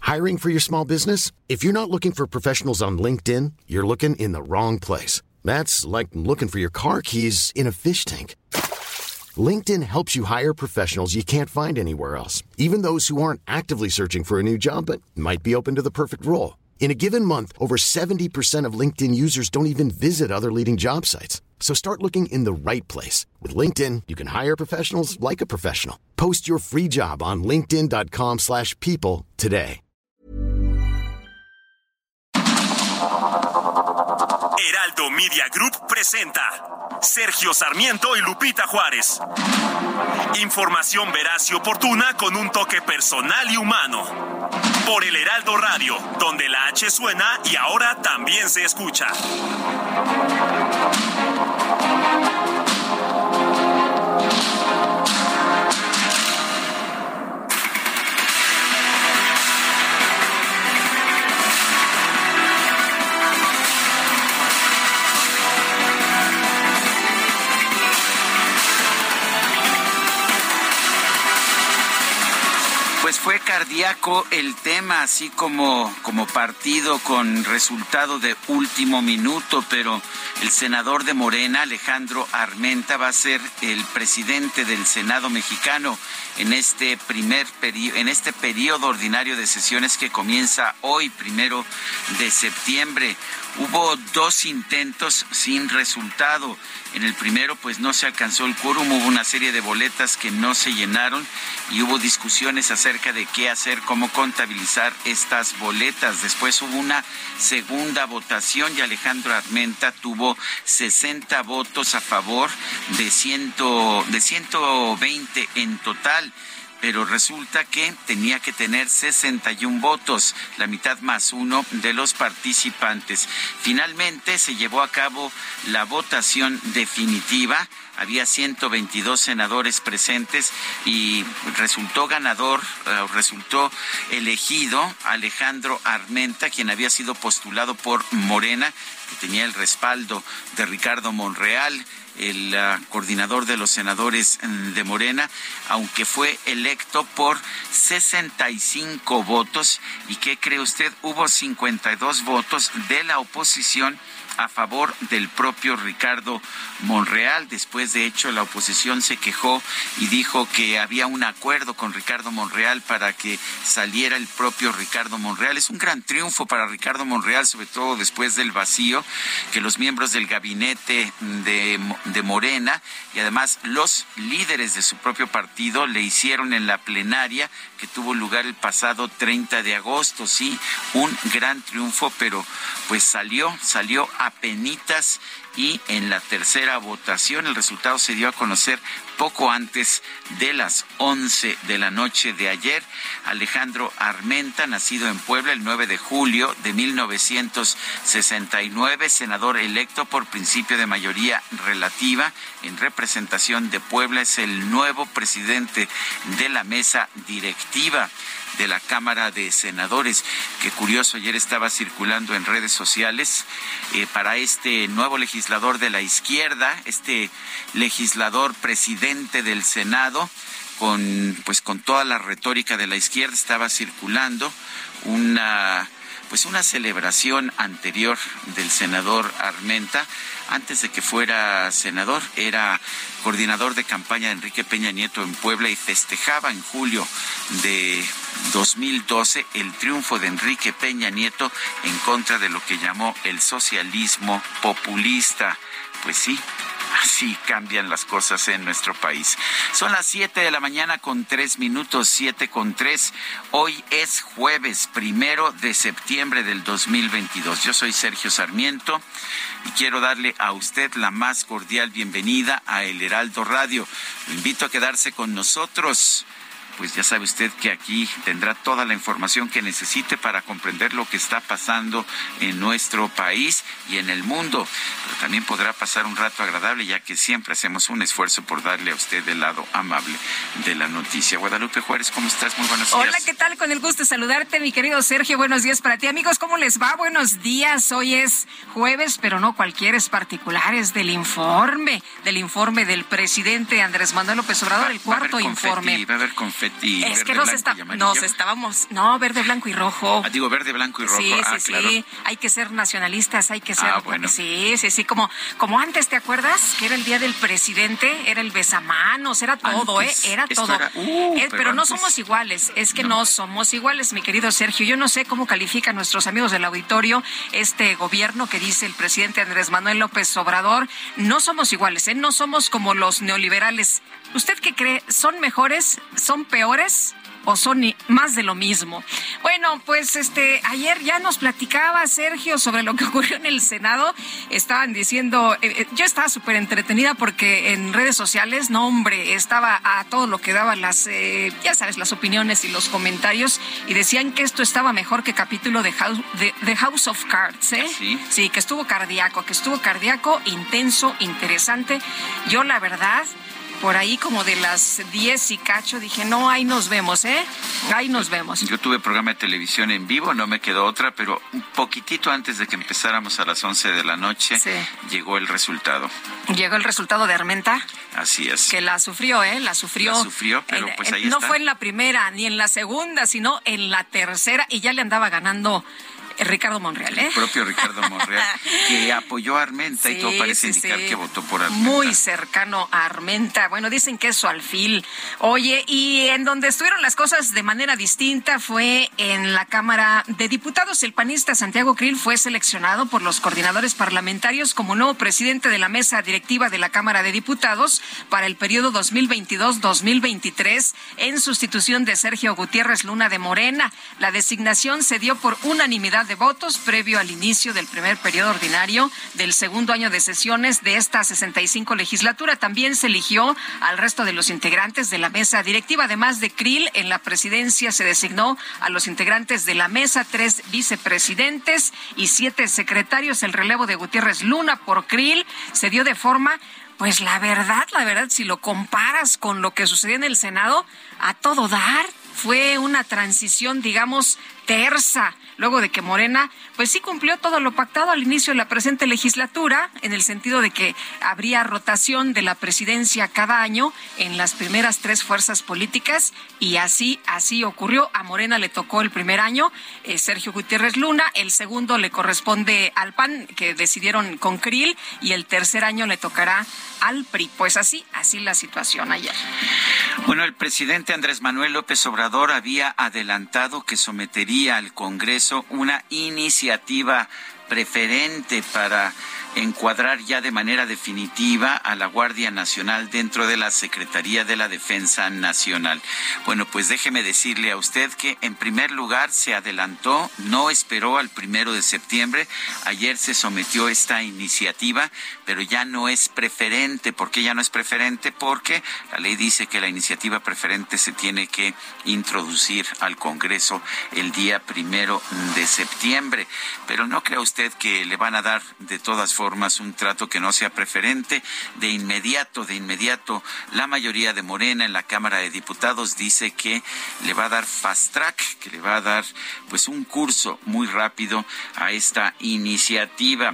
Hiring for your small business? If you're not looking for professionals on LinkedIn, you're looking in the wrong place. That's like looking for your car keys in a fish tank. LinkedIn helps you hire professionals you can't find anywhere else, even those who aren't actively searching for a new job but might be open to the perfect role. In a given month, over 70% of LinkedIn users don't even visit other leading job sites. So start looking in the right place. With LinkedIn, you can hire professionals like a professional. Post your free job on linkedin.com/people today. Heraldo Media Group presenta Sergio Sarmiento y Lupita Juárez. Información veraz y oportuna con un toque personal y humano. Por el Heraldo Radio, donde la H suena y ahora también se escucha. Pues fue cardíaco el tema, así como partido con resultado de último minuto, pero el senador de Morena, Alejandro Armenta, va a ser el presidente del Senado mexicano en este periodo ordinario de sesiones que comienza hoy, 1 de septiembre. Hubo 2 intentos sin resultado. En el primero, pues no se alcanzó el quórum, hubo una serie de boletas que no se llenaron y hubo discusiones acerca de qué hacer, cómo contabilizar estas boletas. Después hubo una segunda votación y Alejandro Armenta tuvo 60 votos a favor de 120 en total. Pero resulta que tenía que tener 61 votos, la mitad más uno de los participantes. Finalmente se llevó a cabo la votación definitiva. Había 122 senadores presentes y resultó elegido Alejandro Armenta, quien había sido postulado por Morena, que tenía el respaldo de Ricardo Monreal, el coordinador de los senadores de Morena, aunque fue electo por 65 votos. ¿Y qué cree usted? Hubo 52 votos de la oposición a favor del propio Ricardo Monreal. Después, de hecho, la oposición se quejó y dijo que había un acuerdo con Ricardo Monreal para que saliera el propio Ricardo Monreal. Es un gran triunfo para Ricardo Monreal, sobre todo después del vacío que los miembros del gabinete de Morena y además los líderes de su propio partido le hicieron en la plenaria que tuvo lugar el pasado 30 de agosto. Sí, un gran triunfo, pero pues salió apenitas, y en la tercera votación el resultado se dio a conocer poco antes de las 11 de la noche de ayer. Alejandro Armenta, nacido en Puebla el 9 de julio de 1969, senador electo por principio de mayoría relativa en representación de Puebla, es el nuevo presidente de la mesa directiva de la Cámara de Senadores. Qué curioso, ayer estaba circulando en redes sociales para este nuevo legislador de la izquierda, este legislador presidente del Senado, con toda la retórica de la izquierda, estaba circulando una celebración anterior del senador Armenta. Antes de que fuera senador, era coordinador de campaña de Enrique Peña Nieto en Puebla y festejaba en julio de 2012 el triunfo de Enrique Peña Nieto en contra de lo que llamó el socialismo populista. Pues sí, así cambian las cosas en nuestro país. Son las 7 de la mañana con 3 minutos, 7:03. Hoy es jueves 1 de septiembre del 2022. Yo soy Sergio Sarmiento y quiero darle a usted la más cordial bienvenida a El Heraldo Radio. Lo invito a quedarse con nosotros. Pues ya sabe usted que aquí tendrá toda la información que necesite para comprender lo que está pasando en nuestro país y en el mundo. Pero también podrá pasar un rato agradable, ya que siempre hacemos un esfuerzo por darle a usted el lado amable de la noticia. Guadalupe Juárez, ¿cómo estás? Muy buenos días. Hola, ¿qué tal? Con el gusto de saludarte, mi querido Sergio. Buenos días para ti. Amigos, ¿cómo les va? Buenos días. Hoy es jueves, pero no cualquiera, es particular, es del informe del presidente Andrés Manuel López Obrador, el cuarto informe. Va a haber confeti. confeti es verde, que blanco y amarillo. nos estábamos, no, verde, blanco y rojo. Digo verde, blanco y rojo. Sí, Claro. sí, hay que ser nacionalistas, hay que ser... bueno. Sí, como antes, ¿te acuerdas? Que era el día del presidente, era el besamanos, era todo, Antes, era esto todo. era- pero no antes. somos iguales, es que no somos iguales, mi querido Sergio. Yo no sé cómo califican nuestros amigos del auditorio este gobierno que dice el presidente Andrés Manuel López Obrador. No somos iguales, no somos como los neoliberales. ¿Usted qué cree? ¿Son mejores? ¿Son peores? ¿O son más de lo mismo? Bueno, pues ayer ya nos platicaba Sergio sobre lo que ocurrió en el Senado. Estaban diciendo, yo estaba súper entretenida porque en redes sociales, no hombre, estaba a todo lo que daban ya sabes, las opiniones y los comentarios, y decían que esto estaba mejor que capítulo de House of Cards, ¿eh? Sí, que estuvo cardíaco, intenso, interesante. Yo, la verdad, por ahí como de las 10 y cacho, dije, no, ahí nos vemos, ahí nos vemos. Yo tuve programa de televisión en vivo, no me quedó otra, pero un poquitito antes de que empezáramos a las 11 de la noche, llegó el resultado. Llegó el resultado de Armenta. Así es. Que la sufrió, La sufrió, pero pues ahí no está. No fue en la primera ni en la segunda, sino en la tercera, y ya le andaba ganando Ricardo Monreal, El propio Ricardo Monreal, que apoyó a Armenta y todo parece indicar que votó por Armenta. Muy cercano a Armenta. Bueno, dicen que es su alfil. Oye, y en donde estuvieron las cosas de manera distinta fue en la Cámara de Diputados. El panista Santiago Krill fue seleccionado por los coordinadores parlamentarios como nuevo presidente de la mesa directiva de la Cámara de Diputados para el periodo 2022-2023 en sustitución de Sergio Gutiérrez Luna de Morena. La designación se dio por unanimidad de votos previo al inicio del primer periodo ordinario del segundo año de sesiones de esta 65 legislatura. También se eligió al resto de los integrantes de la mesa directiva. Además de Krill, en la presidencia se designó a los integrantes de la mesa, 3 vicepresidentes y 7 secretarios. El relevo de Gutiérrez Luna por Krill se dio de forma, pues la verdad, si lo comparas con lo que sucedió en el Senado, a todo dar. Fue una transición, digamos, tersa, luego de que Morena, pues sí cumplió todo lo pactado al inicio de la presente legislatura, en el sentido de que habría rotación de la presidencia cada año en las primeras 3 fuerzas políticas, y así ocurrió. A Morena le tocó el primer año Sergio Gutiérrez Luna, el segundo le corresponde al PAN, que decidieron con Krill, y el tercer año le tocará al PRI. Pues así la situación ayer. Bueno, el presidente Andrés Manuel López Obrador había adelantado que sometería al Congreso una iniciativa preferente para encuadrar ya de manera definitiva a la Guardia Nacional dentro de la Secretaría de la Defensa Nacional. Bueno, pues déjeme decirle a usted que en primer lugar se adelantó, no esperó al 1 de septiembre. Ayer se sometió esta iniciativa, pero ya no es preferente. ¿Por qué ya no es preferente? Porque la ley dice que la iniciativa preferente se tiene que introducir al Congreso el día 1 de septiembre. Pero no crea usted que le van a dar de todas formas un trato que no sea preferente. De inmediato, la mayoría de Morena en la Cámara de Diputados dice que le va a dar fast track, que le va a dar pues un curso muy rápido a esta iniciativa.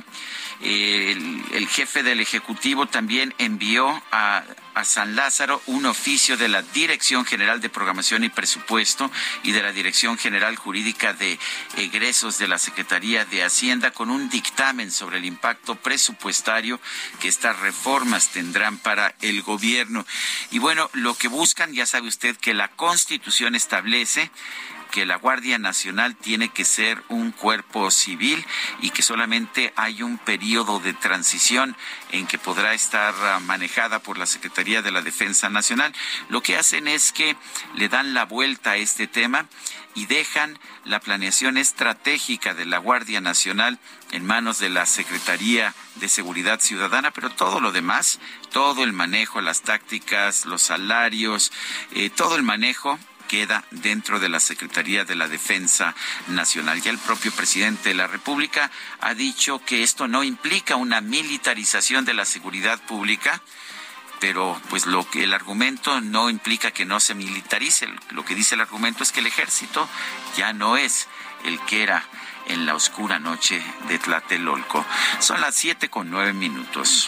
El jefe del Ejecutivo también envió a San Lázaro un oficio de la Dirección General de Programación y Presupuesto y de la Dirección General Jurídica de Egresos de la Secretaría de Hacienda con un dictamen sobre el impacto presupuestario que estas reformas tendrán para el gobierno. Y bueno, lo que buscan, ya sabe usted que la Constitución establece que la Guardia Nacional tiene que ser un cuerpo civil y que solamente hay un periodo de transición en que podrá estar manejada por la Secretaría de la Defensa Nacional. Lo que hacen es que le dan la vuelta a este tema y dejan la planeación estratégica de la Guardia Nacional en manos de la Secretaría de Seguridad Ciudadana, pero todo lo demás, todo el manejo, las tácticas, los salarios, todo el manejo queda dentro de la Secretaría de la Defensa Nacional. Ya el propio presidente de la República ha dicho que esto no implica una militarización de la seguridad pública, pero pues el argumento no implica que no se militarice. Lo que dice el argumento es que el ejército ya no es el que era en la oscura noche de Tlatelolco. Son las 7:09.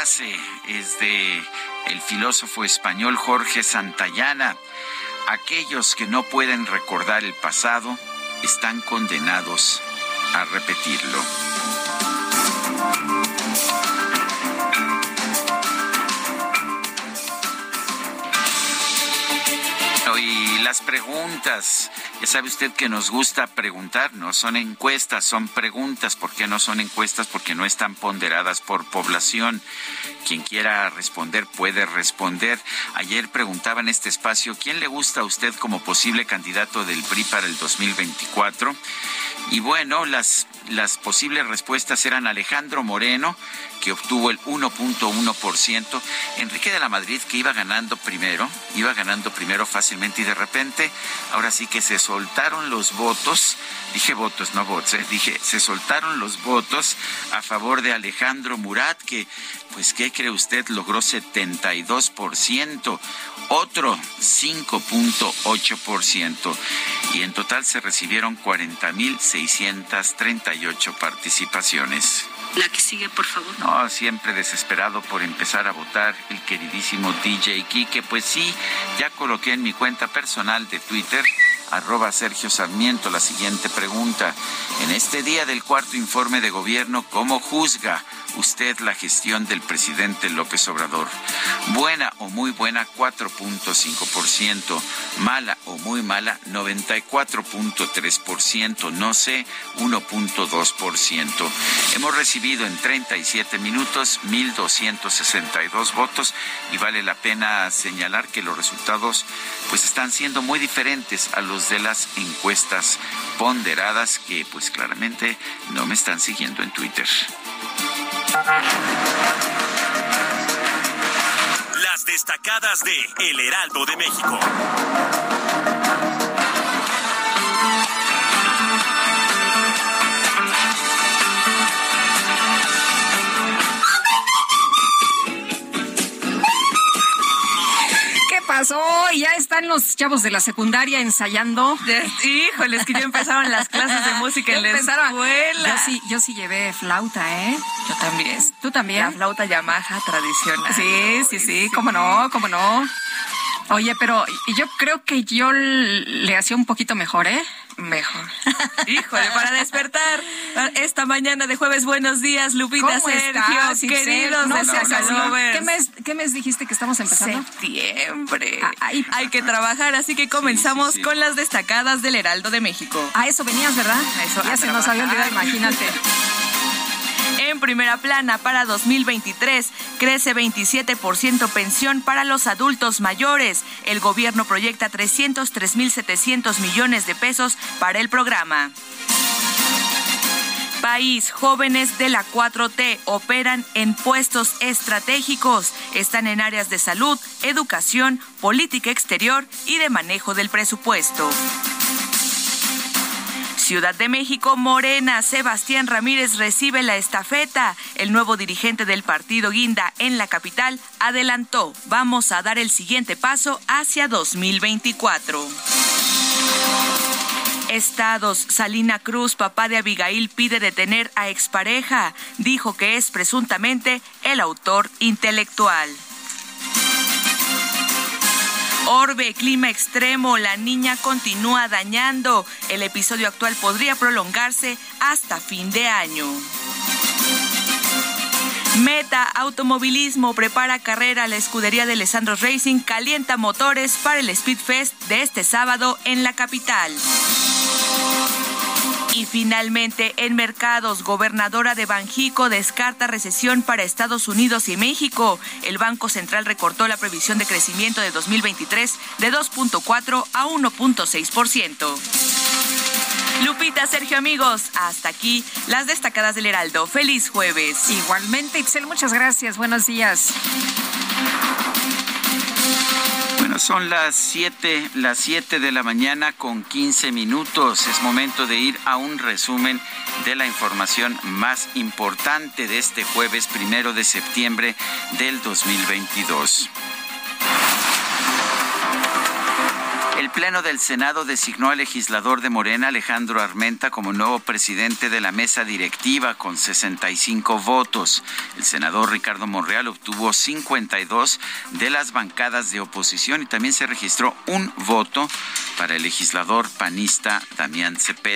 frase es de el filósofo español Jorge Santayana: aquellos que no pueden recordar el pasado están condenados a repetirlo. Y las preguntas, ya sabe usted que nos gusta preguntar, no son encuestas, son preguntas. ¿Por qué no son encuestas? Porque no están ponderadas por población. Quien quiera responder puede responder. Ayer preguntaba en este espacio, ¿quién le gusta a usted como posible candidato del PRI para el 2024? Y bueno, las posibles respuestas eran Alejandro Moreno, que obtuvo el 1.1%, Enrique de la Madrid, que iba ganando primero fácilmente, y de repente, ahora sí que se soltaron los votos, dije votos, no votos, se soltaron los votos a favor de Alejandro Murat, que, pues, ¿qué cree usted? Logró 72%, otro 5.8%, y en total se recibieron 40,638 participaciones. La que sigue, por favor. No, siempre desesperado por empezar a votar el queridísimo DJ Quique. Pues sí, ya coloqué en mi cuenta personal de Twitter, @Sergio Sarmiento, la siguiente pregunta. En este día del cuarto informe de gobierno, ¿cómo juzga usted la gestión del presidente López Obrador? Buena o muy buena, 4.5%. Mala o muy mala, 94.3%. No sé, 1.2%. Hemos recibido en 37 minutos 1,262 votos, y vale la pena señalar que los resultados pues están siendo muy diferentes a los de las encuestas ponderadas, que pues claramente no me están siguiendo en Twitter. Las destacadas de El Heraldo de México. Pasó, ya están los chavos de la secundaria ensayando. Híjole, es que ya empezaron las clases de música en la escuela. Yo sí llevé flauta, ¿eh? Yo también. ¿Tú también? La flauta Yamaha tradicional. Sí, cómo no. Oye, pero yo creo que yo le hacía un poquito mejor, ¿eh? Mejor. Híjole, para despertar esta mañana de jueves. Buenos días, Lupita, Sergio, queridos. No seas así. ¿Qué mes dijiste que estamos empezando? Septiembre. Hay que trabajar, así que comenzamos con las destacadas del Heraldo de México. A eso venías, ¿verdad? Ya se nos había olvidado, imagínate. En primera plana, para 2023, crece 27% pensión para los adultos mayores. El gobierno proyecta 303,700 millones de pesos para el programa. País, jóvenes de la 4T operan en puestos estratégicos. Están en áreas de salud, educación, política exterior y de manejo del presupuesto. Ciudad de México, Morena, Sebastián Ramírez recibe la estafeta. El nuevo dirigente del partido Guinda en la capital adelantó: vamos a dar el siguiente paso hacia 2024. Estados, Salina Cruz, papá de Abigail, pide detener a expareja. Dijo que es presuntamente el autor intelectual. Orbe, clima extremo, la niña continúa dañando. El episodio actual podría prolongarse hasta fin de año. Meta, automovilismo, prepara carrera. La escudería de Alessandro Racing calienta motores para el Speed Fest de este sábado en la capital. Y finalmente, en mercados, gobernadora de Banjico descarta recesión para Estados Unidos y México. El Banco Central recortó la previsión de crecimiento de 2023 de 2.4 a 1.6%. Lupita, Sergio, amigos, hasta aquí las destacadas del Heraldo. ¡Feliz jueves! Igualmente, Itzel, muchas gracias. Buenos días. Bueno, son las 7 de la mañana con 15 minutos. Es momento de ir a un resumen de la información más importante de este jueves 1 de septiembre del 2022. El Pleno del Senado designó al legislador de Morena, Alejandro Armenta, como nuevo presidente de la mesa directiva con 65 votos. El senador Ricardo Monreal obtuvo 52 de las bancadas de oposición y también se registró un voto para el legislador panista Damián Cepeda.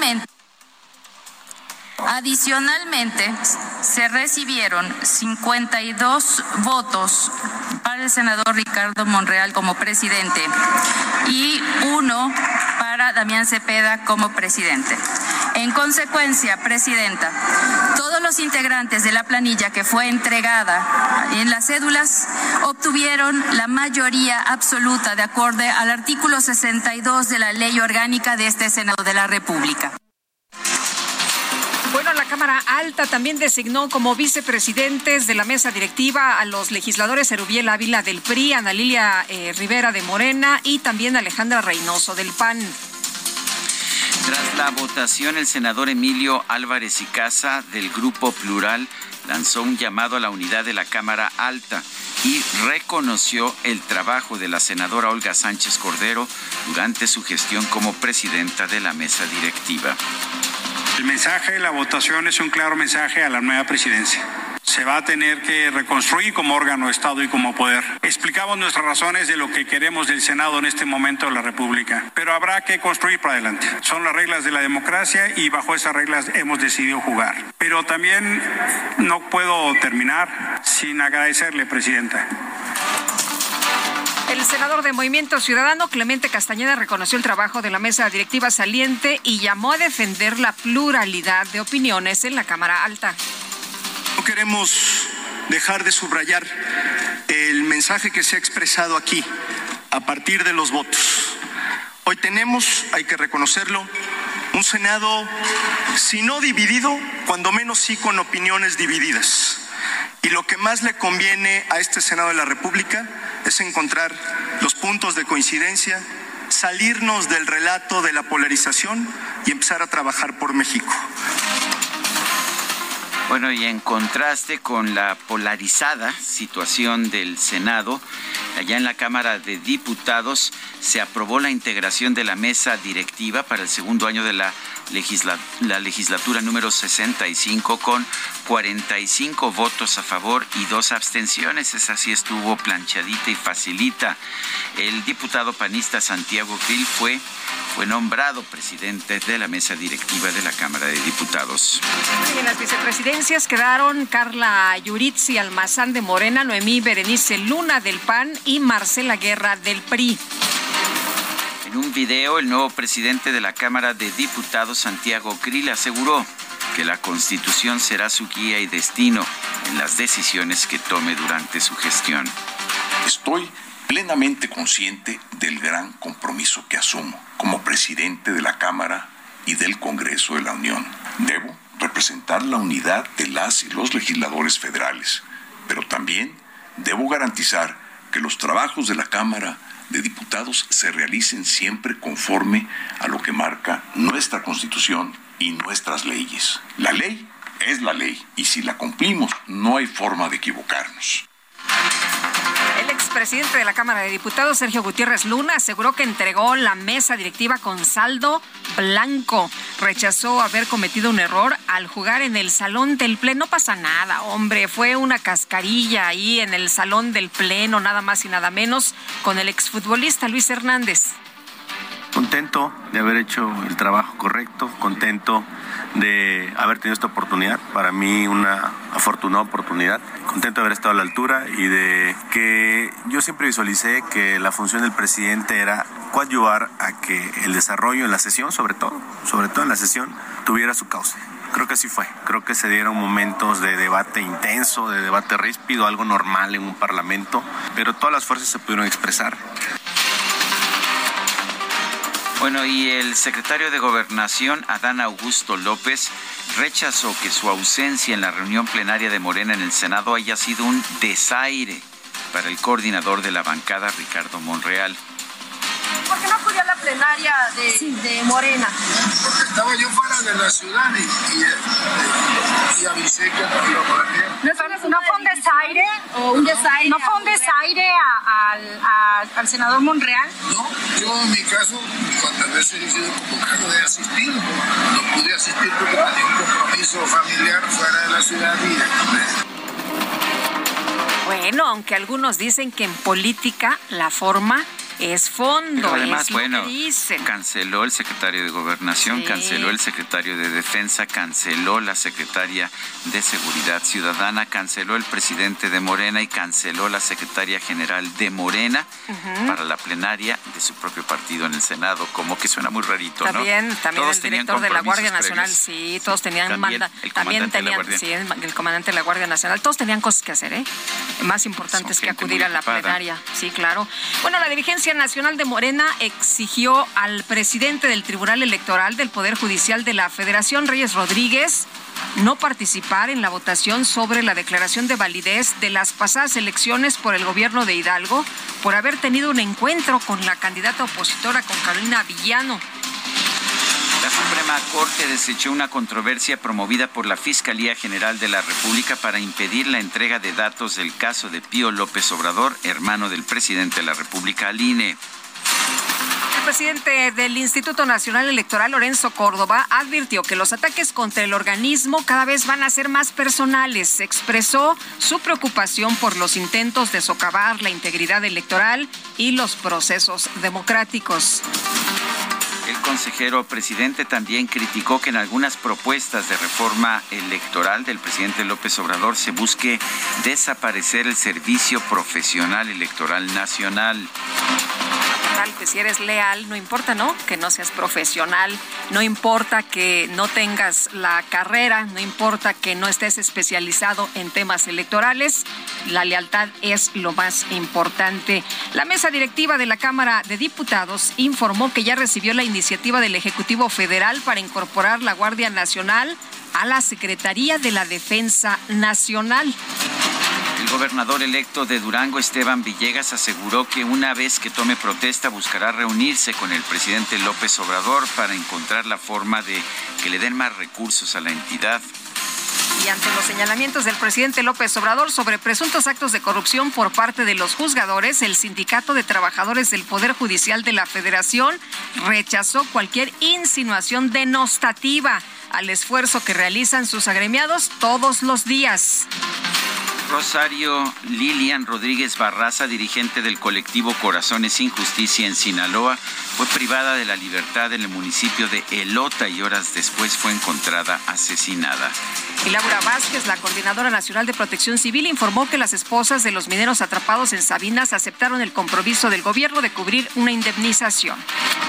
Adicionalmente, se recibieron 52 votos para el senador Ricardo Monreal como presidente y 1 para Damián Cepeda como presidente. En consecuencia, Presidenta, todos los integrantes de la planilla que fue entregada en las cédulas obtuvieron la mayoría absoluta de acuerdo al artículo 62 de la Ley Orgánica de este Senado de la República. Bueno, la Cámara Alta también designó como vicepresidentes de la mesa directiva a los legisladores Erubiel Ávila del PRI, Ana Lilia Rivera de Morena y también Alejandra Reynoso del PAN. Tras la votación, el senador Emilio Álvarez y Casa del Grupo Plural lanzó un llamado a la unidad de la Cámara Alta y reconoció el trabajo de la senadora Olga Sánchez Cordero durante su gestión como presidenta de la mesa directiva. El mensaje de la votación es un claro mensaje a la nueva presidencia. Se va a tener que reconstruir como órgano de Estado y como poder. Explicamos nuestras razones de lo que queremos del Senado en este momento de la República, pero habrá que construir para adelante. Son las reglas de la democracia y bajo esas reglas hemos decidido jugar. Pero también no puedo terminar sin agradecerle, Presidenta. El senador de Movimiento Ciudadano, Clemente Castañeda, reconoció el trabajo de la mesa directiva saliente y llamó a defender la pluralidad de opiniones en la Cámara Alta. No queremos dejar de subrayar el mensaje que se ha expresado aquí a partir de los votos. Hoy tenemos, hay que reconocerlo, un Senado, si no dividido, cuando menos sí con opiniones divididas. Y lo que más le conviene a este Senado de la República es encontrar los puntos de coincidencia, salirnos del relato de la polarización y empezar a trabajar por México. Bueno, y en contraste con la polarizada situación del Senado, allá en la Cámara de Diputados se aprobó la integración de la mesa directiva para el segundo año de la legislatura número 65 con 45 votos a favor y 2 abstenciones. Esa sí estuvo planchadita y facilita. El diputado panista Santiago Krill fue nombrado presidente de la mesa directiva de la Cámara de Diputados. En las vicepresidencias quedaron Carla Yuritsi Almazán de Morena, Noemí Berenice Luna del PAN y Marcela Guerra del PRI. En un video, el nuevo presidente de la Cámara de Diputados, Santiago Krill, aseguró que la Constitución será su guía y destino en las decisiones que tome durante su gestión. Estoy plenamente consciente del gran compromiso que asumo como presidente de la Cámara y del Congreso de la Unión. Debo representar la unidad de las y los legisladores federales, pero también debo garantizar que los trabajos de la Cámara de Diputados se realicen siempre conforme a lo que marca nuestra Constitución y nuestras leyes. La ley es la ley y si la cumplimos no hay forma de equivocarnos. El expresidente de la Cámara de Diputados, Sergio Gutiérrez Luna, aseguró que entregó la mesa directiva con saldo blanco. Rechazó haber cometido un error al jugar en el Salón del Pleno. No pasa nada, hombre, fue una cascarilla ahí en el Salón del Pleno, nada más y nada menos, con el exfutbolista Luis Hernández. Contento de haber hecho el trabajo correcto, contento de haber tenido esta oportunidad, para mí una afortunada oportunidad, contento de haber estado a la altura y de que yo siempre visualicé que la función del presidente era coadyuvar a que el desarrollo en la sesión, sobre todo en la sesión, tuviera su cauce. Creo que así fue, creo que se dieron momentos de debate intenso, de debate ríspido, algo normal en un parlamento, pero todas las fuerzas se pudieron expresar. Bueno, y el secretario de Gobernación, Adán Augusto López, rechazó que su ausencia en la reunión plenaria de Morena en el Senado haya sido un desaire para el coordinador de la bancada, Ricardo Monreal. ¿Por qué no acudió a la plenaria de Morena? Porque estaba yo fuera de la ciudad y avisé que no iba a poder. ¿No es una ¿No fue un desaire? ¿O un desaire? ¿No fue un desaire al senador Monreal? No, yo en mi caso, cuantas veces he sido convocado he asistido. No pude asistir porque tenía un compromiso familiar fuera de la ciudad y Bueno, aunque algunos dicen que en política la forma es fondo. Pero además, es lo que dicen. Canceló el secretario de Gobernación, canceló el secretario de Defensa, canceló la secretaria de Seguridad Ciudadana, canceló el presidente de Morena y canceló la secretaria general de Morena para la plenaria de su propio partido en el Senado. Como que suena muy rarito, ¿no? También todos el director de la Guardia Nacional, previos. Sí, todos tenían También el comandante de la Guardia Nacional, todos tenían cosas que hacer, más importantes que acudir a la plenaria. Sí, claro. Bueno, la dirigencia nacional de Morena exigió al presidente del Tribunal Electoral del Poder Judicial de la Federación, Reyes Rodríguez, no participar en la votación sobre la declaración de validez de las pasadas elecciones por el gobierno de Hidalgo por haber tenido un encuentro con la candidata opositora, con Carolina Villano. La Suprema Corte desechó una controversia promovida por la Fiscalía General de la República para impedir la entrega de datos del caso de Pío López Obrador, hermano del presidente de la República, al INE. El presidente del Instituto Nacional Electoral, Lorenzo Córdoba, advirtió que los ataques contra el organismo cada vez van a ser más personales. Expresó su preocupación por los intentos de socavar la integridad electoral y los procesos democráticos. El consejero presidente también criticó que en algunas propuestas de reforma electoral del presidente López Obrador se busque desaparecer el Servicio Profesional Electoral Nacional. Que si eres leal, no importa, ¿no? Que no seas profesional, no importa que no tengas la carrera, no importa que no estés especializado en temas electorales, la lealtad es lo más importante. La mesa directiva de la Cámara de Diputados informó que ya recibió la iniciativa del Ejecutivo Federal para incorporar la Guardia Nacional a la Secretaría de la Defensa Nacional. El gobernador electo de Durango, Esteban Villegas, aseguró que una vez que tome protesta buscará reunirse con el presidente López Obrador para encontrar la forma de que le den más recursos a la entidad. Y ante los señalamientos del presidente López Obrador sobre presuntos actos de corrupción por parte de los juzgadores, el Sindicato de Trabajadores del Poder Judicial de la Federación rechazó cualquier insinuación denostativa al esfuerzo que realizan sus agremiados todos los días. Rosario Lilian Rodríguez Barraza, dirigente del colectivo Corazones sin Justicia en Sinaloa, fue privada de la libertad en el municipio de Elota y horas después fue encontrada asesinada. Y Laura Vázquez, la Coordinadora Nacional de Protección Civil, informó que las esposas de los mineros atrapados en Sabinas aceptaron el compromiso del gobierno de cubrir una indemnización.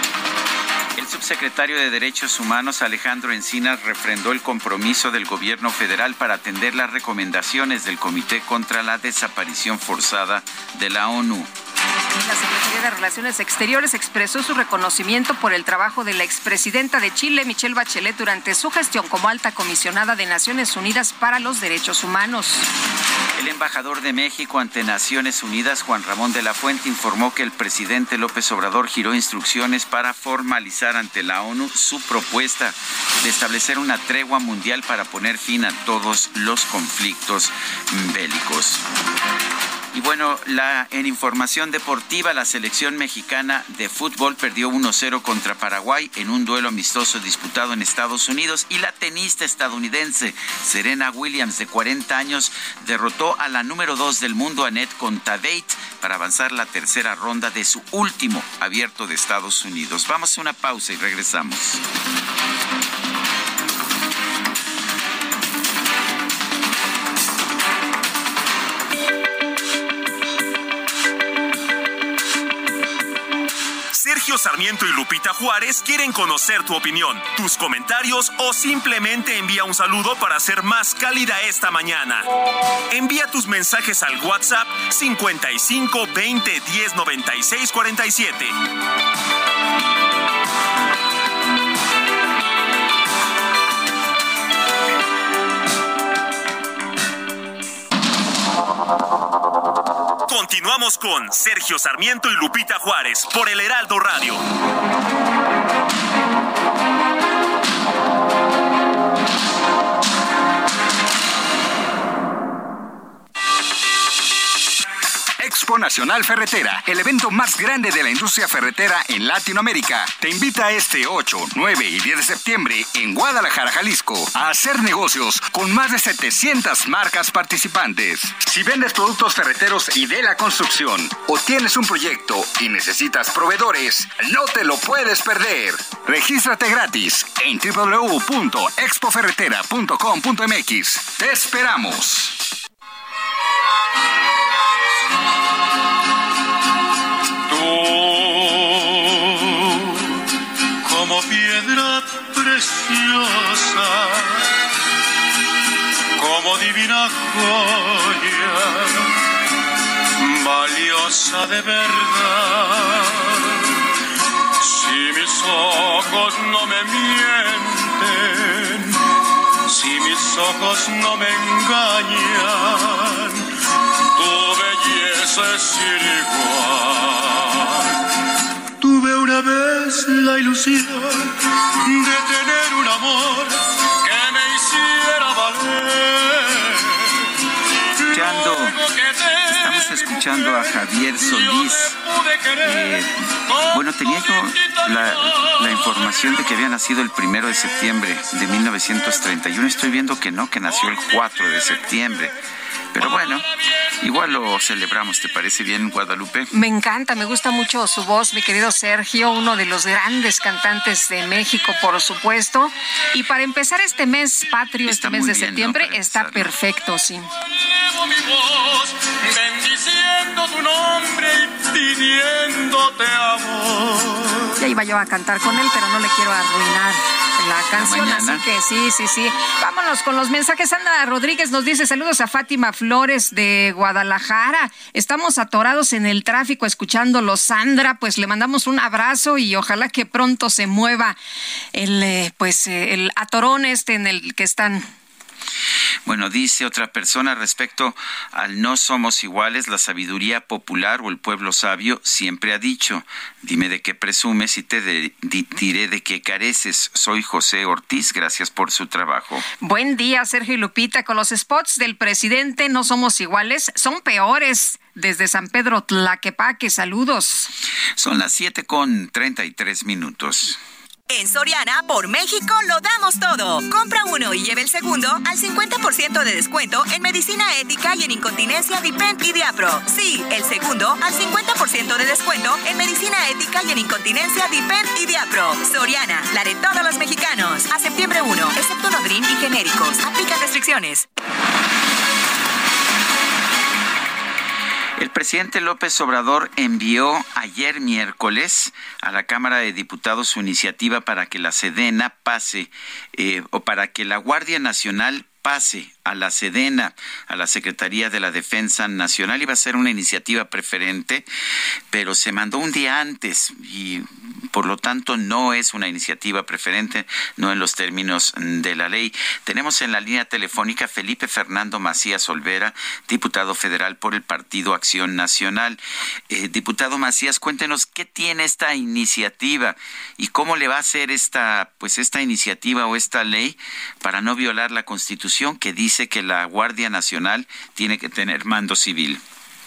El subsecretario de Derechos Humanos, Alejandro Encinas, refrendó el compromiso del gobierno federal para atender las recomendaciones del Comité contra la Desaparición Forzada de la ONU. La Secretaría de Relaciones Exteriores expresó su reconocimiento por el trabajo de la expresidenta de Chile, Michelle Bachelet, durante su gestión como alta comisionada de Naciones Unidas para los Derechos Humanos. El embajador de México ante Naciones Unidas, Juan Ramón de la Fuente, informó que el presidente López Obrador giró instrucciones para formalizar ante la ONU su propuesta de establecer una tregua mundial para poner fin a todos los conflictos bélicos. Y bueno, en información deportiva, la selección mexicana de fútbol perdió 1-0 contra Paraguay en un duelo amistoso disputado en Estados Unidos y la tenista estadounidense Serena Williams, de 40 años, derrotó a la número 2 del mundo, Anett Kontaveit, para avanzar la tercera ronda de su último Abierto de Estados Unidos. Vamos a una pausa y regresamos. Sergio Sarmiento y Lupita Juárez quieren conocer tu opinión, tus comentarios o simplemente envía un saludo para hacer más cálida esta mañana. Envía tus mensajes al WhatsApp 55 20 10 96 47. Continuamos con Sergio Sarmiento y Lupita Juárez por el Heraldo Radio. Expo Nacional Ferretera, el evento más grande de la industria ferretera en Latinoamérica, te invita este 8, 9 y 10 de septiembre en Guadalajara, Jalisco, a hacer negocios con más de 700 marcas participantes. Si vendes productos ferreteros y de la construcción, o tienes un proyecto y necesitas proveedores, no te lo puedes perder. Regístrate gratis en www.expoferretera.com.mx. ¡Te esperamos! Como piedra preciosa, como divina joya, valiosa de verdad. Si mis ojos no me mienten, si mis ojos no me engañan, tu belleza es sin igual. Tuve una vez la ilusión de tener un amor que me hiciera valer. Estamos escuchando a Javier Solís. Tenía yo la información de que había nacido el 1 de septiembre de 1931. Estoy viendo que no, que nació el 4 de septiembre. Pero bueno, igual lo celebramos. ¿Te parece bien, Guadalupe? Me encanta, me gusta mucho su voz, mi querido Sergio, uno de los grandes cantantes de México, por supuesto. Y para empezar este mes patrio, este mes de septiembre, está perfecto, sí. Bendiciendo tu nombre y pidiéndote amor. Ya iba yo a cantar con él, pero no le quiero arruinar la canción, así que sí. Vámonos con los mensajes. Sandra Rodríguez nos dice: saludos a Fátima Flores de Guadalajara. Estamos atorados en el tráfico escuchándolo, Sandra. Pues le mandamos un abrazo y ojalá que pronto se mueva el atorón en el que están. Bueno, dice otra persona respecto al no somos iguales, la sabiduría popular o el pueblo sabio siempre ha dicho: dime de qué presumes y te diré de qué careces. Soy José Ortiz, gracias por su trabajo. Buen día, Sergio y Lupita. Con los spots del presidente no somos iguales, son peores. Desde San Pedro Tlaquepaque, saludos. Son las 7:33. En Soriana, por México, lo damos todo. Compra uno y lleve el segundo al 50% de descuento en medicina ética y en incontinencia Dipent y Diapro. Sí, el segundo al 50% de descuento en medicina ética y en incontinencia Dipent y Diapro. Soriana, la de todos los mexicanos. A septiembre 1, excepto Nodrin y genéricos. Aplica restricciones. El presidente López Obrador envió ayer miércoles a la Cámara de Diputados su iniciativa para que la Sedena pase, o para que la Guardia Nacional pase a la Sedena, a la Secretaría de la Defensa Nacional. Iba a ser una iniciativa preferente, pero se mandó un día antes y por lo tanto no es una iniciativa preferente, no en los términos de la ley. Tenemos en la línea telefónica Felipe Fernando Macías Olvera, diputado federal por el Partido Acción Nacional. Diputado Macías, cuéntenos qué tiene esta iniciativa y cómo le va a hacer esta iniciativa o esta ley para no violar la Constitución, que dice que la Guardia Nacional tiene que tener mando civil.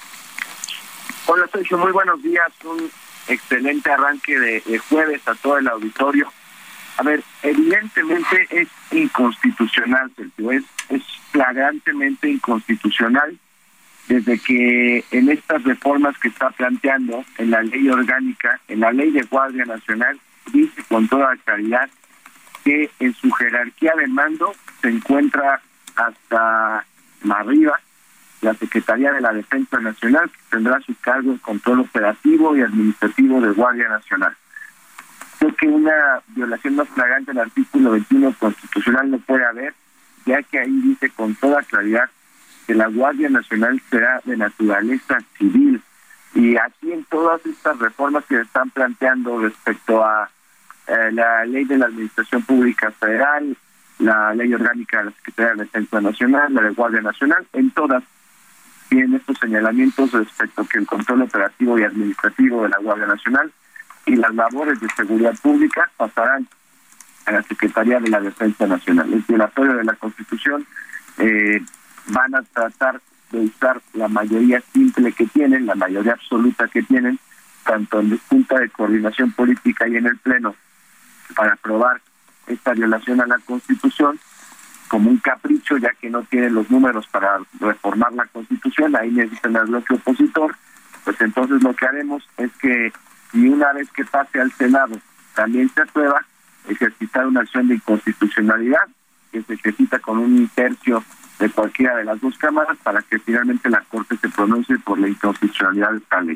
Hola, Sergio, muy buenos días. Un excelente arranque de jueves a todo el auditorio. A ver, evidentemente es inconstitucional, Sergio, es flagrantemente inconstitucional desde que en estas reformas que está planteando en la ley orgánica, en la ley de Guardia Nacional, dice con toda claridad que en su jerarquía de mando se encuentra hasta arriba la Secretaría de la Defensa Nacional, que tendrá a su cargo el control operativo y administrativo de Guardia Nacional. Creo que una violación más flagrante del artículo 21 constitucional no puede haber, ya que ahí dice con toda claridad que la Guardia Nacional será de naturaleza civil. Y aquí en todas estas reformas que se están planteando respecto a la ley de la Administración Pública Federal, la ley orgánica de la Secretaría de la Defensa Nacional, la de Guardia Nacional, en todas tienen estos señalamientos respecto a que el control operativo y administrativo de la Guardia Nacional y las labores de seguridad pública pasarán a la Secretaría de la Defensa Nacional. Es violatorio de la Constitución. Van a tratar de usar la mayoría simple que tienen, la mayoría absoluta que tienen, tanto en la Junta de Coordinación Política y en el Pleno, para aprobar esta violación a la Constitución, como un capricho, ya que no tienen los números para reformar la Constitución, ahí necesitan al bloque opositor. Pues entonces lo que haremos es que, y una vez que pase al Senado también se aprueba, ejercitar una acción de inconstitucionalidad que se ejercita con 1/3 de cualquiera de las dos cámaras para que finalmente la Corte se pronuncie por la inconstitucionalidad de esta ley.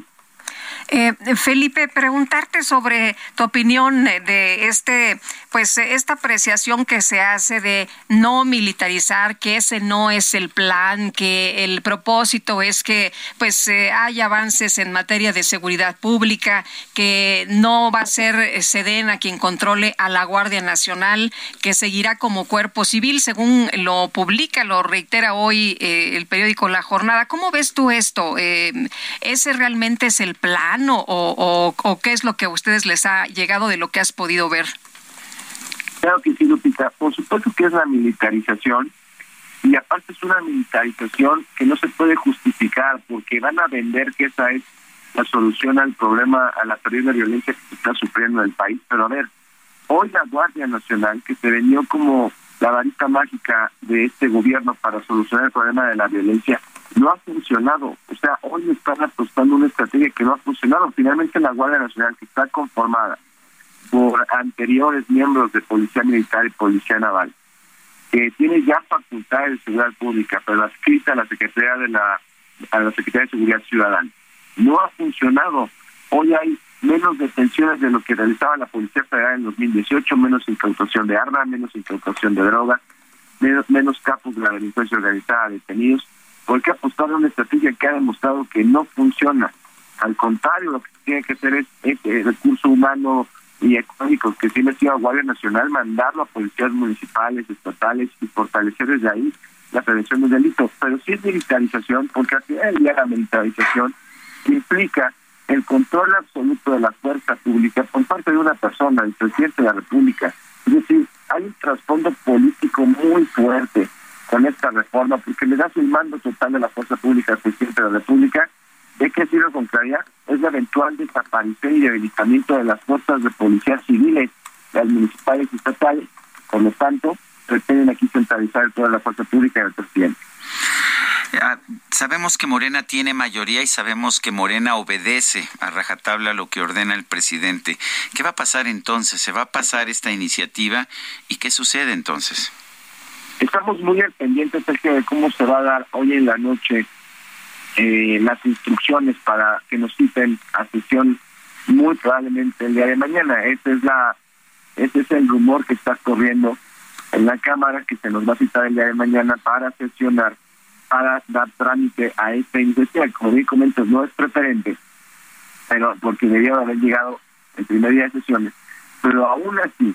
Felipe, preguntarte sobre tu opinión de esta apreciación que se hace de no militarizar, que ese no es el plan, que el propósito es que haya avances en materia de seguridad pública, que no va a ser Sedena quien controle a la Guardia Nacional, que seguirá como cuerpo civil, según lo reitera hoy el periódico La Jornada. ¿Cómo ves tú esto? ¿Ese realmente es el plan o qué es lo que a ustedes les ha llegado de lo que has podido ver? Claro que sí, Lupita. Por supuesto que es la militarización, y aparte es una militarización que no se puede justificar porque van a vender que esa es la solución al problema, a la pérdida de violencia que se está sufriendo en el país. Pero a ver, hoy la Guardia Nacional, que se vendió como la varita mágica de este gobierno para solucionar el problema de la violencia, no ha funcionado. O sea, hoy están apostando una estrategia que no ha funcionado. Finalmente la Guardia Nacional, que está conformada por anteriores miembros de Policía Militar y Policía Naval, que tiene ya facultades de seguridad pública, pero adscrita a la Secretaría de Seguridad Ciudadana, no ha funcionado. Hoy hay menos detenciones de lo que realizaba la Policía Federal en 2018, menos incautación de armas, menos incautación de drogas, menos capos de la delincuencia organizada detenidos, porque apostar a una estrategia que ha demostrado que no funciona. Al contrario, lo que se tiene que hacer es recurso humano y económico que tiene sido a Guardia Nacional, mandarlo a policías municipales, estatales y fortalecer desde ahí la prevención del delito. Pero sí es militarización, porque al final del día la militarización implica el control absoluto de la fuerza pública por parte de una persona, el presidente de la República. Es decir, hay un trasfondo político muy fuerte con esta reforma, porque le das el mando total de la fuerza pública al presidente de la República. ¿De qué sirve con claridad? Es la eventual desaparición y debilitamiento de las fuerzas de policía civiles, las municipales y estatales. Por lo tanto, pretenden aquí centralizar toda la fuerza pública del presidente. Sabemos que Morena tiene mayoría y sabemos que Morena obedece a rajatabla lo que ordena el presidente. ¿Qué va a pasar entonces? ¿Se va a pasar esta iniciativa? ¿Y qué sucede entonces? Estamos muy al pendiente, Sergio, de cómo se va a dar hoy en la noche las instrucciones para que nos citen a sesión muy probablemente el día de mañana. Ese es el rumor que está corriendo en la Cámara, que se nos va a citar el día de mañana para sesionar, para dar trámite a esta iniciativa. Como bien comentas, no es preferente, pero porque debió haber llegado el primer día de sesiones, pero aún así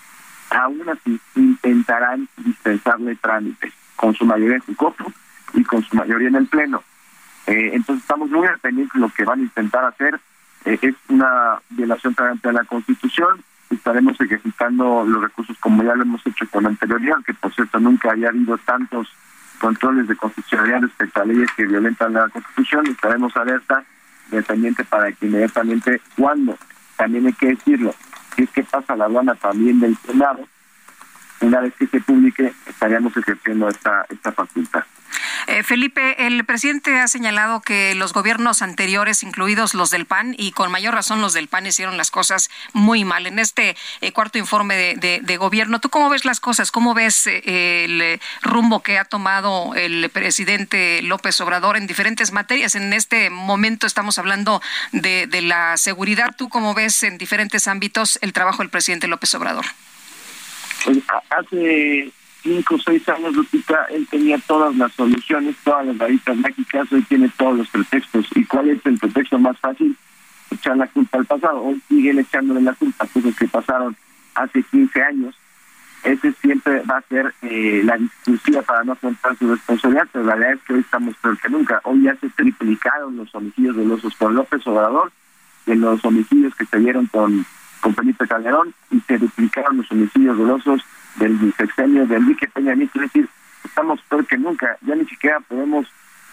intentarán dispensarle trámites con su mayoría en su copo y con su mayoría en el Pleno. Entonces estamos muy al pendiente de lo que van a intentar hacer. Es una violación claramente de la Constitución. Estaremos ejercitando los recursos como ya lo hemos hecho con anterioridad, que por cierto nunca había habido tantos controles de constitucionalidad respecto a leyes que violentan la Constitución. Estaremos alerta, dependiente para que inmediatamente, cuando, también hay que decirlo, si es que pasa la aduana también del Senado, una vez que se publique, estaríamos ejerciendo esta facultad. Felipe, el presidente ha señalado que los gobiernos anteriores, incluidos los del PAN, y con mayor razón los del PAN, hicieron las cosas muy mal. En este cuarto informe de gobierno, ¿tú cómo ves las cosas? ¿Cómo ves el rumbo que ha tomado el presidente López Obrador en diferentes materias? En este momento estamos hablando de la seguridad. ¿Tú cómo ves en diferentes ámbitos el trabajo del presidente López Obrador? Pues hace 5 o 6 años, Lupita, él tenía todas las soluciones, todas las varitas mágicas. Hoy tiene todos los pretextos. ¿Y cuál es el pretexto más fácil? Echar la culpa al pasado. Hoy siguen echándole la culpa a cosas que pasaron hace 15 años. Ese siempre va a ser la discusión para no afrontar su responsabilidad, pero la verdad es que hoy estamos peor que nunca. Hoy ya se triplicaron los homicidios dolosos con López Obrador, de los homicidios que se dieron con Felipe Calderón, y se duplicaron los homicidios dolosos del sexenio de Enrique Peña Nieto. Es decir, estamos peor que nunca. Ya ni siquiera podemos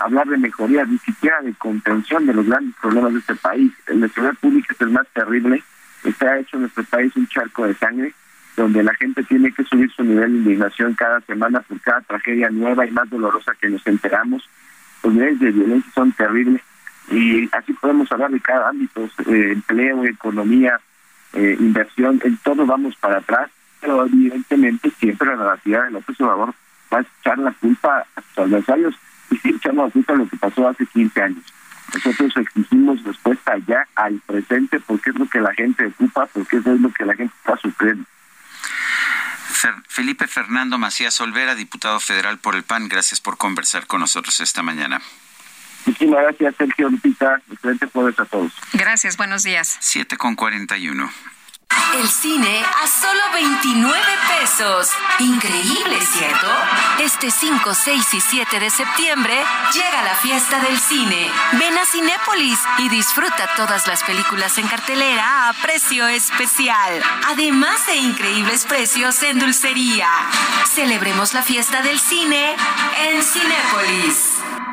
hablar de mejoría, ni siquiera de contención de los grandes problemas de este país. La seguridad pública es el más terrible. Está hecho en nuestro país un charco de sangre, donde la gente tiene que subir su nivel de indignación cada semana por cada tragedia nueva y más dolorosa que nos enteramos. Los niveles de violencia son terribles y así podemos hablar de cada ámbito, empleo, economía, inversión, en todo vamos para atrás, pero evidentemente siempre la narrativa de López Obrador va a echar la culpa a sus adversarios y sí echamos la culpa a lo que pasó hace 15 años. Nosotros exigimos respuesta ya al presente porque es lo que la gente ocupa, porque eso es lo que la gente está sufriendo. Felipe Fernando Macías Olvera, diputado federal por el PAN, gracias por conversar con nosotros esta mañana. Muchísimas gracias, Sergio, Lupita. Excelente jueves a todos. Gracias, buenos días. 7:41. El cine a solo 29 pesos. Increíble, ¿cierto? Este 5, 6 y 7 de septiembre llega la fiesta del cine. Ven a Cinépolis y disfruta todas las películas en cartelera a precio especial. Además de increíbles precios en dulcería. Celebremos la fiesta del cine en Cinépolis.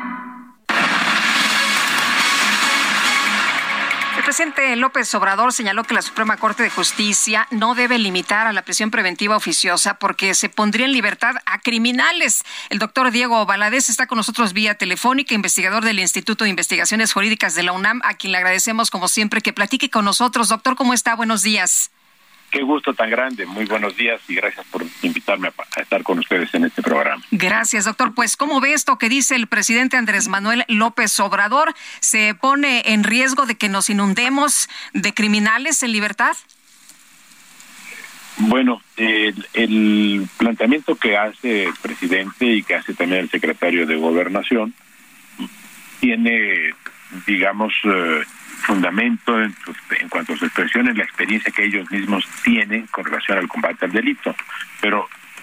El presidente López Obrador señaló que la Suprema Corte de Justicia no debe limitar a la prisión preventiva oficiosa porque se pondría en libertad a criminales. El doctor Diego Valadez está con nosotros vía telefónica, investigador del Instituto de Investigaciones Jurídicas de la UNAM, a quien le agradecemos como siempre que platique con nosotros. Doctor, ¿cómo está? Buenos días. Qué gusto tan grande, muy buenos días y gracias por invitarme a estar con ustedes en este programa. Gracias, doctor. Pues, ¿cómo ve esto que dice el presidente Andrés Manuel López Obrador? ¿Se pone en riesgo de que nos inundemos de criminales en libertad? Bueno, el planteamiento que hace el presidente y que hace también el secretario de Gobernación tiene, digamos, fundamento en cuanto a su expresión en la experiencia que ellos mismos tienen con relación al combate al delito, pero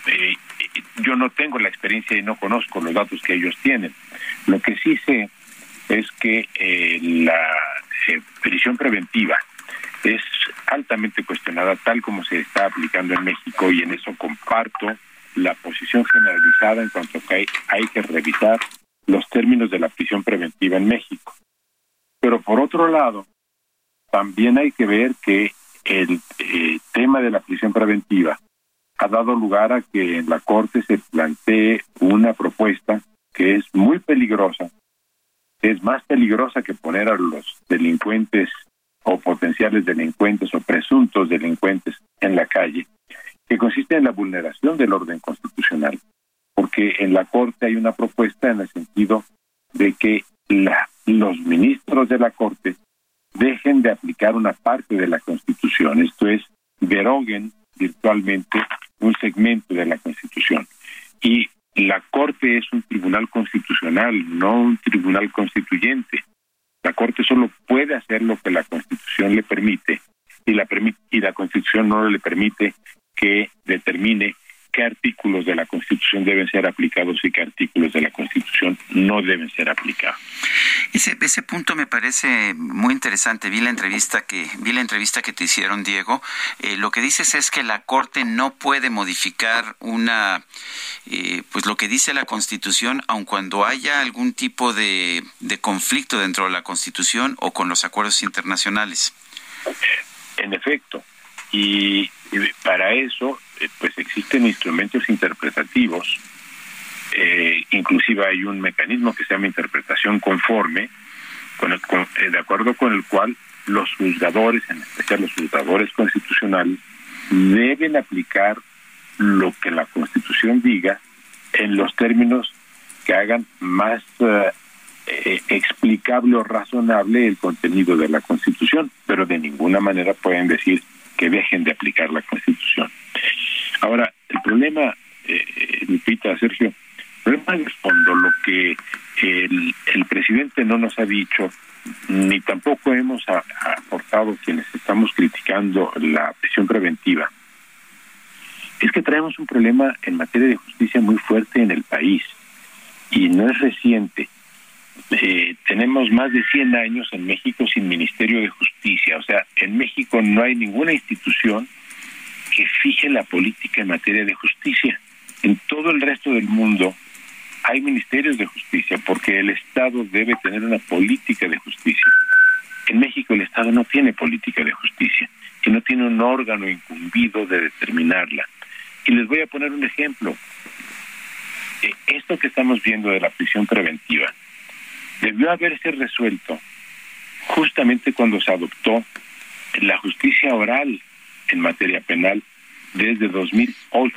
yo no tengo la experiencia y no conozco los datos que ellos tienen. Lo que sí sé es que la prisión preventiva es altamente cuestionada tal como se está aplicando en México, y en eso comparto la posición generalizada en cuanto a que hay que revisar los términos de la prisión preventiva en México. Pero por otro lado, también hay que ver que el tema de la prisión preventiva ha dado lugar a que en la Corte se plantee una propuesta que es muy peligrosa, es más peligrosa que poner a los delincuentes o potenciales delincuentes o presuntos delincuentes en la calle, que consiste en la vulneración del orden constitucional, porque en la Corte hay una propuesta en el sentido de que los ministros de la Corte dejen de aplicar una parte de la Constitución, esto es, deroguen virtualmente un segmento de la Constitución. Y la Corte es un tribunal constitucional, no un tribunal constituyente. La Corte solo puede hacer lo que la Constitución le permite, y la Constitución no le permite que determine qué artículos de la Constitución deben ser aplicados y qué artículos de la Constitución no deben ser aplicados. Ese punto me parece muy interesante. Vi la entrevista que te hicieron, Diego. Lo que dices es que la Corte no puede modificar pues lo que dice la Constitución, aun cuando haya algún tipo de conflicto dentro de la Constitución o con los acuerdos internacionales. En efecto, y para eso pues existen instrumentos interpretativos, inclusive hay un mecanismo que se llama interpretación conforme, de acuerdo con el cual los juzgadores, en especial los juzgadores constitucionales, deben aplicar lo que la Constitución diga en los términos que hagan más explicable o razonable el contenido de la Constitución, pero de ninguna manera pueden decir que dejen de aplicar la Constitución. Ahora, el problema, Lupita, Sergio, el problema de fondo, lo que el presidente no nos ha dicho, ni tampoco hemos aportado quienes estamos criticando la prisión preventiva, es que traemos un problema en materia de justicia muy fuerte en el país, y no es reciente. Tenemos más de 100 años en México sin Ministerio de Justicia. O sea, en México no hay ninguna institución que fije la política en materia de justicia. En todo el resto del mundo hay ministerios de justicia porque el Estado debe tener una política de justicia. En México el Estado no tiene política de justicia y no tiene un órgano incumbido de determinarla. Y les voy a poner un ejemplo. Esto que estamos viendo de la prisión preventiva debió haberse resuelto justamente cuando se adoptó la justicia oral en materia penal desde 2008.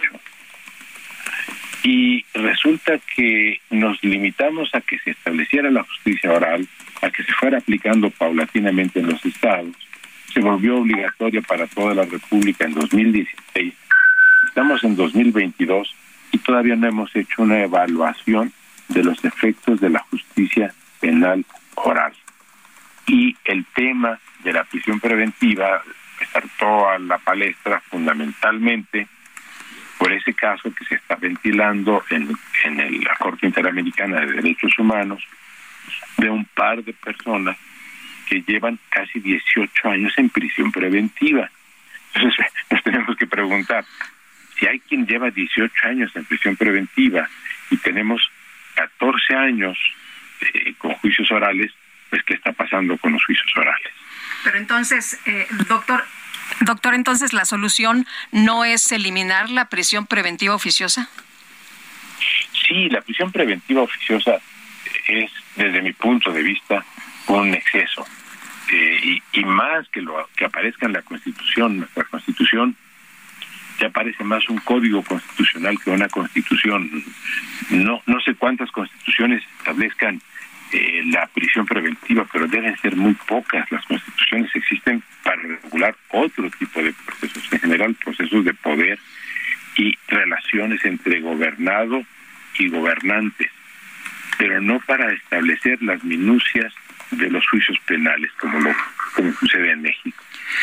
Y resulta que nos limitamos a que se estableciera la justicia oral, a que se fuera aplicando paulatinamente en los estados. Se volvió obligatoria para toda la República en 2016. Estamos en 2022 y todavía no hemos hecho una evaluación de los efectos de la justicia penal oral. Y el tema de la prisión preventiva saltó a la palestra fundamentalmente por ese caso que se está ventilando en la Corte Interamericana de Derechos Humanos de un par de personas que llevan casi 18 años en prisión preventiva. Entonces nos tenemos que preguntar, si hay quien lleva 18 años en prisión preventiva y tenemos 14 años con juicios orales, pues ¿qué está pasando con los juicios orales? Pero entonces, doctor, entonces la solución no es eliminar la prisión preventiva oficiosa. Sí, la prisión preventiva oficiosa es, desde mi punto de vista, un exceso. Y más que aparezca en la Constitución, nuestra Constitución, ya parece más un código constitucional que una constitución. No sé cuántas constituciones establezcan la prisión preventiva, pero deben ser muy pocas. Las constituciones existen para regular otro tipo de procesos, en general procesos de poder y relaciones entre gobernado y gobernantes, pero no para establecer las minucias de los juicios penales, como sucede en México.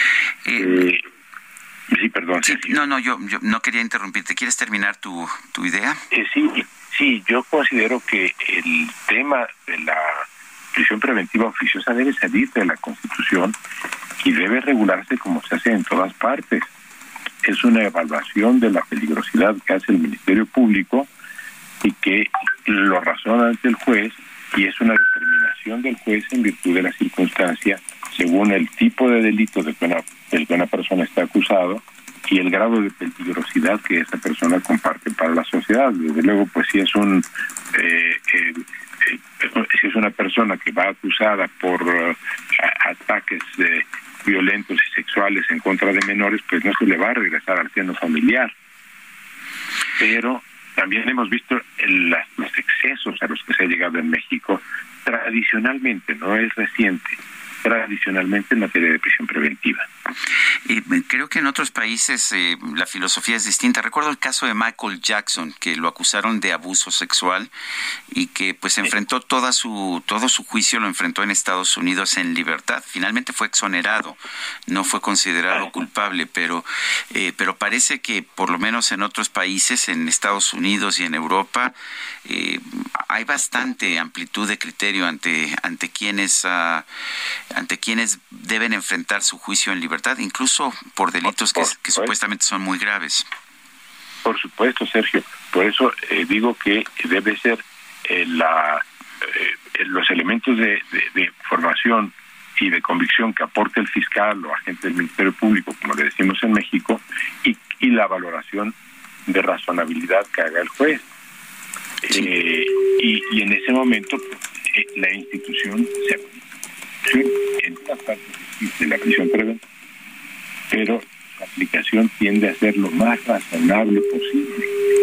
Sí, perdón. Sí, no, yo no quería interrumpirte. ¿Quieres terminar tu idea? Sí, yo considero que el tema de la prisión preventiva oficiosa debe salir de la Constitución y debe regularse como se hace en todas partes. Es una evaluación de la peligrosidad que hace el Ministerio Público y que lo razona ante el juez, y es una determinación del juez en virtud de la circunstancia según el tipo de delito del que una persona está acusado y el grado de peligrosidad que esa persona comparte para la sociedad. Desde luego, pues si es una persona que va acusada por ataques violentos y sexuales en contra de menores, pues no se le va a regresar al seno familiar. Pero también hemos visto los excesos a los que se ha llegado en México tradicionalmente, no es reciente, tradicionalmente en materia de prisión preventiva. Creo que en otros países la filosofía es distinta. Recuerdo el caso de Michael Jackson, que lo acusaron de abuso sexual y que pues enfrentó todo su juicio, lo enfrentó en Estados Unidos en libertad. Finalmente fue exonerado, no fue considerado culpable, pero parece que por lo menos en otros países, en Estados Unidos y en Europa, hay bastante amplitud de criterio ante quienes deben enfrentar su juicio en libertad, incluso por delitos que supuestamente son muy graves. Por supuesto, Sergio. Por eso digo que debe ser los elementos de formación y de convicción que aporte el fiscal o agente del Ministerio Público, como le decimos en México, y la valoración de razonabilidad que haga el juez. Sí. Y en ese momento la institución en todas partes existe la prisión preventiva, pero la aplicación tiende a ser lo más razonable posible.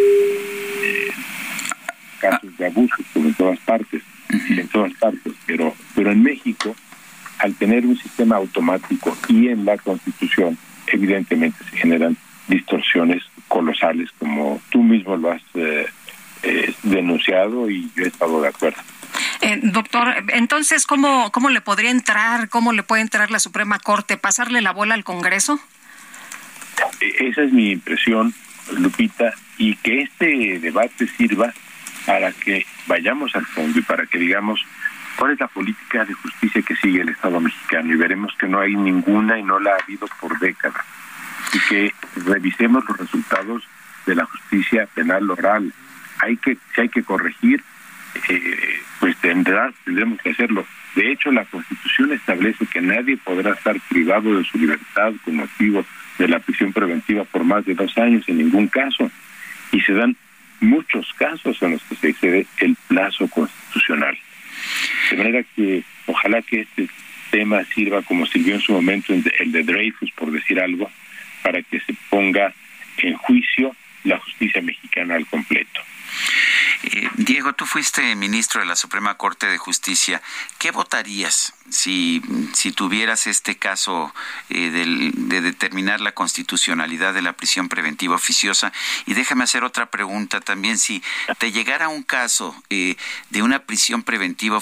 Casos de abuso, como en todas partes, pero en México, al tener un sistema automático y en la Constitución, evidentemente se generan distorsiones colosales, como tú mismo lo has denunciado y yo he estado de acuerdo. Doctor, entonces, ¿cómo le podría entrar, cómo le puede entrar la Suprema Corte? ¿Pasarle la bola al Congreso? Esa es mi impresión, Lupita, y que este debate sirva para que vayamos al fondo y para que digamos cuál es la política de justicia que sigue el Estado mexicano, y veremos que no hay ninguna y no la ha habido por décadas, y que revisemos los resultados de la justicia penal oral. Si hay que corregir, pues tendremos que hacerlo. De hecho, la Constitución establece que nadie podrá estar privado de su libertad con motivo de la prisión preventiva por más de 2 años en ningún caso. Y se dan muchos casos en los que se excede el plazo constitucional. De manera que ojalá que este tema sirva como sirvió en su momento el de Dreyfus, por decir algo, para que se ponga en juicio la justicia mexicana al completo. Diego, tú fuiste ministro de la Suprema Corte de Justicia. ¿Qué votarías si tuvieras este caso de determinar la constitucionalidad de la prisión preventiva oficiosa? Y déjame hacer otra pregunta también. Si te llegara un caso de una prisión preventiva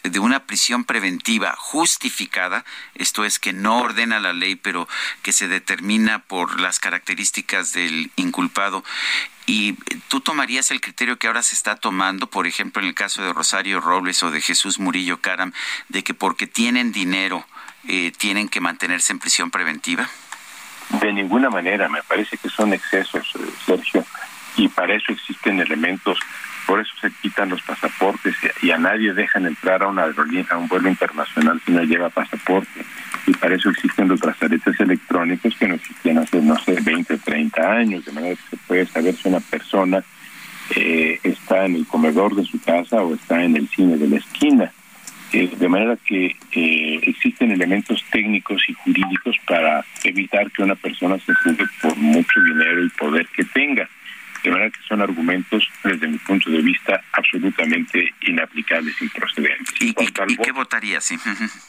justificada, esto es que no ordena la ley, pero que se determina por las características del inculpado, ¿y tú tomarías el criterio que ahora se está tomando, por ejemplo, en el caso de Rosario Robles o de Jesús Murillo Caram, de que porque tienen dinero tienen que mantenerse en prisión preventiva? De ninguna manera, me parece que son excesos, Sergio, y para eso existen elementos. Por eso se quitan los pasaportes y a nadie dejan entrar a una aerolínea, a un vuelo internacional si no lleva pasaporte. Y para eso existen los brazaletes electrónicos que no existían hace, 20 o 30 años, de manera que se puede saber si una persona está en el comedor de su casa o está en el cine de la esquina. De manera que existen elementos técnicos y jurídicos para evitar que una persona se juzgue por mucho dinero y poder que tenga. De manera que son argumentos, desde mi punto de vista, absolutamente inaplicables, improcedentes. ¿Y qué votarías? Sí.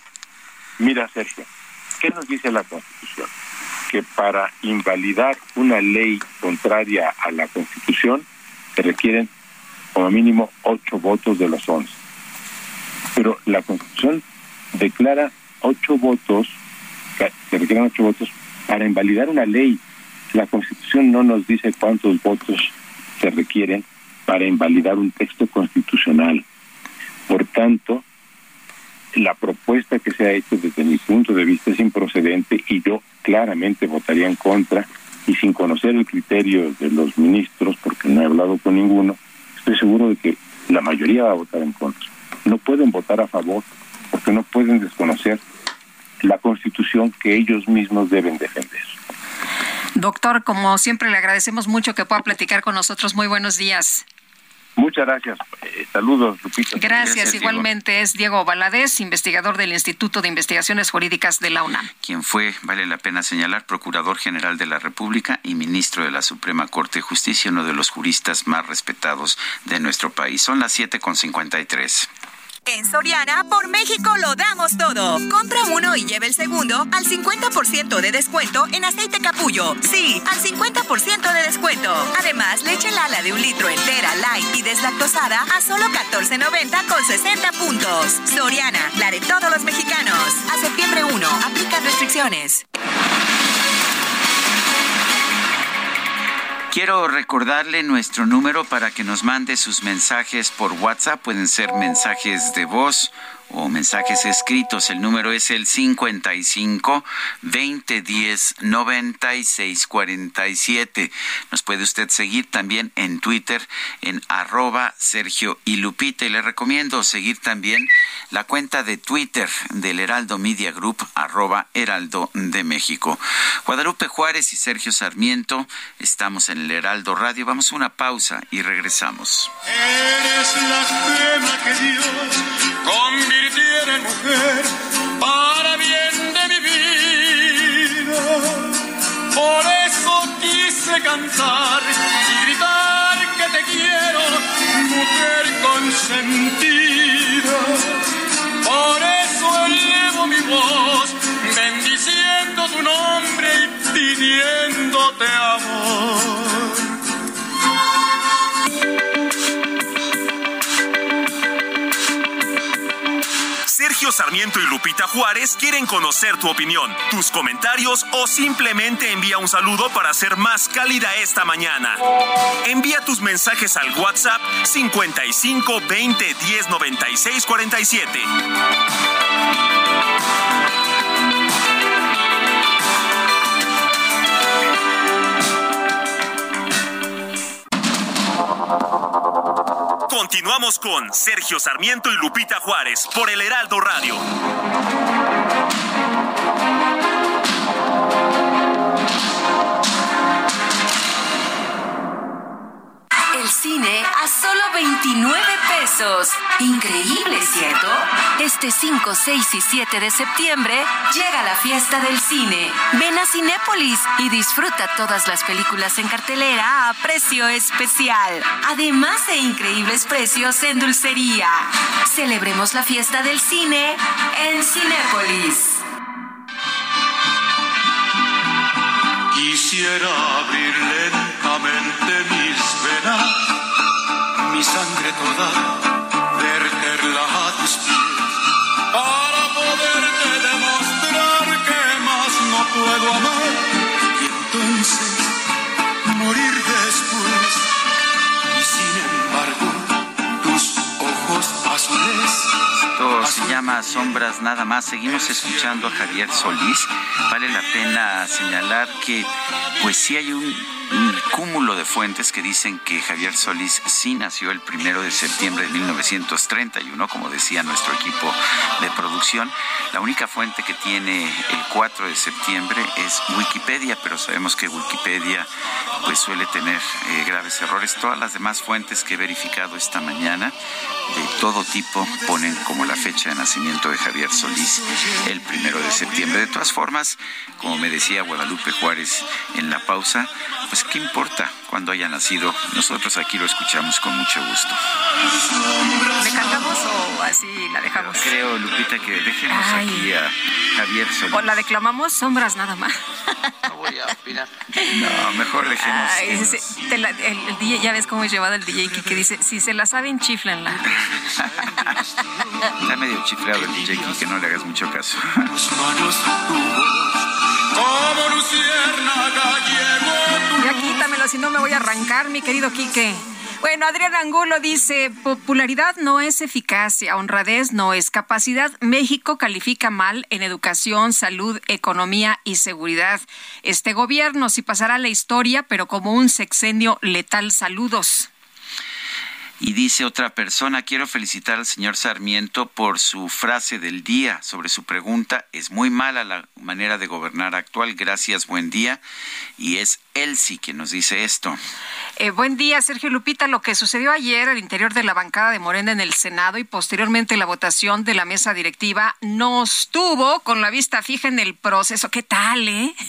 Mira, Sergio, ¿qué nos dice la Constitución? Que para invalidar una ley contraria a la Constitución se requieren como mínimo 8 votos de los 11. Pero la Constitución declara 8 votos, se requieren 8 votos para invalidar una ley. La Constitución no nos dice cuántos votos se requieren para invalidar un texto constitucional. Por tanto, la propuesta que se ha hecho desde mi punto de vista es improcedente y yo claramente votaría en contra, y sin conocer el criterio de los ministros, porque no he hablado con ninguno, estoy seguro de que la mayoría va a votar en contra. No pueden votar a favor porque no pueden desconocer la Constitución que ellos mismos deben defender. Doctor, como siempre, le agradecemos mucho que pueda platicar con nosotros. Muy buenos días. Muchas gracias. Saludos, Lupita. Gracias. Igualmente Diego. Es Diego Valadez, investigador del Instituto de Investigaciones Jurídicas de la UNAM. Quien fue, vale la pena señalar, Procurador General de la República y Ministro de la Suprema Corte de Justicia, uno de los juristas más respetados de nuestro país. Son las 7:53. En Soriana, por México lo damos todo. Compra uno y lleve el segundo al 50% de descuento en aceite Capullo. Sí, al 50% de descuento. Además, leche Lala de 1 litro entera, light y deslactosada a solo $14.90 con 60 puntos. Soriana, la de todos los mexicanos. A septiembre 1, aplica restricciones. Quiero recordarle nuestro número para que nos mande sus mensajes por WhatsApp. Pueden ser mensajes de voz o mensajes escritos. El número es el 55-2010-9647. Nos puede usted seguir también en Twitter en @Sergio y Lupita. Y le recomiendo seguir también la cuenta de Twitter del Heraldo Media Group, @Heraldo de México. Guadalupe Juárez y Sergio Sarmiento, estamos en el Heraldo Radio. Vamos a una pausa y regresamos. Eres la gema que Dios convirtiera en mujer para bien de mi vida. Por eso quise cantar y gritar que te quiero, mujer consentida. Por eso elevo mi voz, bendiciendo tu nombre y pidiéndote amor. Sergio Sarmiento y Lupita Juárez quieren conocer tu opinión, tus comentarios o simplemente envía un saludo para hacer más cálida esta mañana. Envía tus mensajes al WhatsApp 55 20 10 96 47. Continuamos con Sergio Sarmiento y Lupita Juárez por el Heraldo Radio. El cine a solo 29 pesos. Increíble, ¿cierto? Este 5, 6 y 7 de septiembre llega la fiesta del cine. Ven a Cinépolis y disfruta todas las películas en cartelera a precio especial. Además de increíbles precios en dulcería. Celebremos la fiesta del cine en Cinépolis. Quisiera abrir lentamente mis venas, mi sangre toda, verterla a tus pies, para poderte demostrar que más no puedo amar, y entonces morir después. Y sin embargo, tus ojos azules. Esto se llama Sombras Nada Más. Seguimos escuchando a Javier Solís. Vale la pena señalar que pues sí hay un cúmulo de fuentes que dicen que Javier Solís sí nació el 1 de septiembre de 1931, como decía nuestro equipo de producción. La única fuente que tiene el 4 de septiembre es Wikipedia, pero sabemos que Wikipedia pues suele tener graves errores. Todas las demás fuentes que he verificado esta mañana de todo tipo ponen como la fecha de nacimiento de Javier Solís el 1 de septiembre. De todas formas, como me decía Guadalupe Juárez en la pausa, pues qué importa cuándo haya nacido, nosotros aquí lo escuchamos con mucho gusto. ¿Le cantamos o así la dejamos? Pero creo, Lupita, que dejemos aquí a Javier Solís. O la declamamos Sombras Nada Más. No voy a opinar. No, mejor dejemos. El DJ, ya ves cómo es llevado el DJ que dice, si se la saben, chiflenla. Está medio chiflado el DJ que no le hagas mucho caso. Como luciérnaga llegó. Ya quítamelo, si no me voy a arrancar, mi querido Quique. Bueno, Adrián Angulo dice, popularidad no es eficacia, honradez no es capacidad. México califica mal en educación, salud, economía y seguridad. Este gobierno sí pasará a la historia, pero como un sexenio letal. Saludos. Y dice otra persona, quiero felicitar al señor Sarmiento por su frase del día sobre su pregunta. Es muy mala la manera de gobernar actual. Gracias, buen día. Y es Elsie quien nos dice esto. Buen día, Sergio Lupita. Lo que sucedió ayer al interior de la bancada de Morena en el Senado y posteriormente la votación de la mesa directiva nos tuvo con la vista fija en el proceso. ¿Qué tal,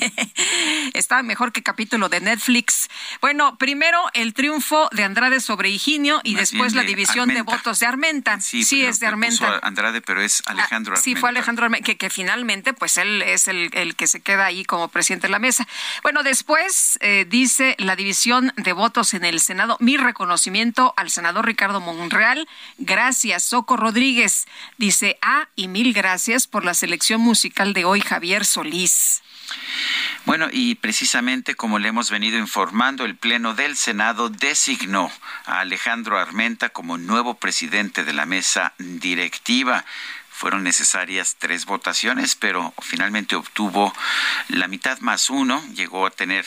Estaba mejor que capítulo de Netflix. Bueno, primero el triunfo de Andrade sobre Higinio y después la división Armenta. De votos de Armenta. Sí, es de Armenta. Andrade, pero es Alejandro Armenta. Sí, fue Alejandro Armenta, que finalmente pues él es el que se queda ahí como presidente de la mesa. Bueno, después dice la división de votos en el Senado. Mi reconocimiento al senador Ricardo Monreal. Gracias, Soco Rodríguez. Dice, y 1000 gracias por la selección musical de hoy, Javier Solís. Bueno, y precisamente como le hemos venido informando, el Pleno del Senado designó a Alejandro Armenta como nuevo presidente de la mesa directiva. Fueron necesarias 3 votaciones, pero finalmente obtuvo la mitad más 1, llegó a tener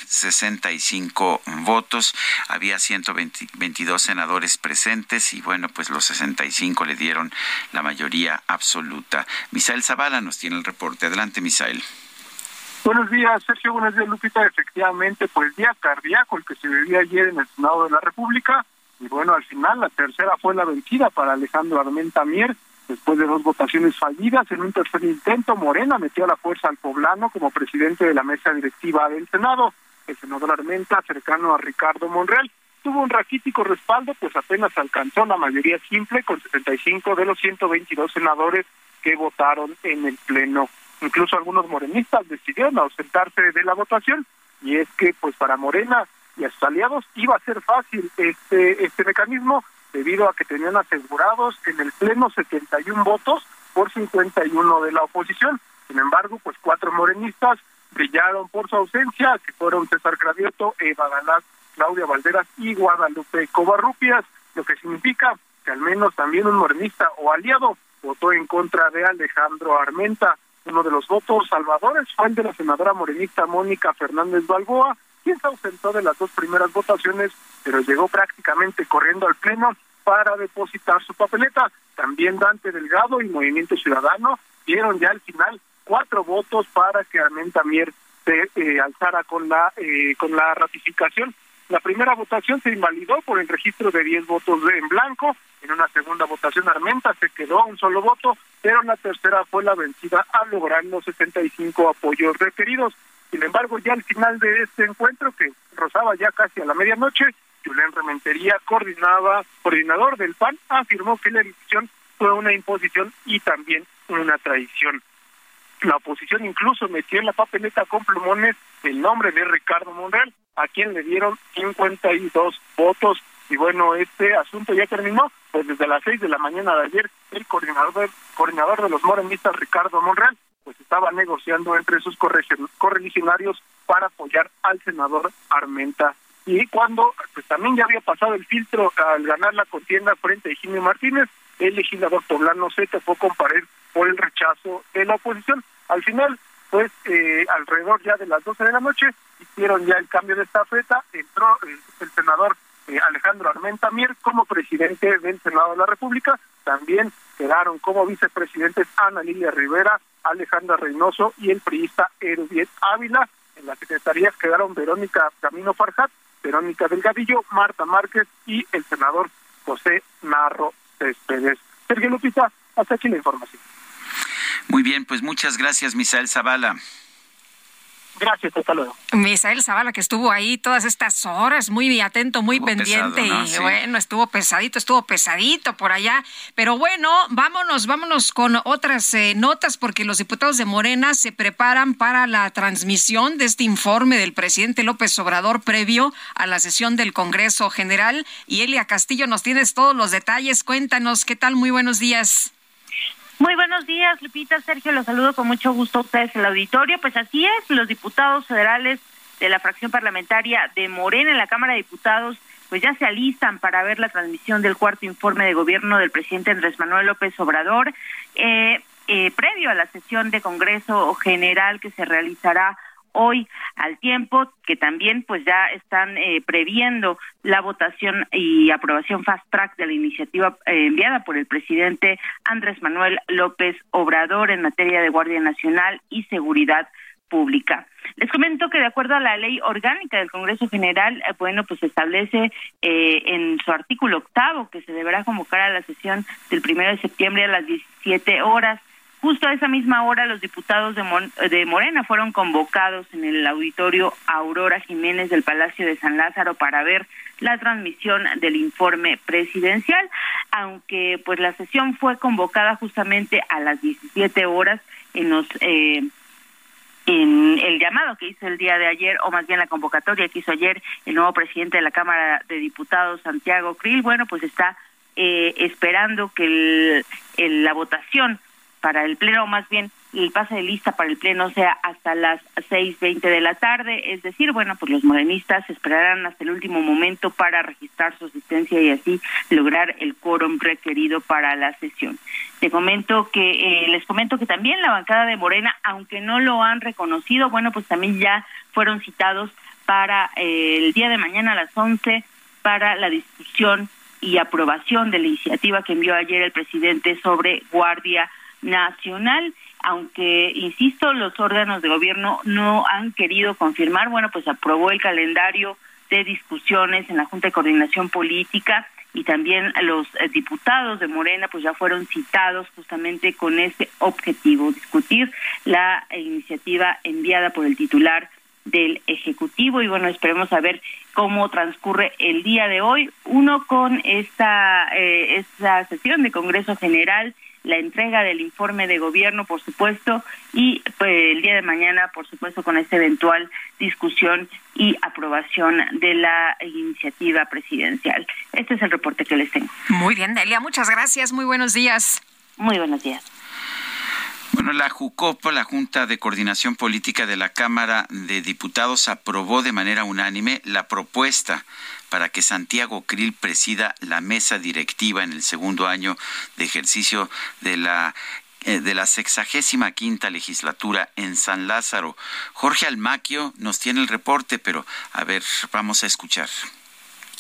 65 votos, había 122 senadores presentes y bueno, pues los 65 le dieron la mayoría absoluta. Misael Zavala nos tiene el reporte. Adelante, Misael. Buenos días, Sergio. Buenos días, Lupita. Efectivamente, pues día cardíaco el que se vivía ayer en el Senado de la República. Y bueno, al final la tercera fue la vencida para Alejandro Armenta Mier. Después de 2 votaciones fallidas, en un tercer intento, Morena metió a la fuerza al poblano como presidente de la mesa directiva del Senado. El senador Armenta, cercano a Ricardo Monreal, tuvo un raquítico respaldo, pues apenas alcanzó la mayoría simple con 75 de los 122 senadores que votaron en el Pleno. Incluso algunos morenistas decidieron ausentarse de la votación, y es que pues para Morena y a sus aliados iba a ser fácil este mecanismo, debido a que tenían asegurados en el Pleno 71 votos por 51 de la oposición. Sin embargo, pues 4 morenistas brillaron por su ausencia, que fueron César Cravioto, Eva Galaz, Claudia Valderas y Guadalupe Covarrubias, lo que significa que al menos también un morenista o aliado votó en contra de Alejandro Armenta. Uno de los votos salvadores fue el de la senadora morenista Mónica Fernández Balboa, quien se ausentó de las 2 primeras votaciones, pero llegó prácticamente corriendo al Pleno para depositar su papeleta. También Dante Delgado y Movimiento Ciudadano dieron ya al final 4 votos para que Armenta Mier se alzara con la ratificación. La primera votación se invalidó por el registro de 10 votos en blanco. En una segunda votación Armenta se quedó a un solo voto, pero la tercera fue la vencida al lograr los 75 apoyos requeridos. Sin embargo, ya al final de este encuentro, que rozaba ya casi a la medianoche, Julen Rementería, coordinador del PAN, afirmó que la elección fue una imposición y también una traición. La oposición incluso metió en la papeleta con plumones el nombre de Ricardo Monreal, a quien le dieron 52 votos. Y bueno, este asunto ya terminó, pues desde las 6 de la mañana de ayer, el coordinador de los morenistas, Ricardo Monreal, pues estaba negociando entre sus correligionarios para apoyar al senador Armenta. Y cuando pues también ya había pasado el filtro al ganar la contienda frente a Higinio Martínez, el legislador poblano se topó con pared por el rechazo de la oposición. Al final, pues alrededor ya de las 12 de la noche, hicieron ya el cambio de estafeta, entró el senador Alejandro Armenta Mier como presidente del Senado de la República. También quedaron como vicepresidentes Ana Lilia Rivera, Alejandra Reynoso y el priista Erubiel Ávila. En las secretarías quedaron Verónica Camino Farjat, Verónica Delgadillo, Marta Márquez y el senador José Narro Céspedes. Sergio, Lupita, hasta aquí la información. Muy bien, pues muchas gracias, Misael Zavala. Gracias, hasta luego. Misael Zavala, que estuvo ahí todas estas horas, muy atento, muy pendiente, pesado, ¿no? Y sí. Bueno, estuvo pesadito por allá. Pero bueno, vámonos con otras notas, porque los diputados de Morena se preparan para la transmisión de este informe del presidente López Obrador previo a la sesión del Congreso General. Y Elia Castillo, nos tienes todos los detalles. Cuéntanos, ¿qué tal? Muy buenos días. Muy buenos días, Lupita, Sergio, los saludo con mucho gusto a ustedes en el auditorio. Pues así es, los diputados federales de la fracción parlamentaria de Morena en la Cámara de Diputados pues ya se alistan para ver la transmisión del cuarto informe de gobierno del presidente Andrés Manuel López Obrador, previo a la sesión de Congreso General que se realizará hoy, al tiempo que también pues ya están previendo la votación y aprobación fast track de la iniciativa enviada por el presidente Andrés Manuel López Obrador en materia de Guardia Nacional y Seguridad Pública. Les comento que de acuerdo a la ley orgánica del Congreso General, pues establece en su artículo 8 que se deberá convocar a la sesión del 1 de septiembre a las 17 horas. Justo a esa misma hora, los diputados de Morena fueron convocados en el auditorio Aurora Jiménez del Palacio de San Lázaro para ver la transmisión del informe presidencial, aunque pues la sesión fue convocada justamente a las 17 horas en el llamado que hizo el día de ayer, o más bien la convocatoria que hizo ayer el nuevo presidente de la Cámara de Diputados, Santiago Krill. Bueno, pues está esperando que la votación para el pleno, más bien el pase de lista para el pleno sea hasta las 6:20 de la tarde, es decir, bueno, pues los morenistas esperarán hasta el último momento para registrar su asistencia y así lograr el quórum requerido para la sesión. Les comento que también la bancada de Morena, aunque no lo han reconocido, bueno, pues también ya fueron citados para el día de mañana a las 11 para la discusión y aprobación de la iniciativa que envió ayer el presidente sobre Guardia Nacional, aunque, insisto, los órganos de gobierno no han querido confirmar. Bueno, pues aprobó el calendario de discusiones en la Junta de Coordinación Política y también los diputados de Morena pues ya fueron citados justamente con ese objetivo, discutir la iniciativa enviada por el titular del Ejecutivo. Y bueno, esperemos a ver cómo transcurre el día de hoy, uno con esta sesión de Congreso General, la entrega del informe de gobierno, por supuesto, y pues, el día de mañana, por supuesto, con esta eventual discusión y aprobación de la iniciativa presidencial. Este es el reporte que les tengo. Muy bien, Delia, muchas gracias. Muy buenos días. Muy buenos días. Bueno, la JUCOPO, la Junta de Coordinación Política de la Cámara de Diputados, aprobó de manera unánime la propuesta para que Santiago Krill presida la mesa directiva en el segundo año de ejercicio de la 65ª legislatura en San Lázaro. Jorge Almaquio nos tiene el reporte, pero a ver, vamos a escuchar.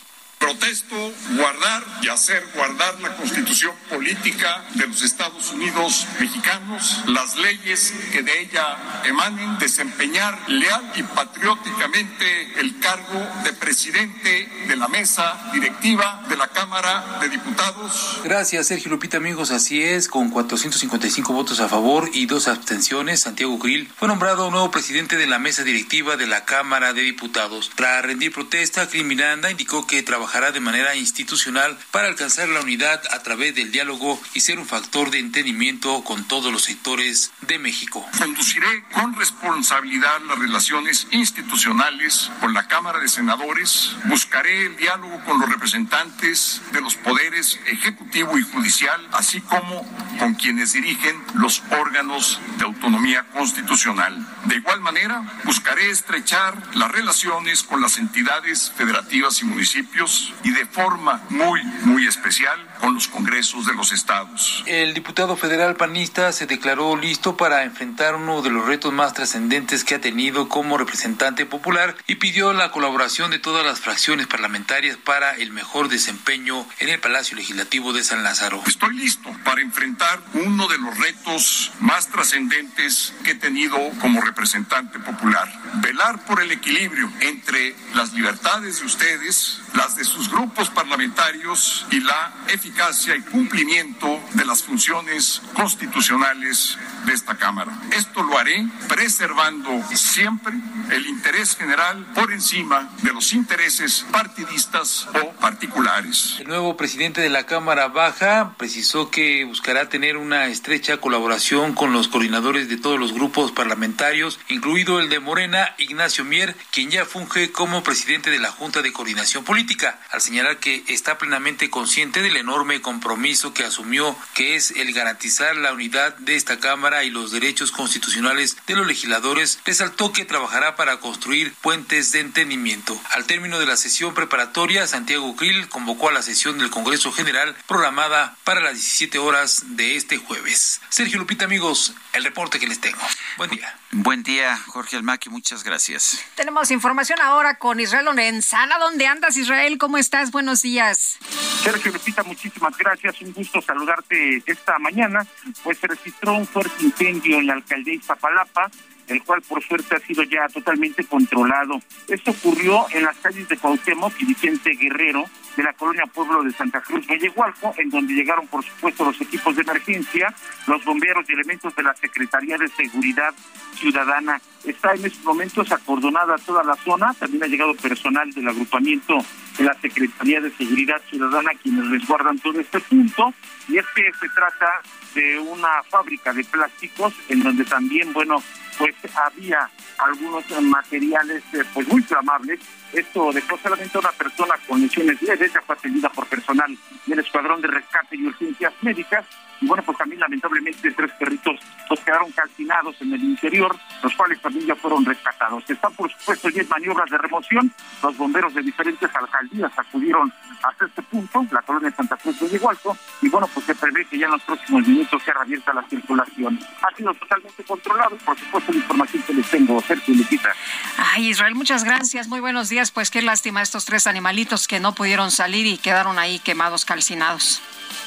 Protesto guardar y hacer guardar la Constitución política de los Estados Unidos mexicanos, las leyes que de ella emanen, desempeñar leal y patrióticamente el cargo de presidente de la mesa directiva de la Cámara de Diputados. Gracias, Sergio. Lupita, amigos, así es, con 455 votos a favor y 2 abstenciones, Santiago Krill fue nombrado nuevo presidente de la mesa directiva de la Cámara de Diputados. Tras rendir protesta, Krill Miranda indicó que trabajará de manera institucional para alcanzar la unidad a través del diálogo y ser un factor de entendimiento con todos los sectores de México. Conduciré con responsabilidad las relaciones institucionales con la Cámara de Senadores, buscaré el diálogo con los representantes de los poderes ejecutivo y judicial, así como con quienes dirigen los órganos de autonomía constitucional. De igual manera, buscaré estrechar las relaciones con las entidades federativas y municipios y de forma muy especial con los congresos de los estados. El diputado federal panista se declaró listo para enfrentar uno de los retos más trascendentes que ha tenido como representante popular y pidió la colaboración de todas las fracciones parlamentarias para el mejor desempeño en el Palacio Legislativo de San Lázaro. Estoy listo para enfrentar uno de los retos más trascendentes que he tenido como representante popular. Velar por el equilibrio entre las libertades de ustedes, las de sus grupos parlamentarios y la eficacia y cumplimiento de las funciones constitucionales de esta Cámara. Esto lo haré preservando siempre el interés general por encima de los intereses partidistas o particulares. El nuevo presidente de la Cámara Baja precisó que buscará tener una estrecha colaboración con los coordinadores de todos los grupos parlamentarios, incluido el de Morena, Ignacio Mier, quien ya funge como presidente de la Junta de Coordinación Política, al señalar que está plenamente consciente del enorme compromiso que asumió, que es el garantizar la unidad de esta Cámara y los derechos constitucionales de los legisladores. Resaltó que trabajará para construir puentes de entendimiento. Al término de la sesión preparatoria, Santiago Krill convocó a la sesión del Congreso General programada para las 17 horas de este jueves. Sergio, Lupita, amigos, el reporte que les tengo. Buen día. Buen día, Jorge Almaquio, muchas gracias. Tenemos información ahora con Israel Lorenzana. ¿Dónde andas, Israel? ¿Cómo estás? Buenos días. Sergio, Lupita, muchísimas gracias. Un gusto saludarte esta mañana. Pues se registró un fuerte incendio en la alcaldía Iztapalapa, el cual por suerte ha sido ya totalmente controlado. Esto ocurrió en las calles de Cuauhtémoc y Vicente Guerrero, de la colonia Pueblo de Santa Cruz, Mellehualco, en donde llegaron, por supuesto, los equipos de emergencia, los bomberos y elementos de la Secretaría de Seguridad Ciudadana. Está en estos momentos acordonada toda la zona. También ha llegado personal del agrupamiento de la Secretaría de Seguridad Ciudadana, quienes resguardan todo este punto. Y es que se trata de una fábrica de plásticos, en donde también, bueno, pues había algunos materiales pues muy inflamables. Esto dejó solamente a una persona con lesiones leves, ya fue atendida por personal del Escuadrón de Rescate y Urgencias Médicas. Y bueno, pues también lamentablemente 3 perritos pues quedaron calcinados en el interior, los cuales también ya fueron rescatados. Están, por supuesto, ya en maniobras de remoción. Los bomberos de diferentes alcaldías acudieron hasta este punto, la colonia de Santa Cruz de Mellehualco, y bueno, pues se prevé que ya en los próximos minutos sea abierta la circulación. Ha sido totalmente controlado, por supuesto, la información que les tengo, Sergio, Lupita. Ay, Israel, muchas gracias, muy buenos días. Pues qué lástima estos 3 animalitos que no pudieron salir y quedaron ahí quemados, calcinados.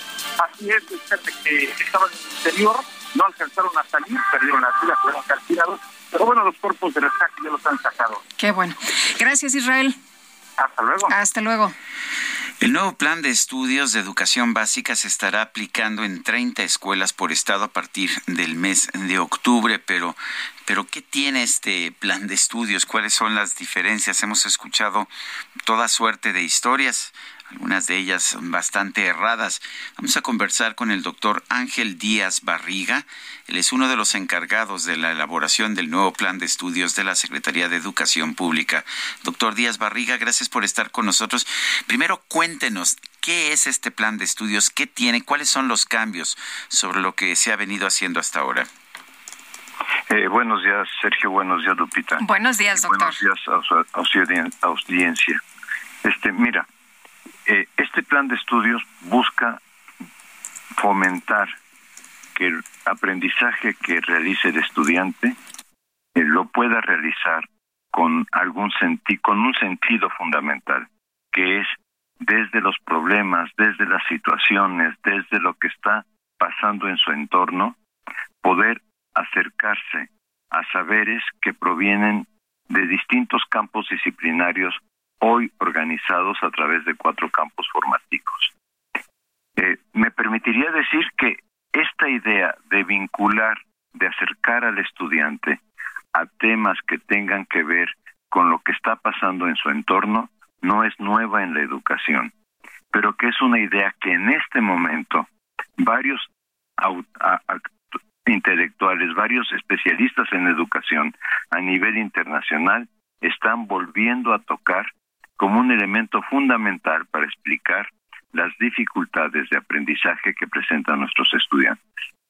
Así es, que estaban en el interior, no alcanzaron a salir, perdieron la vida, fueron calcinados, pero bueno, los cuerpos de rescate ya los han sacado. Qué bueno. Gracias, Israel. Hasta luego. Hasta luego. El nuevo plan de estudios de educación básica se estará aplicando en 30 escuelas por estado a partir del mes de octubre, pero ¿qué tiene este plan de estudios? ¿Cuáles son las diferencias? Hemos escuchado toda suerte de historias, algunas de ellas bastante erradas. Vamos a conversar con el doctor Ángel Díaz Barriga. Él es uno de los encargados de la elaboración del nuevo plan de estudios de la Secretaría de Educación Pública. Doctor Díaz Barriga, gracias por estar con nosotros. Primero, cuéntenos, ¿qué es este plan de estudios? ¿Qué tiene? ¿Cuáles son los cambios sobre lo que se ha venido haciendo hasta ahora? Buenos días, Sergio. Buenos días, Lupita. Buenos días, doctor. Buenos días a su audiencia. Mira, este plan de estudios busca fomentar que el aprendizaje que realice el estudiante lo pueda realizar con un sentido fundamental, que es desde los problemas, desde las situaciones, desde lo que está pasando en su entorno, poder acercarse a saberes que provienen de distintos campos disciplinarios hoy organizados a través de 4 campos formativos. Me permitiría decir que esta idea de vincular, de acercar al estudiante a temas que tengan que ver con lo que está pasando en su entorno, no es nueva en la educación, pero que es una idea que en este momento varios intelectuales, varios especialistas en educación a nivel internacional están volviendo a tocar como un elemento fundamental para explicar las dificultades de aprendizaje que presentan nuestros estudiantes.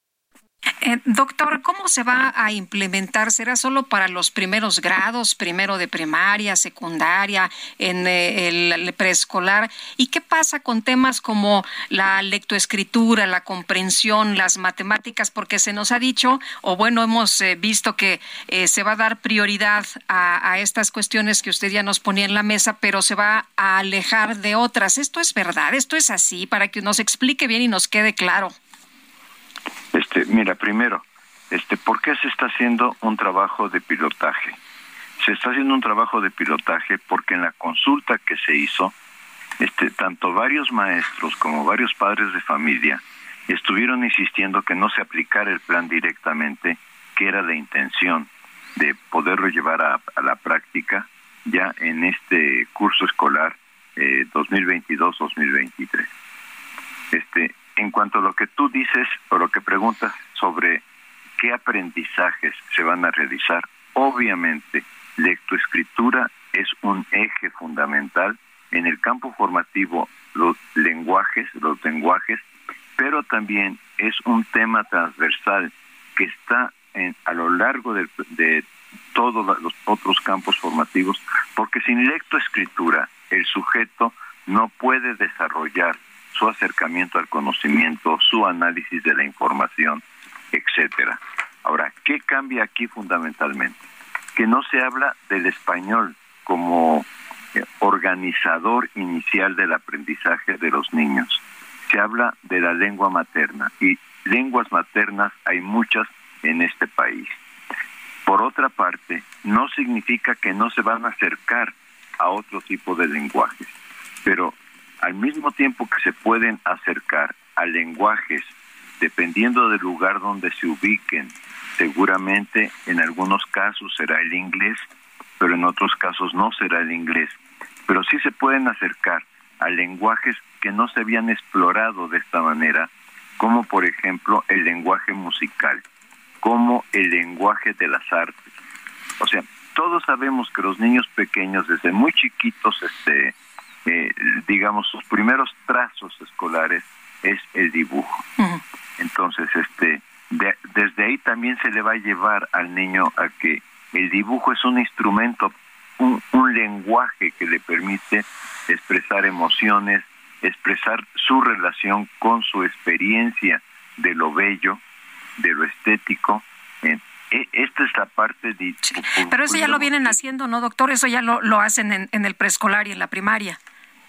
Doctor, ¿cómo se va a implementar? ¿Será solo para los primeros grados, primero de primaria, secundaria, en el preescolar? ¿Y qué pasa con temas como la lectoescritura, la comprensión, las matemáticas? Porque se nos ha dicho, o bueno, hemos visto que se va a dar prioridad a estas cuestiones que usted ya nos ponía en la mesa, pero se va a alejar de otras. ¿Esto es verdad? ¿Esto es así? Para que nos explique bien y nos quede claro. Mira, primero, ¿por qué se está haciendo un trabajo de pilotaje? Se está haciendo un trabajo de pilotaje porque en la consulta que se hizo, tanto varios maestros como varios padres de familia estuvieron insistiendo que no se aplicara el plan directamente, que era la intención de poderlo llevar a la práctica ya en este curso escolar 2022-2023. En cuanto a lo que tú dices o lo que preguntas sobre qué aprendizajes se van a realizar, obviamente lectoescritura es un eje fundamental en el campo formativo, los lenguajes, pero también es un tema transversal que está a lo largo de todos los otros campos formativos, porque sin lectoescritura el sujeto no puede desarrollar su acercamiento al conocimiento, su análisis de la información, etcétera. Ahora, ¿qué cambia aquí fundamentalmente? Que no se habla del español como organizador inicial del aprendizaje de los niños. Se habla de la lengua materna, y lenguas maternas hay muchas en este país. Por otra parte, no significa que no se van a acercar a otro tipo de lenguajes, pero al mismo tiempo que se pueden acercar a lenguajes, dependiendo del lugar donde se ubiquen, seguramente en algunos casos será el inglés, pero en otros casos no será el inglés. Pero sí se pueden acercar a lenguajes que no se habían explorado de esta manera, como por ejemplo el lenguaje musical, como el lenguaje de las artes. O sea, todos sabemos que los niños pequeños desde muy chiquitos, digamos, sus primeros trazos escolares es el dibujo. Uh-huh. Entonces, desde ahí también se le va a llevar al niño a que el dibujo es un instrumento, un lenguaje que le permite expresar emociones, expresar su relación con su experiencia de lo bello, de lo estético. Esta es la parte de... Pero eso ya lo vienen haciendo, ¿no, doctor? Eso ya lo hacen en el preescolar y en la primaria.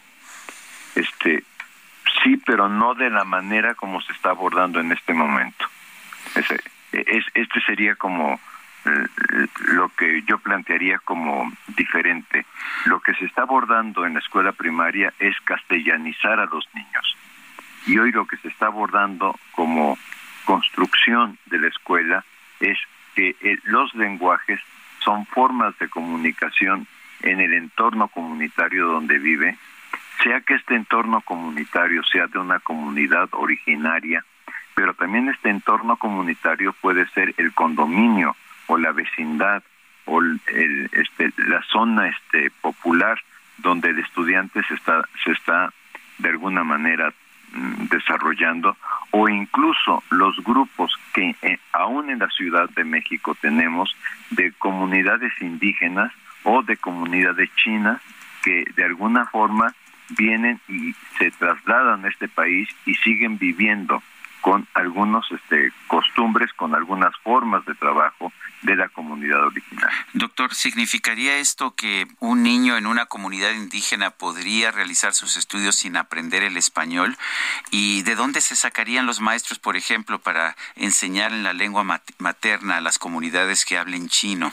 Sí, pero no de la manera como se está abordando en este momento. Este sería como lo que yo plantearía como diferente. Lo que se está abordando en la escuela primaria es castellanizar a los niños. Y hoy lo que se está abordando como construcción de la escuela es que los lenguajes son formas de comunicación en el entorno comunitario donde vive, sea que este entorno comunitario sea de una comunidad originaria, pero también este entorno comunitario puede ser el condominio o la vecindad o la zona popular donde el estudiante se está de alguna manera desarrollando, o incluso los grupos que aún en la Ciudad de México tenemos de comunidades indígenas o de comunidades chinas que de alguna forma vienen y se trasladan a este país y siguen viviendo con algunos costumbres, con algunas formas de trabajo de la comunidad original. Doctor, ¿significaría esto que un niño en una comunidad indígena podría realizar sus estudios sin aprender el español? ¿Y de dónde se sacarían los maestros, por ejemplo, para enseñar en la lengua materna a las comunidades que hablen chino?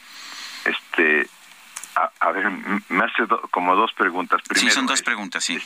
A ver, me hace como dos preguntas. Primero, sí, son dos preguntas, sí.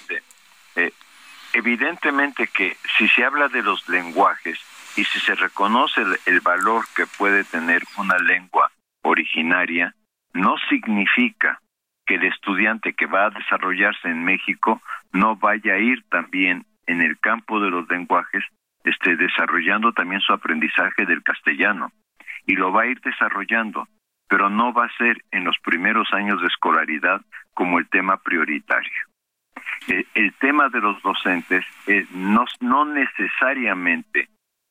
Evidentemente que si se habla de los lenguajes y si se reconoce el valor que puede tener una lengua originaria, no significa que el estudiante que va a desarrollarse en México no vaya a ir también en el campo de los lenguajes, desarrollando también su aprendizaje del castellano. Y lo va a ir desarrollando, pero no va a ser en los primeros años de escolaridad como el tema prioritario. El tema de los docentes no necesariamente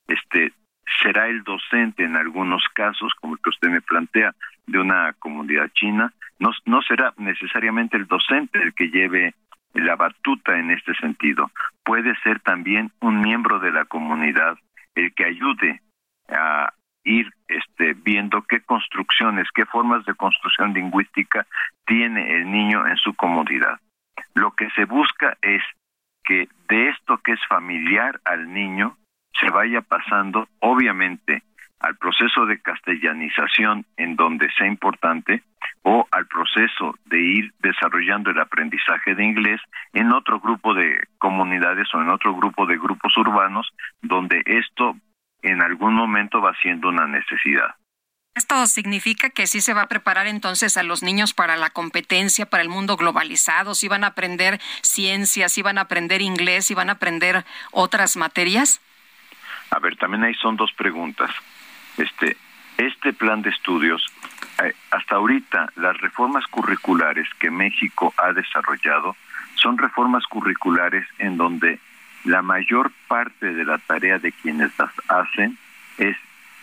será el docente en algunos casos, como el que usted me plantea, de una comunidad china, no será necesariamente el docente el que lleve la batuta en este sentido. Puede ser también un miembro de la comunidad el que ayude a ir viendo qué construcciones, qué formas de construcción lingüística tiene el niño en su comunidad. Lo que se busca es que de esto que es familiar al niño se vaya pasando, obviamente, al proceso de castellanización en donde sea importante, o al proceso de ir desarrollando el aprendizaje de inglés en otro grupo de comunidades o en otro grupo de grupos urbanos donde esto en algún momento va siendo una necesidad. ¿Esto significa que sí se va a preparar entonces a los niños para la competencia, para el mundo globalizado? ¿Sí van a aprender ciencias, sí van a aprender inglés, sí van a aprender otras materias? A ver, también ahí son dos preguntas. Este plan de estudios, hasta ahorita las reformas curriculares que México ha desarrollado son reformas curriculares en donde la mayor parte de la tarea de quienes las hacen es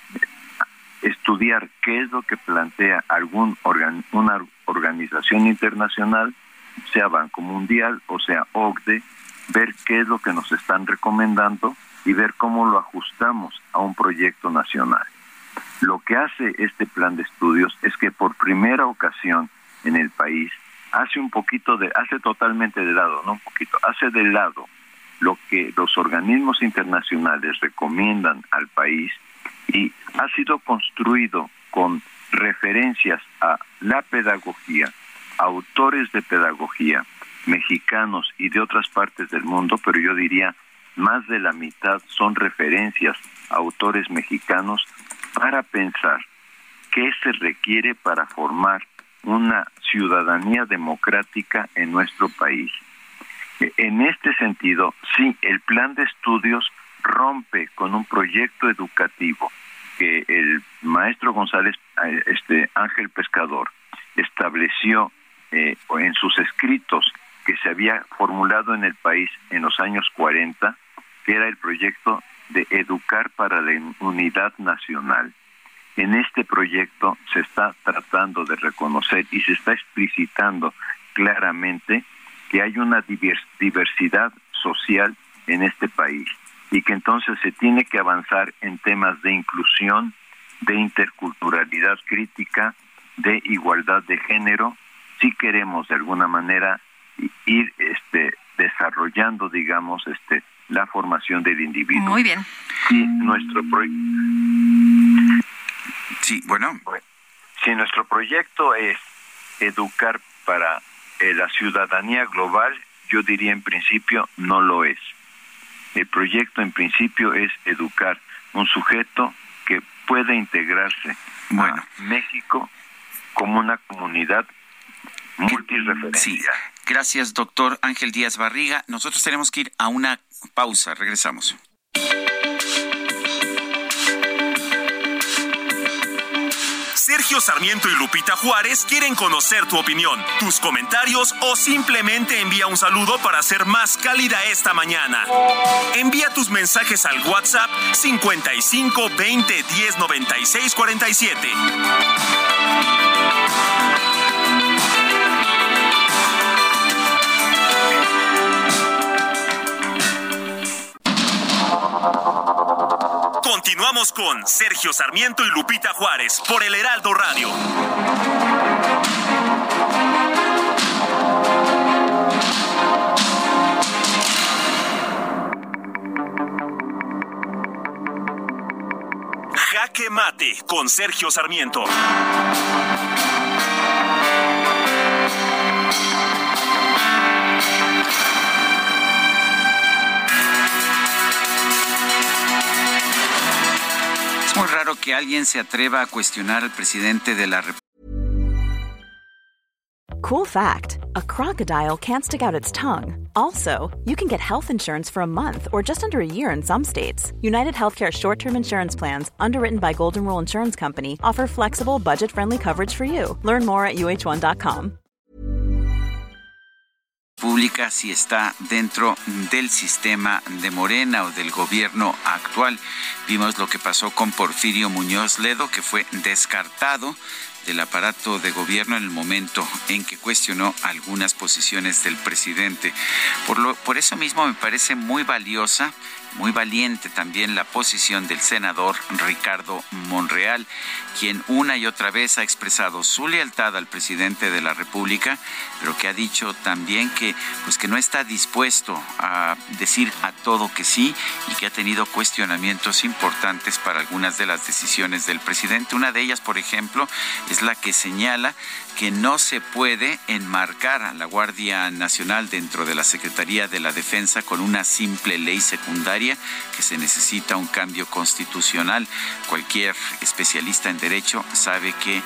estudiar qué es lo que plantea una organización internacional, sea Banco Mundial o sea OCDE, ver qué es lo que nos están recomendando y ver cómo lo ajustamos a un proyecto nacional. Lo que hace este plan de estudios es que por primera ocasión en el país hace totalmente de lado, no un poquito, hace de lado lo que los organismos internacionales recomiendan al país y ha sido construido con referencias a la pedagogía, autores de pedagogía mexicanos y de otras partes del mundo, pero yo diría más de la mitad son referencias a autores mexicanos para pensar qué se requiere para formar una ciudadanía democrática en nuestro país. En este sentido, sí, el plan de estudios rompe con un proyecto educativo que el maestro González Ángel Pescador estableció en sus escritos que se había formulado en el país en los años 40, que era el proyecto de Educar para la Unidad Nacional. En este proyecto se está tratando de reconocer y se está explicitando claramente que hay una diversidad social en este país y que entonces se tiene que avanzar en temas de inclusión, de interculturalidad crítica, de igualdad de género, si queremos de alguna manera ir desarrollando, digamos, la formación del individuo. Muy bien. Y nuestro si nuestro proyecto es educar para la ciudadanía global, yo diría en principio no lo es. El proyecto en principio es educar un sujeto que pueda integrarse a México como una comunidad multirreferencial. Sí. Gracias, doctor Ángel Díaz Barriga. Nosotros tenemos que ir a una pausa. Regresamos. Sergio Sarmiento y Lupita Juárez quieren conocer tu opinión, tus comentarios o simplemente envía un saludo para hacer más cálida esta mañana. Envía tus mensajes al WhatsApp 55 20 10 96 47. Regresamos con Sergio Sarmiento y Lupita Juárez por el Heraldo Radio. Jaque Mate con Sergio Sarmiento. Es muy raro que alguien se atreva a cuestionar al presidente de la República. Cool fact, a crocodile can't stick out its tongue. Also, you can get health insurance for a month or just under a year in some states. United Healthcare short-term insurance plans, underwritten by Golden Rule Insurance Company, offer flexible, budget-friendly coverage for you. Learn more at uh1.com. Pública si está dentro del sistema de Morena o del gobierno actual. Vimos lo que pasó con Porfirio Muñoz Ledo, que fue descartado del aparato de gobierno en el momento en que cuestionó algunas posiciones del presidente. Por eso mismo me parece muy valiosa, muy valiente también la posición del senador Ricardo Monreal, quien una y otra vez ha expresado su lealtad al presidente de la República, pero que ha dicho también que no está dispuesto a decir a todo que sí y que ha tenido cuestionamientos importantes para algunas de las decisiones del presidente. Una de ellas, por ejemplo, es la que señala que no se puede enmarcar a la Guardia Nacional dentro de la Secretaría de la Defensa con una simple ley secundaria, que se necesita un cambio constitucional. Cualquier especialista en derecho sabe que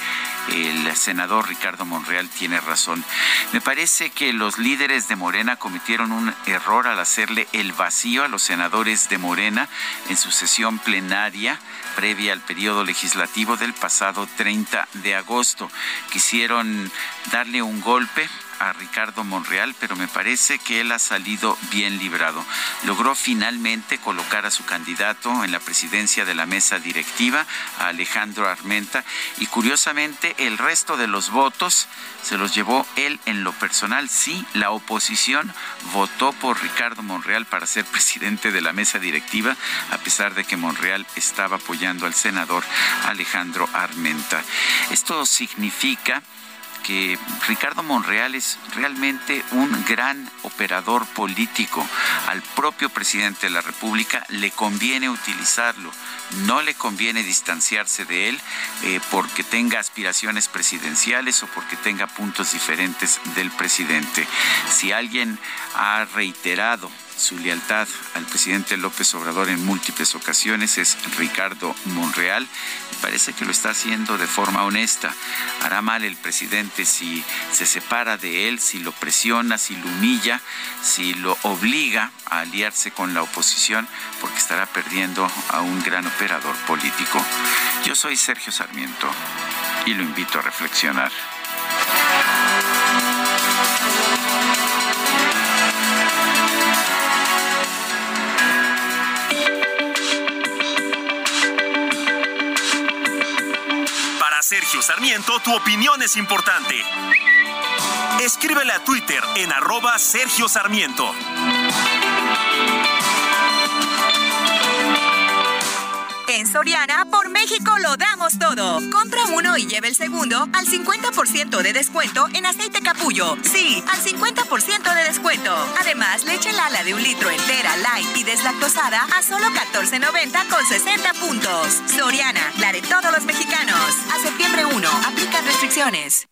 el senador Ricardo Monreal tiene razón. Me parece que los líderes de Morena cometieron un error al hacerle el vacío a los senadores de Morena en su sesión plenaria previa al periodo legislativo del pasado 30 de agosto. Quisieron darle un golpe a Ricardo Monreal, pero me parece que él ha salido bien librado. Logró finalmente colocar a su candidato en la presidencia de la mesa directiva, a Alejandro Armenta, y curiosamente el resto de los votos se los llevó él en lo personal. Sí, la oposición votó por Ricardo Monreal para ser presidente de la mesa directiva, a pesar de que Monreal estaba apoyando al senador Alejandro Armenta. Esto significa que Ricardo Monreal es realmente un gran operador político. Al propio presidente de la República le conviene utilizarlo, no le conviene distanciarse de él porque tenga aspiraciones presidenciales o porque tenga puntos diferentes del presidente. Si alguien ha reiterado su lealtad al presidente López Obrador en múltiples ocasiones es Ricardo Monreal. Me parece que lo está haciendo de forma honesta. Hará mal el presidente si se separa de él, si lo presiona, si lo humilla, si lo obliga a aliarse con la oposición, porque estará perdiendo a un gran operador político. Yo soy Sergio Sarmiento y lo invito a reflexionar. Sergio Sarmiento, tu opinión es importante. Escríbele a Twitter en @Sergio Sarmiento. En Soriana, por México lo damos todo. Compra uno y lleve el segundo al 50% de descuento en aceite Capullo. Sí, al 50% de descuento. Además, leche Lala de 1 litro entera, light y deslactosada a solo $14.90 con 60 puntos. Soriana, la de todos los mexicanos. A septiembre 1, aplican restricciones.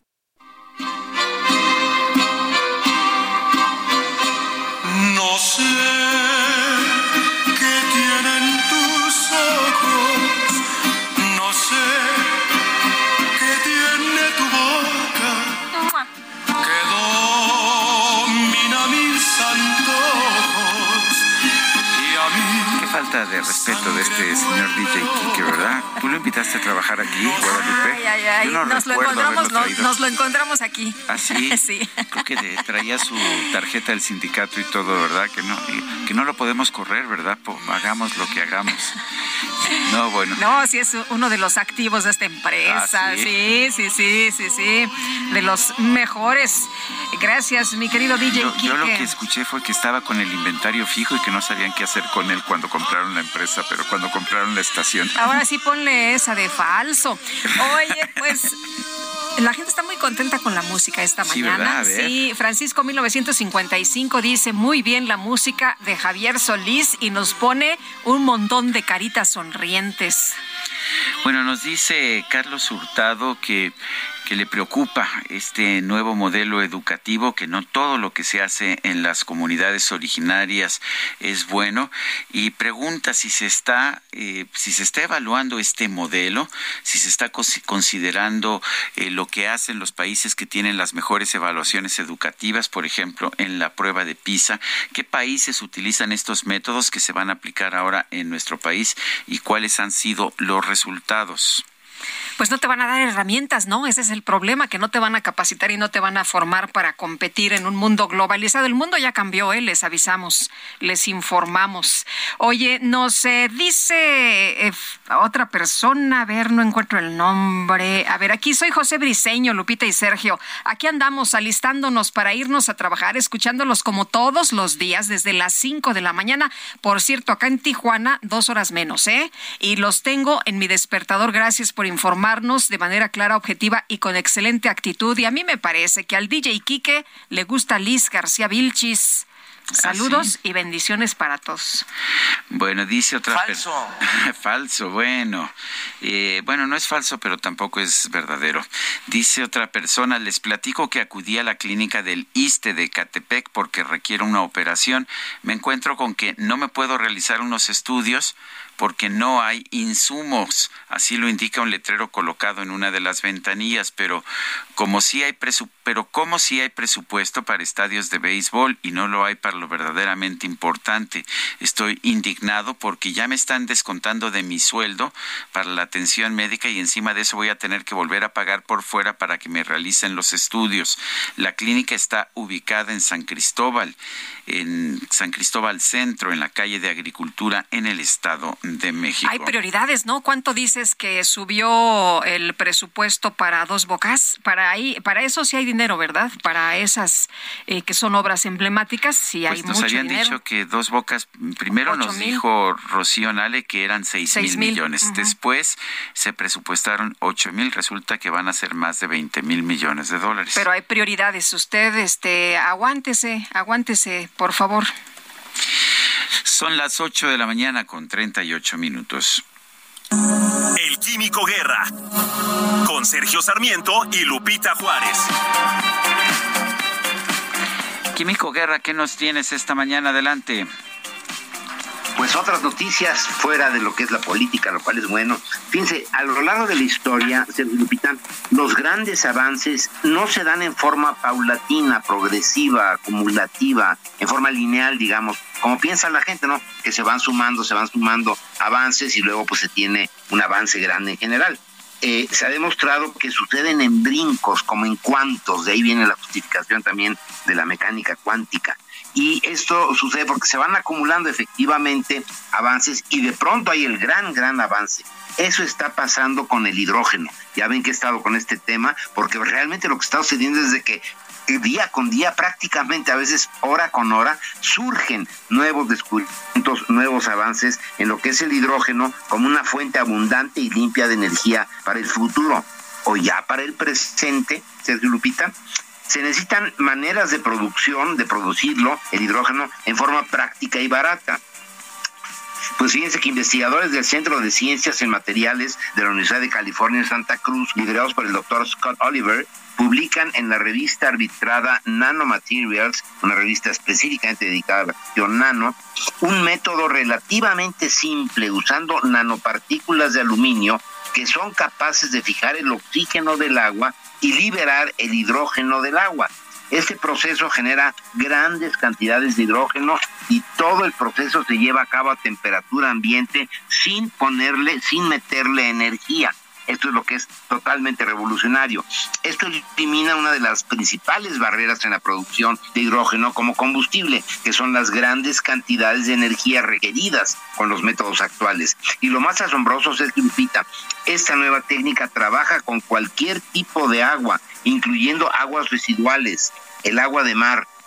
No sé qué tienen tus ojos, no sé qué tiene tu boca, que domina mis antojos y a mí. Qué falta de respeto de este señor DJ Kike, ¿verdad? ¿Tú lo invitaste a trabajar aquí, Guadalupe? Ay. Yo no nos lo encontramos aquí. ¿Ah, sí? Sí. Creo que traía su tarjeta del sindicato y todo, ¿verdad? Que no lo podemos correr, ¿verdad? Hagamos lo que hagamos. No, bueno. No, sí es uno de los activos de esta empresa. ¿Ah, sí? Sí. De los mejores. Gracias, mi querido DJ Kike. Yo lo que escuché fue que estaba con el inventario fijo y que no sabían qué hacer con él cuando compró compraron la empresa, pero cuando compraron la estación. Ahora sí ponle esa de falso. Oye, pues la gente está muy contenta con la música esta mañana. ¿Verdad? Sí, Francisco 1955 dice muy bien la música de Javier Solís y nos pone un montón de caritas sonrientes. Bueno, nos dice Carlos Hurtado que le preocupa este nuevo modelo educativo, que no todo lo que se hace en las comunidades originarias es bueno, y pregunta si se está evaluando este modelo, si se está considerando lo que hacen los países que tienen las mejores evaluaciones educativas, por ejemplo, en la prueba de PISA, qué países utilizan estos métodos que se van a aplicar ahora en nuestro país y cuáles han sido los resultados. Pues no te van a dar herramientas, ¿no? Ese es el problema, que no te van a capacitar y no te van a formar para competir en un mundo globalizado. El mundo ya cambió, les avisamos, les informamos. Oye, nos dice otra persona, a ver, no encuentro el nombre. A ver, aquí soy José Briceño, Lupita y Sergio. Aquí andamos alistándonos para irnos a trabajar, escuchándolos como todos los días desde las 5 de la mañana. Por cierto, acá en Tijuana, 2 horas menos, ¿eh? Y los tengo en mi despertador. Gracias por informarnos de manera clara, objetiva y con excelente actitud. Y a mí me parece que al DJ Quique le gusta Liz García Vilchis. Saludos y bendiciones para todos. Bueno, dice otra falso. Falso, bueno. Bueno, no es falso, pero tampoco es verdadero. Dice otra persona, les platico que acudí a la clínica del ISSSTE de Ecatepec porque requiere una operación. Me encuentro con que no me puedo realizar unos estudios porque no hay insumos. Así lo indica un letrero colocado en una de las ventanillas, pero como sí hay presupuesto para estadios de béisbol y no lo hay para lo verdaderamente importante. Estoy indignado porque ya me están descontando de mi sueldo para la atención médica y encima de eso voy a tener que volver a pagar por fuera para que me realicen los estudios. La clínica está ubicada en San Cristóbal Centro, en la calle de Agricultura, en el Estado de México. Hay prioridades, ¿no? ¿Cuánto dices que subió el presupuesto para Dos Bocas? Para eso sí hay dinero, ¿verdad? Para esas que son obras emblemáticas, sí hay mucho dinero. Nos habían dicho que Dos Bocas, primero nos dijo Rocío Nale que eran 6,000 millones. Uh-huh. Después se presupuestaron 8,000. Resulta que van a ser más de 20,000 millones de dólares. Pero hay prioridades. Usted, aguántese, por favor. Son las 8 de la mañana con 38 minutos. El Químico Guerra, con Sergio Sarmiento y Lupita Juárez. Químico Guerra, ¿qué nos tienes esta mañana? Adelante. Pues otras noticias fuera de lo que es la política, lo cual es bueno. Fíjense, a lo largo de la historia, Lupita, los grandes avances no se dan en forma paulatina, progresiva, acumulativa, en forma lineal, digamos, como piensa la gente, ¿no? Que se van sumando avances y luego pues se tiene un avance grande en general. Se ha demostrado que suceden en brincos, como en cuantos, de ahí viene la justificación también de la mecánica cuántica. Y esto sucede porque se van acumulando efectivamente avances y de pronto hay el gran avance. Eso está pasando con el hidrógeno. Ya ven que he estado con este tema porque realmente lo que está sucediendo es de que día con día, prácticamente a veces hora con hora, surgen nuevos descubrimientos, nuevos avances en lo que es el hidrógeno como una fuente abundante y limpia de energía para el futuro o ya para el presente, Sergio, Lupita. Se necesitan maneras de producirlo, el hidrógeno, en forma práctica y barata. Pues fíjense que investigadores del Centro de Ciencias en Materiales de la Universidad de California en Santa Cruz, liderados por el doctor Scott Oliver, publican en la revista arbitrada Nanomaterials, una revista específicamente dedicada a la cuestión nano, un método relativamente simple usando nanopartículas de aluminio que son capaces de fijar el oxígeno del agua y liberar el hidrógeno del agua. Este proceso genera grandes cantidades de hidrógeno y todo el proceso se lleva a cabo a temperatura ambiente sin meterle energía. Esto es lo que es totalmente revolucionario. Esto elimina una de las principales barreras en la producción de hidrógeno como combustible, que son las grandes cantidades de energía requeridas con los métodos actuales. Y lo más asombroso es que, Lupita, esta nueva técnica trabaja con cualquier tipo de agua, incluyendo aguas residuales, el agua de mar,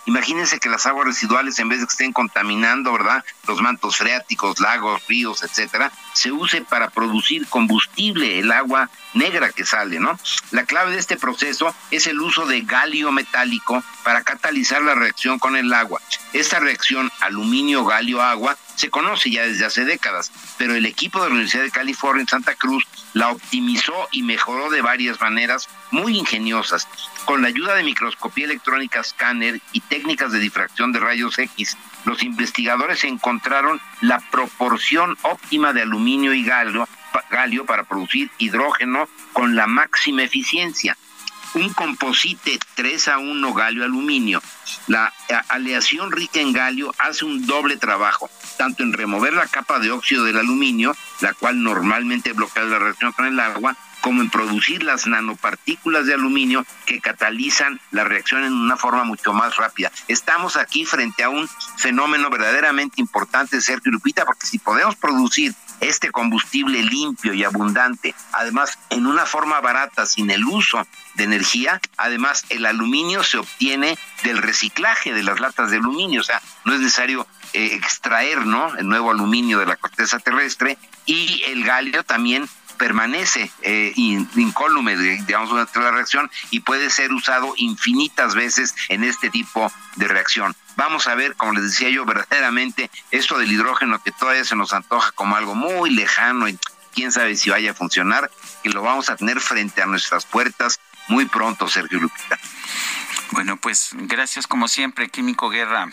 Imagínense que las aguas residuales, en vez de que estén contaminando, ¿verdad?, los mantos freáticos, lagos, ríos, etcétera, se use para producir combustible, el agua negra que sale, ¿no? La clave de este proceso es el uso de galio metálico para catalizar la reacción con el agua. Esta reacción aluminio-galio-agua se conoce ya desde hace décadas, pero el equipo de la Universidad de California en Santa Cruz la optimizó y mejoró de varias maneras muy ingeniosas, con la ayuda de microscopía electrónica escáner y técnicas de difracción de rayos X. Los investigadores encontraron la proporción óptima de aluminio y galio para producir hidrógeno con la máxima eficiencia. Un composite 3:1 galio-aluminio. La aleación rica en galio hace un doble trabajo, tanto en remover la capa de óxido del aluminio, la cual normalmente bloquea la reacción con el agua, como en producir las nanopartículas de aluminio que catalizan la reacción en una forma mucho más rápida. Estamos aquí frente a un fenómeno verdaderamente importante, Sergio y Lupita, porque si podemos producir este combustible limpio y abundante, además en una forma barata, sin el uso de energía, además el aluminio se obtiene del reciclaje de las latas de aluminio, o sea, no es necesario extraer, ¿no?, el nuevo aluminio de la corteza terrestre, y el galio también permanece incólume, digamos, durante la reacción, y puede ser usado infinitas veces en este tipo de reacción. Vamos a ver, como les decía yo, verdaderamente esto del hidrógeno, que todavía se nos antoja como algo muy lejano y quién sabe si vaya a funcionar, que lo vamos a tener frente a nuestras puertas muy pronto, Sergio Lupita. Bueno, pues gracias como siempre, Químico Guerra.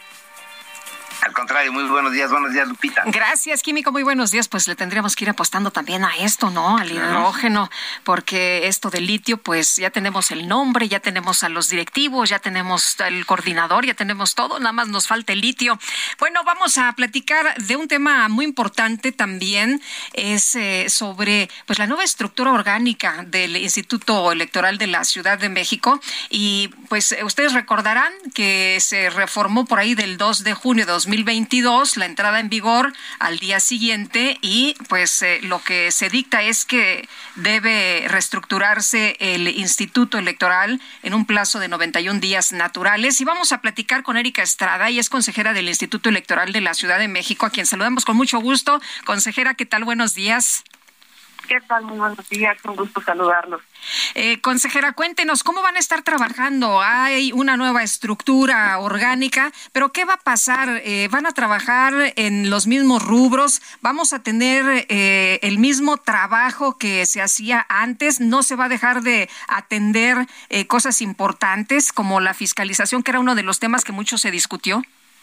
Al contrario, muy buenos días, Lupita. Gracias, Químico, muy buenos días. Pues le tendríamos que ir apostando también a esto, ¿no?, al hidrógeno, porque esto del litio, pues ya tenemos el nombre, ya tenemos a los directivos, ya tenemos el coordinador, ya tenemos todo, nada más nos falta el litio. Bueno, vamos a platicar de un tema muy importante también, es sobre pues la nueva estructura orgánica del Instituto Electoral de la Ciudad de México, y pues ustedes recordarán que se reformó por ahí del 2 de junio de 2022, la entrada en vigor al día siguiente, y pues lo que se dicta es que debe reestructurarse el Instituto Electoral en un plazo de 91 días naturales. Y vamos a platicar con Erika Estrada, ella es consejera del Instituto Electoral de la Ciudad de México, a quien saludamos con mucho gusto. Consejera, ¿qué tal? Buenos días. ¿Qué tal? Muy buenos días, un gusto saludarlos. Consejera, cuéntenos, ¿cómo van a estar trabajando? Hay una nueva estructura orgánica, pero ¿qué va a pasar? ¿Van a trabajar en los mismos rubros? ¿Vamos a tener el mismo trabajo que se hacía antes? ¿No se va a dejar de atender cosas importantes como la fiscalización, que era uno de los temas que mucho se discutió?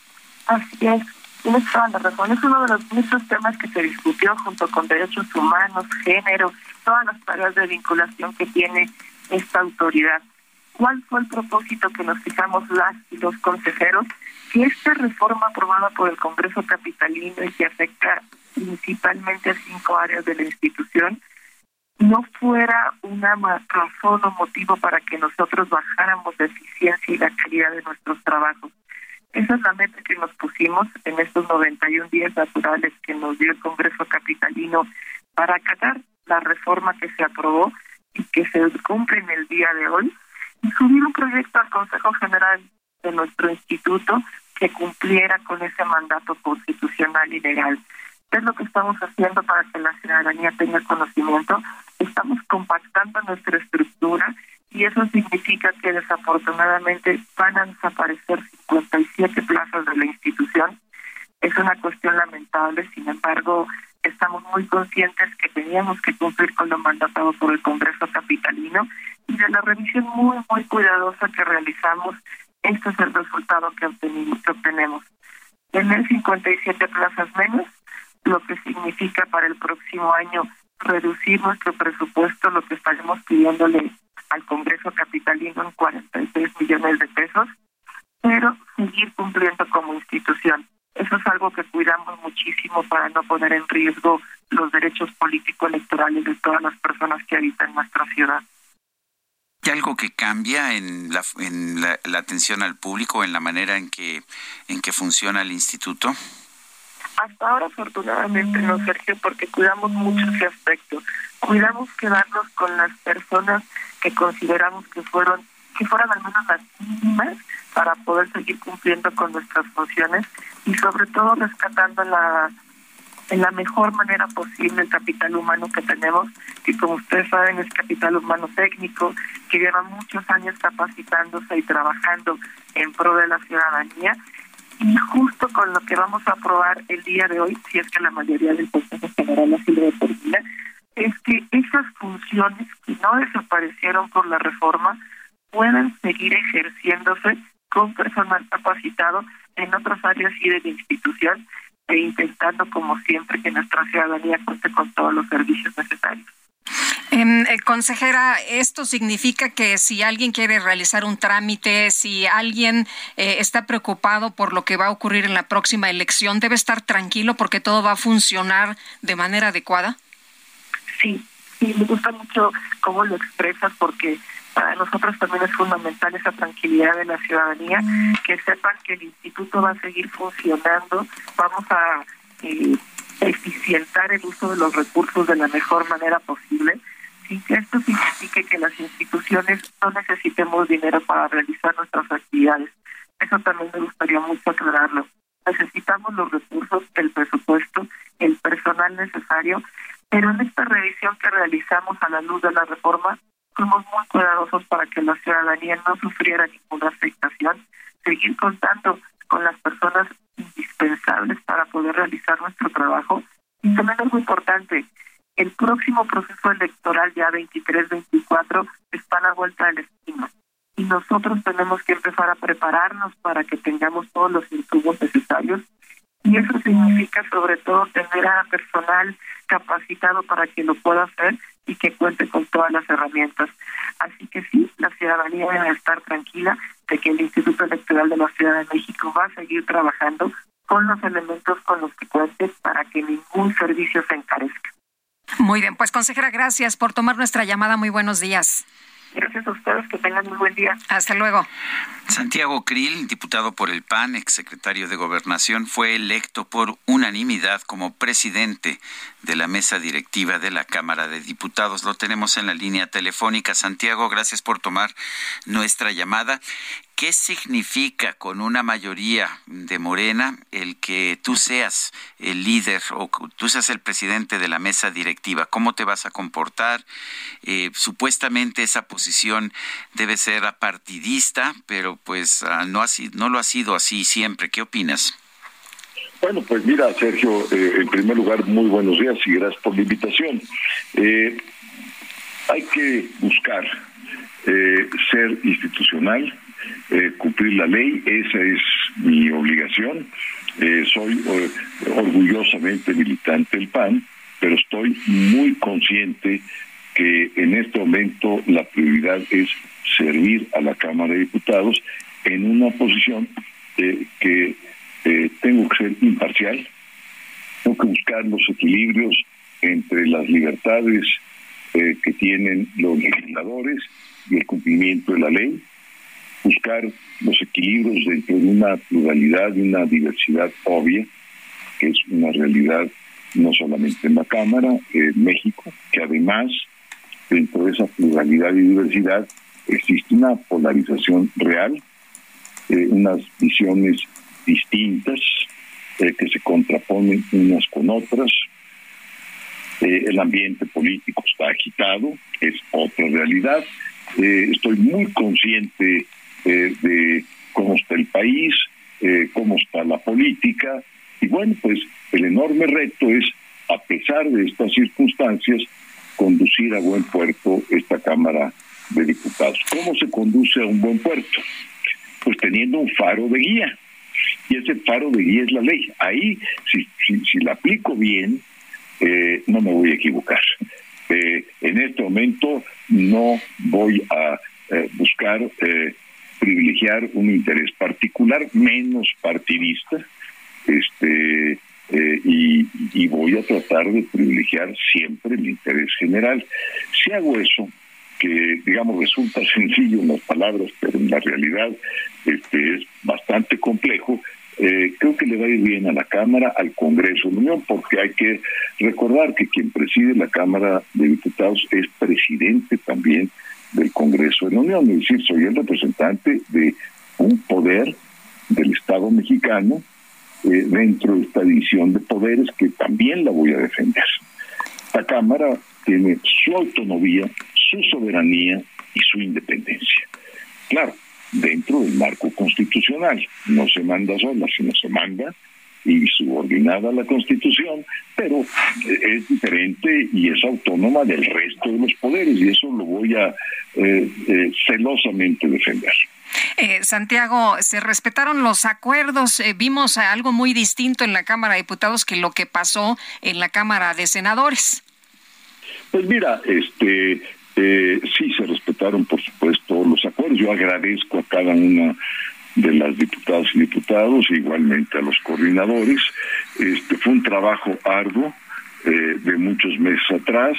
Así es. Tienes toda la razón. Es uno de los muchos temas que se discutió junto con derechos humanos, género, todas las tareas de vinculación que tiene esta autoridad. ¿Cuál fue el propósito que nos fijamos las y los consejeros? Que esta reforma aprobada por el Congreso Capitalino y que afecta principalmente a 5 áreas de la institución no fuera una razón o motivo para que nosotros bajáramos la eficiencia y la calidad de nuestros trabajos. Esa es la meta que nos pusimos en estos 91 días naturales que nos dio el Congreso Capitalino para acatar la reforma que se aprobó y que se cumple en el día de hoy, y subir un proyecto al Consejo General de nuestro instituto que cumpliera con ese mandato constitucional y legal. ¿Qué es lo que estamos haciendo para que la ciudadanía tenga conocimiento? Estamos compactando nuestra estructura, y eso significa que desafortunadamente van a desaparecer 57 plazas de la institución. Es una cuestión lamentable, sin embargo, estamos muy conscientes que teníamos que cumplir con lo mandatado por el Congreso Capitalino, y de la revisión muy, muy cuidadosa que realizamos, este es el resultado que obtenemos. Tener 57 plazas menos, lo que significa para el próximo año reducir nuestro presupuesto, lo que estaremos pidiéndole al Congreso Capitalino en 46 millones de pesos, pero seguir cumpliendo como institución. Eso es algo que cuidamos muchísimo para no poner en riesgo los derechos político-electorales de todas las personas que habitan nuestra ciudad. ¿Hay algo que cambia en la atención al público, en la manera en que funciona el instituto? Hasta ahora, afortunadamente, no, Sergio, porque cuidamos mucho ese aspecto. Cuidamos quedarnos con las personas que consideramos que fueron que fueran al menos las mínimas para poder seguir cumpliendo con nuestras funciones y sobre todo rescatando en la mejor manera posible el capital humano que tenemos, que como ustedes saben es capital humano técnico, que lleva muchos años capacitándose y trabajando en pro de la ciudadanía. Y justo con lo que vamos a aprobar el día de hoy, si es que la mayoría del Consejo General así lo determina, es que esas funciones que no desaparecieron por la reforma puedan seguir ejerciéndose con personal capacitado en otras áreas y de la institución e intentando, como siempre, que nuestra ciudadanía cuente con todos los servicios necesarios. Consejera, ¿esto significa que si alguien quiere realizar un trámite, si alguien está preocupado por lo que va a ocurrir en la próxima elección, debe estar tranquilo porque todo va a funcionar de manera adecuada? Sí, me gusta mucho cómo lo expresas porque para nosotros también es fundamental esa tranquilidad de la ciudadanía, que sepan que el instituto va a seguir funcionando, vamos a eficientar el uso de los recursos de la mejor manera posible, sin que esto signifique que las instituciones no necesitemos dinero para realizar nuestras actividades. Eso también me gustaría mucho aclararlo. Necesitamos los recursos, el presupuesto, el personal necesario, pero en esta revisión que realizamos a la luz de la reforma, fuimos muy cuidadosos para que la ciudadanía no sufriera ninguna afectación, seguir contando con las personas indispensables para poder realizar nuestro trabajo. Y también es muy importante, el próximo proceso electoral ya 23-24 está a la vuelta de la esquina y nosotros tenemos que empezar a prepararnos para que tengamos todos los insumos necesarios y eso significa sobre todo tener a personal capacitado para que lo pueda hacer y que cuente con todas las herramientas. Así que sí, la ciudadanía debe estar tranquila de que el Instituto Electoral de la Ciudad de México va a seguir trabajando con los elementos con los que cuente para que ningún servicio se encarezca. Muy bien, pues consejera, gracias por tomar nuestra llamada. Muy buenos días. Gracias a ustedes, que tengan muy buen día. Hasta luego. Santiago Krill, diputado por el PAN, exsecretario de Gobernación, fue electo por unanimidad como presidente de la mesa directiva de la Cámara de Diputados. Lo tenemos en la línea telefónica. Santiago, gracias por tomar nuestra llamada. ¿Qué significa con una mayoría de Morena el que tú seas el líder o tú seas el presidente de la mesa directiva? ¿Cómo te vas a comportar? Supuestamente esa posición debe ser apartidista, pero pues no lo ha sido así siempre. ¿Qué opinas? Bueno, pues mira, Sergio, en primer lugar, muy buenos días y gracias por la invitación. Hay que buscar ser institucional, cumplir la ley, esa es mi obligación. Soy orgullosamente militante del PAN, pero estoy muy consciente que en este momento la prioridad es servir a la Cámara de Diputados en una posición que tengo que ser imparcial, tengo que buscar los equilibrios entre las libertades que tienen los legisladores y el cumplimiento de la ley, buscar los equilibrios dentro de una pluralidad y una diversidad obvia, que es una realidad no solamente en la Cámara, en México, que además dentro de esa pluralidad y diversidad existe una polarización real, unas visiones distintas que se contraponen unas con otras. El ambiente político está agitado, es otra realidad. Estoy muy consciente de cómo está el país, cómo está la política, y bueno, pues el enorme reto es, a pesar de estas circunstancias, conducir a buen puerto esta Cámara de Diputados. ¿Cómo se conduce a un buen puerto? Pues teniendo un faro de guía, y ese faro de guía es la ley. Ahí, si la aplico bien, no me voy a equivocar. En este momento no voy a buscar privilegiar un interés particular, menos partidista, y voy a tratar de privilegiar siempre el interés general. Si hago eso, que digamos resulta sencillo en las palabras, pero en la realidad es bastante complejo, creo que le va a ir bien a la Cámara, al Congreso de la Unión, porque hay que recordar que quien preside la Cámara de Diputados es presidente también del Congreso de la Unión, es decir, soy el representante de un poder del Estado mexicano dentro de esta división de poderes que también la voy a defender. La Cámara tiene su autonomía, su soberanía y su independencia. Claro, dentro del marco constitucional. No se manda sola, sino se manda y subordinada a la Constitución, pero es diferente y es autónoma del resto de los poderes, y eso lo voy a celosamente defender. Santiago, se respetaron los acuerdos. Vimos algo muy distinto en la Cámara de Diputados que lo que pasó en la Cámara de Senadores. Pues mira, sí se respetaron, por supuesto, los acuerdos. Yo agradezco a cada una de las diputadas y diputados, igualmente a los coordinadores. Fue un trabajo arduo de muchos meses atrás,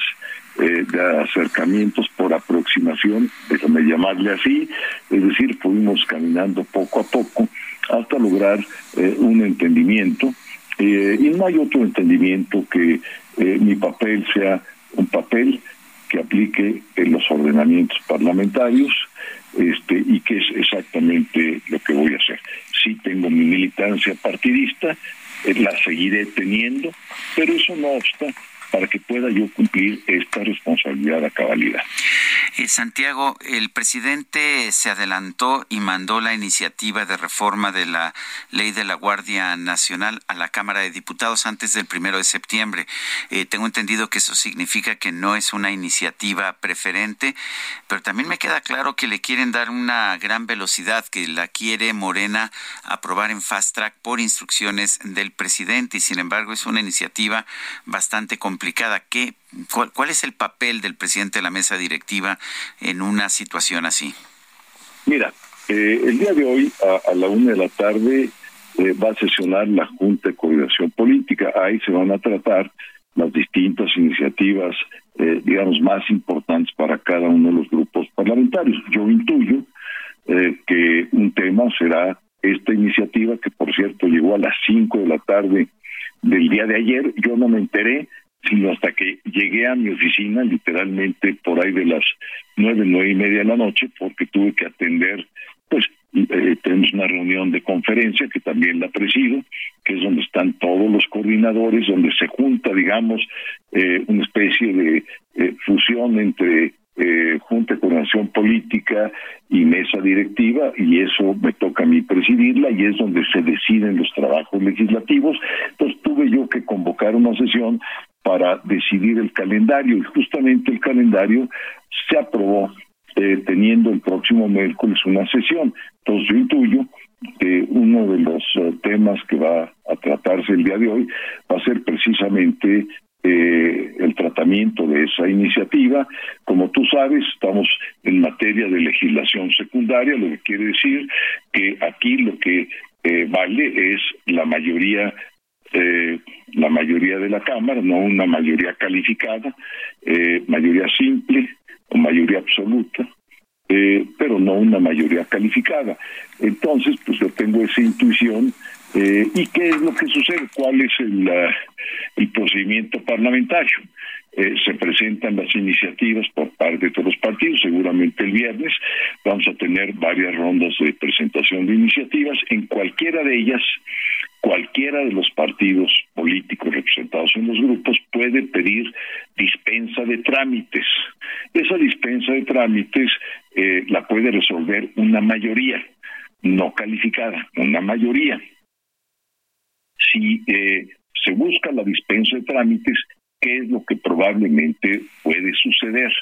de acercamientos por aproximación, déjame llamarle así, es decir, fuimos caminando poco a poco hasta lograr un entendimiento, y no hay otro entendimiento que mi papel sea un papel que aplique en los ordenamientos parlamentarios, y que es exactamente lo que voy a hacer. Sí tengo mi militancia partidista, la seguiré teniendo, pero eso no obsta para que pueda yo cumplir esta responsabilidad a cabalidad. Santiago, el presidente se adelantó y mandó la iniciativa de reforma de la ley de la Guardia Nacional a la Cámara de Diputados antes del 1 de septiembre. Tengo entendido que eso significa que no es una iniciativa preferente, pero también me queda claro que le quieren dar una gran velocidad, que la quiere Morena aprobar en fast track por instrucciones del presidente, y sin embargo es una iniciativa bastante complicada. ¿Cuál es el papel del presidente de la mesa directiva en una situación así? Mira, el día de hoy a la 1:00 p.m. va a sesionar la Junta de Coordinación Política. Ahí se van a tratar las distintas iniciativas, digamos, más importantes para cada uno de los grupos parlamentarios. Yo intuyo que un tema será esta iniciativa, que por cierto llegó a las 5:00 p.m. del día de ayer. Yo no me enteré sino hasta que llegué a mi oficina, literalmente por ahí de las 9:30 de la noche, porque tuve que atender, pues tenemos una reunión de conferencia que también la presido, que es donde están todos los coordinadores, donde se junta, digamos, una especie de fusión entre Junta de Coordinación Política y mesa directiva, y eso me toca a mí presidirla, y es donde se deciden los trabajos legislativos. Entonces tuve yo que convocar una sesión para decidir el calendario, y justamente el calendario se aprobó teniendo el próximo miércoles una sesión. Entonces yo intuyo que uno de los temas que va a tratarse el día de hoy va a ser precisamente el tratamiento de esa iniciativa. Como tú sabes, estamos en materia de legislación secundaria, lo que quiere decir que aquí lo que vale es la mayoría de la Cámara, no una mayoría calificada, mayoría simple o mayoría absoluta, pero no una mayoría calificada. Entonces, pues yo tengo esa intuición. ¿Y qué es lo que sucede? ¿Cuál es el procedimiento parlamentario? Se presentan las iniciativas por parte de todos los partidos. Seguramente el viernes vamos a tener varias rondas de presentación de iniciativas. En cualquiera de ellas, cualquiera de los partidos políticos representados en los grupos puede pedir dispensa de trámites. Esa dispensa de trámites la puede resolver una mayoría no calificada, una mayoría. Si se busca la dispensa de trámites, ¿qué es lo que probablemente puede suceder?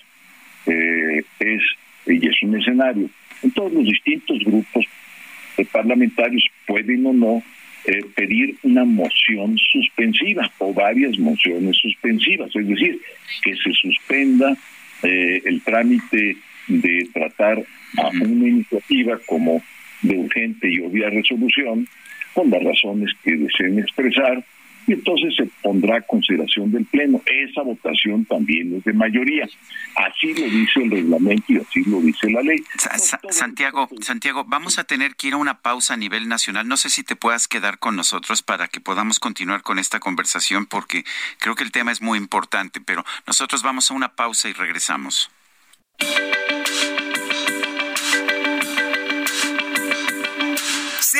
Y es un escenario. En todos los distintos grupos parlamentarios pueden o no pedir una moción suspensiva o varias mociones suspensivas, es decir, que se suspenda el trámite de tratar a una iniciativa como de urgente y obvia resolución, con las razones que deseen expresar, y entonces se pondrá a consideración del Pleno. Esa votación también es de mayoría. Así lo dice el reglamento y así lo dice la ley. Santiago, vamos a tener que ir a una pausa a nivel nacional. No sé si te puedas quedar con nosotros para que podamos continuar con esta conversación, porque creo que el tema es muy importante, pero nosotros vamos a una pausa y regresamos.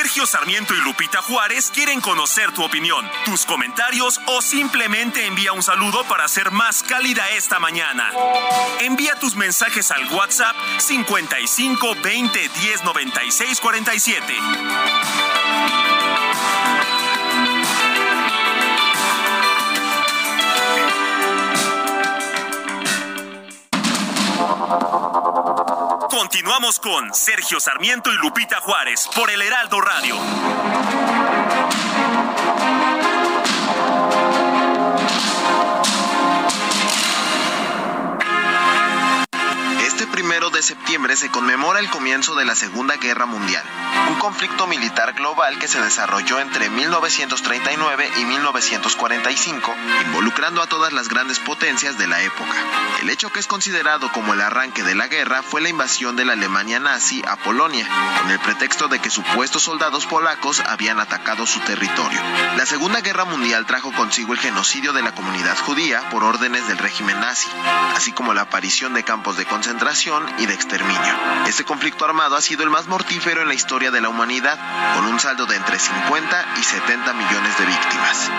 Sergio Sarmiento y Lupita Juárez quieren conocer tu opinión, tus comentarios o simplemente envía un saludo para hacer más cálida esta mañana. Envía tus mensajes al WhatsApp 55 20 10 96 47. Continuamos con Sergio Sarmiento y Lupita Juárez por el Heraldo Radio. Este 1 de septiembre se conmemora el comienzo de la Segunda Guerra Mundial, un conflicto militar global que se desarrolló entre 1939 y 1945, involucrando a todas las grandes potencias de la época. El hecho que es considerado como el arranque de la guerra fue la invasión de la Alemania nazi a Polonia, con el pretexto de que supuestos soldados polacos habían atacado su territorio. La Segunda Guerra Mundial trajo consigo el genocidio de la comunidad judía por órdenes del régimen nazi, así como la aparición de campos de concentración y de exterminio. Este conflicto armado ha sido el más mortífero en la historia de la humanidad, con un saldo de entre 50 y 70 millones de víctimas.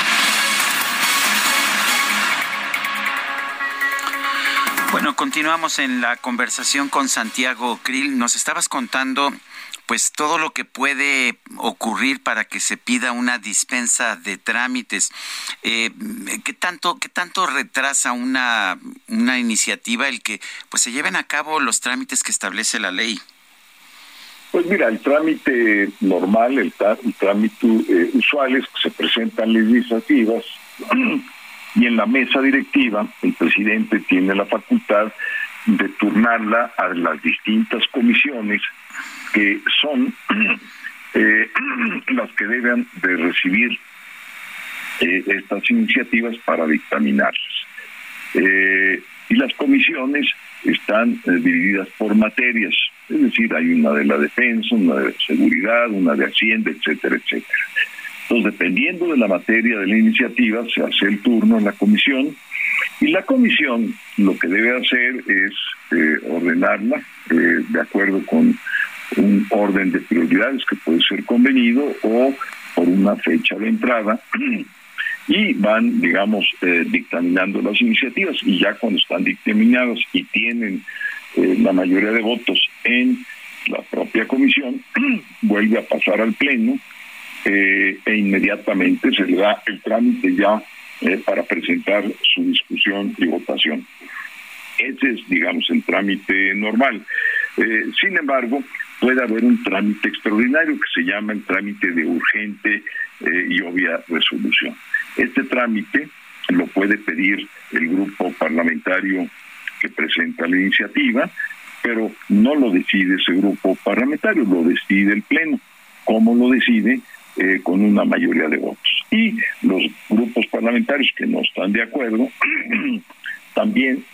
Bueno, continuamos en la conversación con Santiago Krill. Nos estabas contando pues todo lo que puede ocurrir para que se pida una dispensa de trámites. ¿Qué tanto retrasa una iniciativa el que pues se lleven a cabo los trámites que establece la ley? Pues mira, el trámite normal, el trámite usual es que se presentan las iniciativas y en la mesa directiva el presidente tiene la facultad de turnarla a las distintas comisiones que son las que deben de recibir estas iniciativas para dictaminarlas. Y las comisiones están divididas por materias, es decir, hay una de la defensa, una de seguridad, una de Hacienda, etcétera, etcétera. Entonces, dependiendo de la materia de la iniciativa, se hace el turno en la comisión, y la comisión lo que debe hacer es ordenarla de acuerdo con un orden de prioridades que puede ser convenido o por una fecha de entrada, y van, digamos, dictaminando las iniciativas, y ya cuando están dictaminadas y tienen la mayoría de votos en la propia comisión, vuelve a pasar al pleno e inmediatamente se le da el trámite ya para presentar su discusión y votación. Ese es, digamos, el trámite normal. Sin embargo, puede haber un trámite extraordinario que se llama el trámite de urgente y obvia resolución. Este trámite lo puede pedir el grupo parlamentario que presenta la iniciativa, pero no lo decide ese grupo parlamentario, lo decide el Pleno. ¿Cómo lo decide? Con una mayoría de votos. Y los grupos parlamentarios que no están de acuerdo también,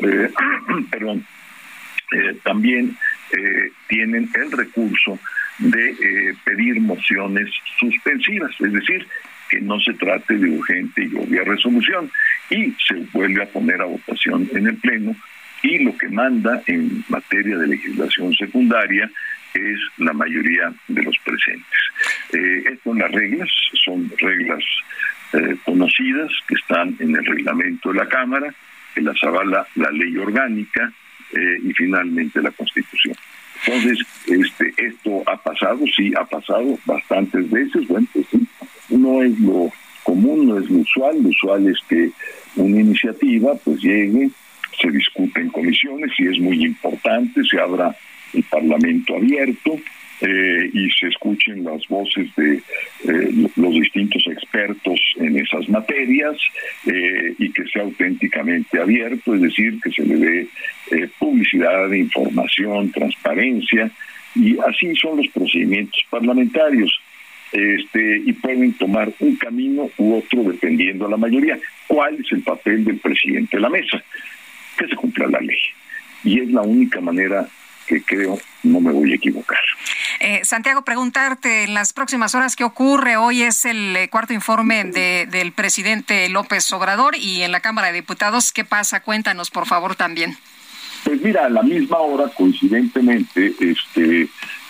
también tienen el recurso de pedir mociones suspensivas, es decir, que no se trate de urgente y obvia resolución, y se vuelve a poner a votación en el Pleno, y lo que manda en materia de legislación secundaria es la mayoría de los presentes. Estas las reglas, son reglas conocidas que están en el reglamento de la Cámara, que las avala la ley orgánica y finalmente la Constitución. Entonces, esto ha pasado, sí, ha pasado bastantes veces. Bueno, pues sí, no es lo común, no es lo usual es que una iniciativa pues llegue, se discute en comisiones, y es muy importante, se abra el Parlamento abierto y se escuchen las voces de los distintos expertos en esas materias y que sea auténticamente abierto, es decir, que se le dé publicidad, información, transparencia, y así son los procedimientos parlamentarios. Y pueden tomar un camino u otro dependiendo de la mayoría. ¿Cuál es el papel del presidente de la mesa? Que se cumpla la ley. Y es la única manera que creo no me voy a equivocar. Santiago, preguntarte en las próximas horas qué ocurre. Hoy es el cuarto informe del presidente López Obrador, y en la Cámara de Diputados, ¿qué pasa? Cuéntanos, por favor, también. Pues mira, a la misma hora, coincidentemente,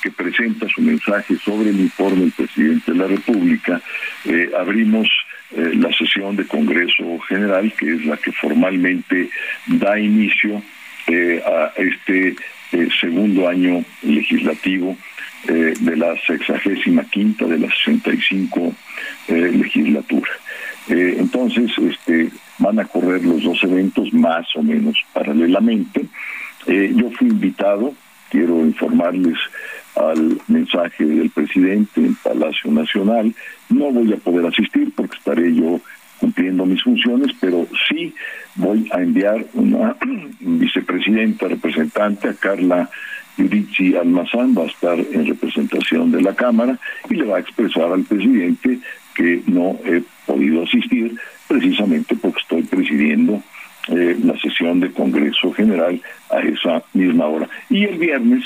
que presenta su mensaje sobre el informe del presidente de la República, abrimos la sesión de Congreso General, que es la que formalmente da inicio a este segundo año legislativo de la 65ª de la 65 legislatura. Entonces, van a correr los dos eventos más o menos paralelamente. Yo fui invitado, quiero informarles, al mensaje del presidente en Palacio Nacional. No voy a poder asistir porque estaré yo cumpliendo mis funciones, pero sí voy a enviar una vicepresidenta representante, a Carla Yurichi Almazán, va a estar en representación de la Cámara y le va a expresar al presidente que no he podido asistir precisamente porque estoy presidiendo la sesión de Congreso General a esa misma hora. Y el viernes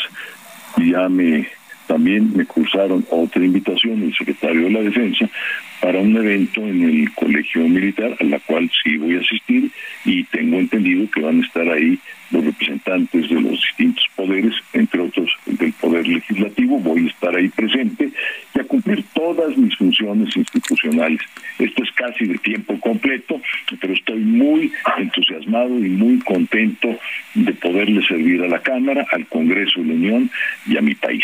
también me cruzaron otra invitación del secretario de la Defensa para un evento en el Colegio Militar, a la cual sí voy a asistir, y tengo entendido que van a estar ahí los representantes de los distintos poderes, entre otros del Poder Legislativo. Voy a estar ahí presente y a cumplir todas mis funciones institucionales. Esto es casi de tiempo completo, pero estoy muy entusiasmado y muy contento de poderle servir a la Cámara, al Congreso de la Unión y a mi país.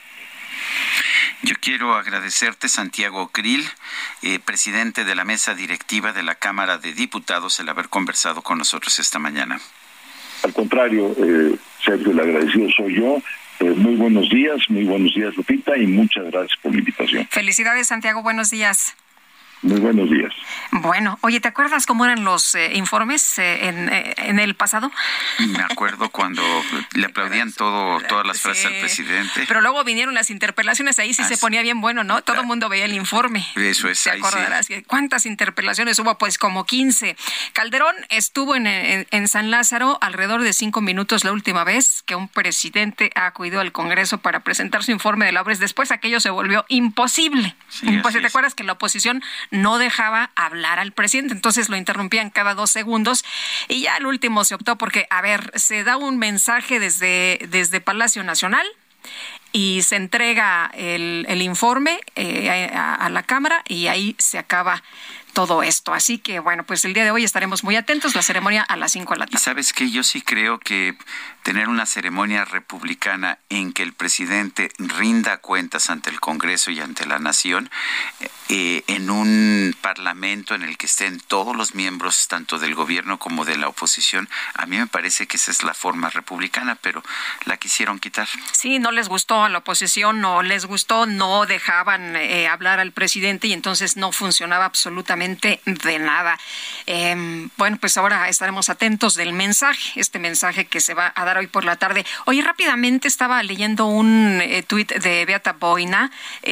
Yo quiero agradecerte, Santiago Krill, presidente de la mesa directiva de la Cámara de Diputados, el haber conversado con nosotros esta mañana. Al contrario, Sergio, el agradecido soy yo. Muy buenos días, Lupita, y muchas gracias por la invitación. Felicidades, Santiago, buenos días. Muy buenos días. Bueno, oye, ¿te acuerdas cómo eran los informes en el pasado? Me acuerdo cuando le aplaudían todas las frases al presidente. Pero luego vinieron las interpelaciones, ahí sí se ponía bien bueno, ¿no? Todo el mundo veía el informe. Eso es, ¿te acordarás? Sí. ¿Cuántas interpelaciones hubo? Pues como 15. Calderón estuvo en San Lázaro alrededor de 5 minutos la última vez que un presidente acudió al Congreso para presentar su informe de la obra. Después aquello se volvió imposible. Sí, pues ¿te acuerdas que la oposición no dejaba hablar al presidente? Entonces lo interrumpían cada 2 segundos y ya al último se optó porque, se da un mensaje desde Palacio Nacional y se entrega el informe a la Cámara y ahí se acaba todo esto. Así que, bueno, pues el día de hoy estaremos muy atentos. La ceremonia a las 5 de la tarde. Y sabes que yo sí creo que tener una ceremonia republicana en que el presidente rinda cuentas ante el Congreso y ante la nación, en un parlamento en el que estén todos los miembros, tanto del gobierno como de la oposición, a mí me parece que esa es la forma republicana, pero la quisieron quitar. Sí, no les gustó a la oposición, no dejaban hablar al presidente y entonces no funcionaba absolutamente de nada. Bueno, pues ahora estaremos atentos del mensaje, este mensaje que se va a dar hoy por la tarde. Oye, rápidamente estaba leyendo un tuit de Beata Boina,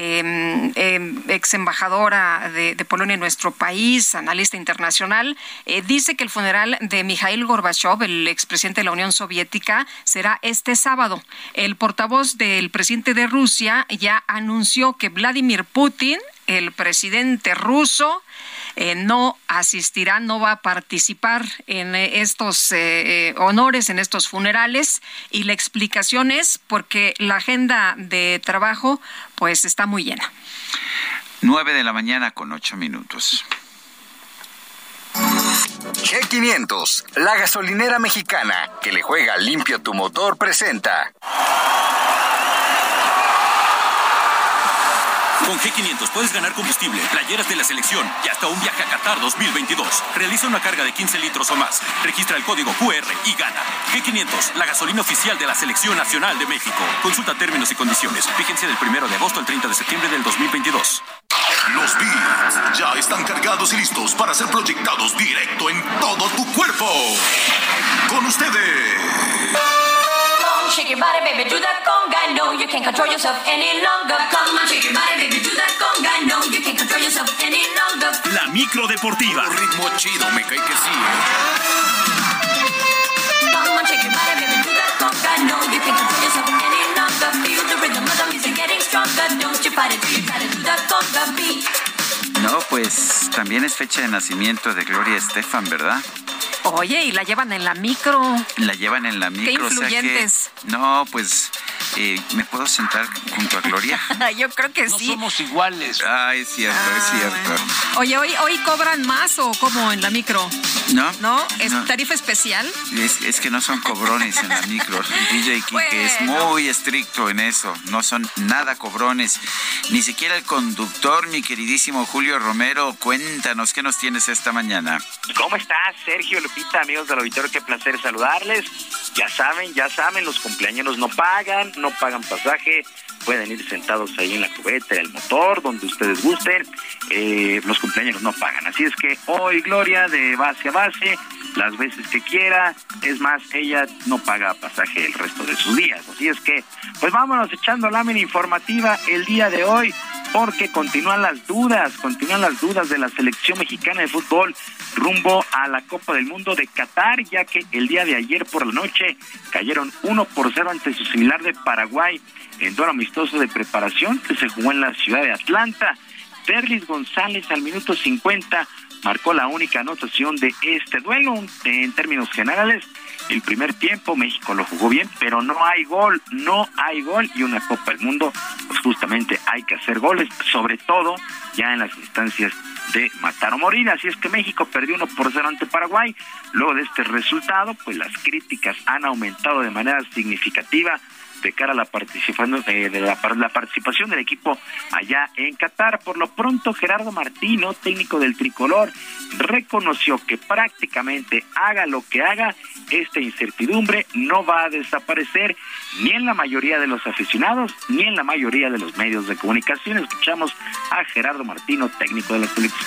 ex embajadora de Polonia en nuestro país, analista internacional. Dice que el funeral de Mikhail Gorbachev, el expresidente de la Unión Soviética, será este sábado. El portavoz del presidente de Rusia ya anunció que Vladimir Putin, el presidente ruso, no asistirá, no va a participar en estos honores, en estos funerales, y la explicación es porque la agenda de trabajo pues está muy llena. 9:08 a.m. G500, la gasolinera mexicana que le juega limpio tu motor, presenta. Con G500 puedes ganar combustible, playeras de la selección y hasta un viaje a Qatar 2022. Realiza una carga de 15 litros o más. Registra el código QR y gana. G500, la gasolina oficial de la Selección Nacional de México. Consulta términos y condiciones. Fíjense del 1 de agosto al 30 de septiembre del 2022. Los beats ya están cargados y listos para ser proyectados directo en todo tu cuerpo. Con ustedes. Shake your body, baby, do that conga. No, you can't control yourself any longer. Come on, shake your body, baby, do that conga. No, you can't control yourself any longer. La micro deportiva. Ritmo chido, me cae que sí. Come on, shake your body, baby, do that conga. No, you can't control yourself any longer. Feel the rhythm of the music getting stronger. Don't you fight it till you try to do that conga beat. No, pues también es fecha de nacimiento de Gloria Estefan, ¿verdad? Oye, y la llevan en la micro. La llevan en la micro. Qué influyentes. O sea que, no, pues ¿Me puedo sentar junto a Gloria? Yo creo que sí. No somos iguales. Es cierto, es cierto. Bueno. Oye, ¿hoy cobran más o cómo en la micro? ¿No? ¿Es tarifa especial? Es que no son cobrones en la micro. DJ Kike es muy estricto en eso. No son nada cobrones. Ni siquiera el conductor, mi queridísimo Julio Romero. Cuéntanos, ¿qué nos tienes esta mañana? ¿Cómo estás, Sergio, Lupita, amigos del auditorio? Qué placer saludarles. Ya saben, los cumpleañeros no pagan pasaje. Pueden ir sentados ahí en la cubeta, en el motor, donde ustedes gusten. Los cumpleaños no pagan. Así es que hoy Gloria, de base a base, las veces que quiera. Es más, ella no paga pasaje el resto de sus días. Así es que, pues vámonos echando lámina informativa el día de hoy, porque continúan las dudas de la selección mexicana de fútbol rumbo a la Copa del Mundo de Qatar, ya que el día de ayer por la noche cayeron 1-0 ante su similar de Paraguay en duelo amistoso de preparación que se jugó en la ciudad de Atlanta. Derlis González al minuto 50 marcó la única anotación de este duelo. En términos generales, el primer tiempo México lo jugó bien, pero no hay gol, y una Copa del Mundo, pues justamente hay que hacer goles, sobre todo ya en las instancias de matar o morir. Así es que México perdió 1-0 ante Paraguay. Luego de este resultado, pues las críticas han aumentado de manera significativa de cara a la participación del equipo allá en Qatar. Por lo pronto, Gerardo Martino, técnico del tricolor, reconoció que prácticamente haga lo que haga, esta incertidumbre no va a desaparecer ni en la mayoría de los aficionados ni en la mayoría de los medios de comunicación. Escuchamos a Gerardo Martino, técnico de la selección.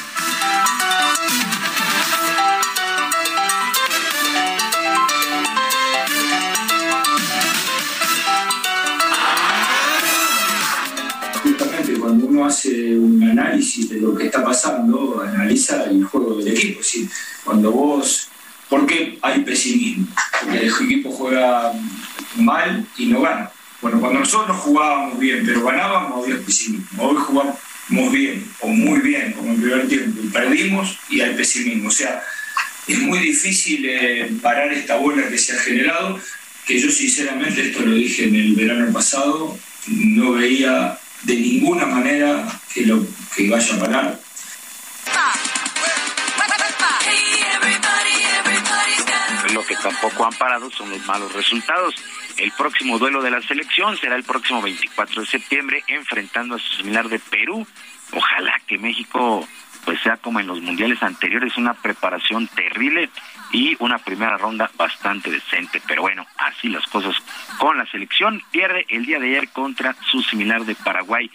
Cuando uno hace un análisis de lo que está pasando, analiza el juego del equipo. ¿Sí? ¿Por qué hay pesimismo? Porque el equipo juega mal y no gana. Bueno, cuando nosotros jugábamos bien, pero ganábamos, había pesimismo. Hoy jugamos bien, o muy bien, como en el primer tiempo, y perdimos y hay pesimismo. O sea, es muy difícil parar esta bola que se ha generado, que yo sinceramente, esto lo dije en el verano pasado, no veía de ninguna manera que vaya a parar. Lo que tampoco han parado son los malos resultados. El próximo duelo de la selección será el próximo 24 de septiembre, enfrentando a su similar de Perú. Ojalá que México pues sea como en los mundiales anteriores, una preparación terrible y una primera ronda bastante decente. Pero bueno, así las cosas con la selección. Pierde el día de ayer contra su similar de Paraguay.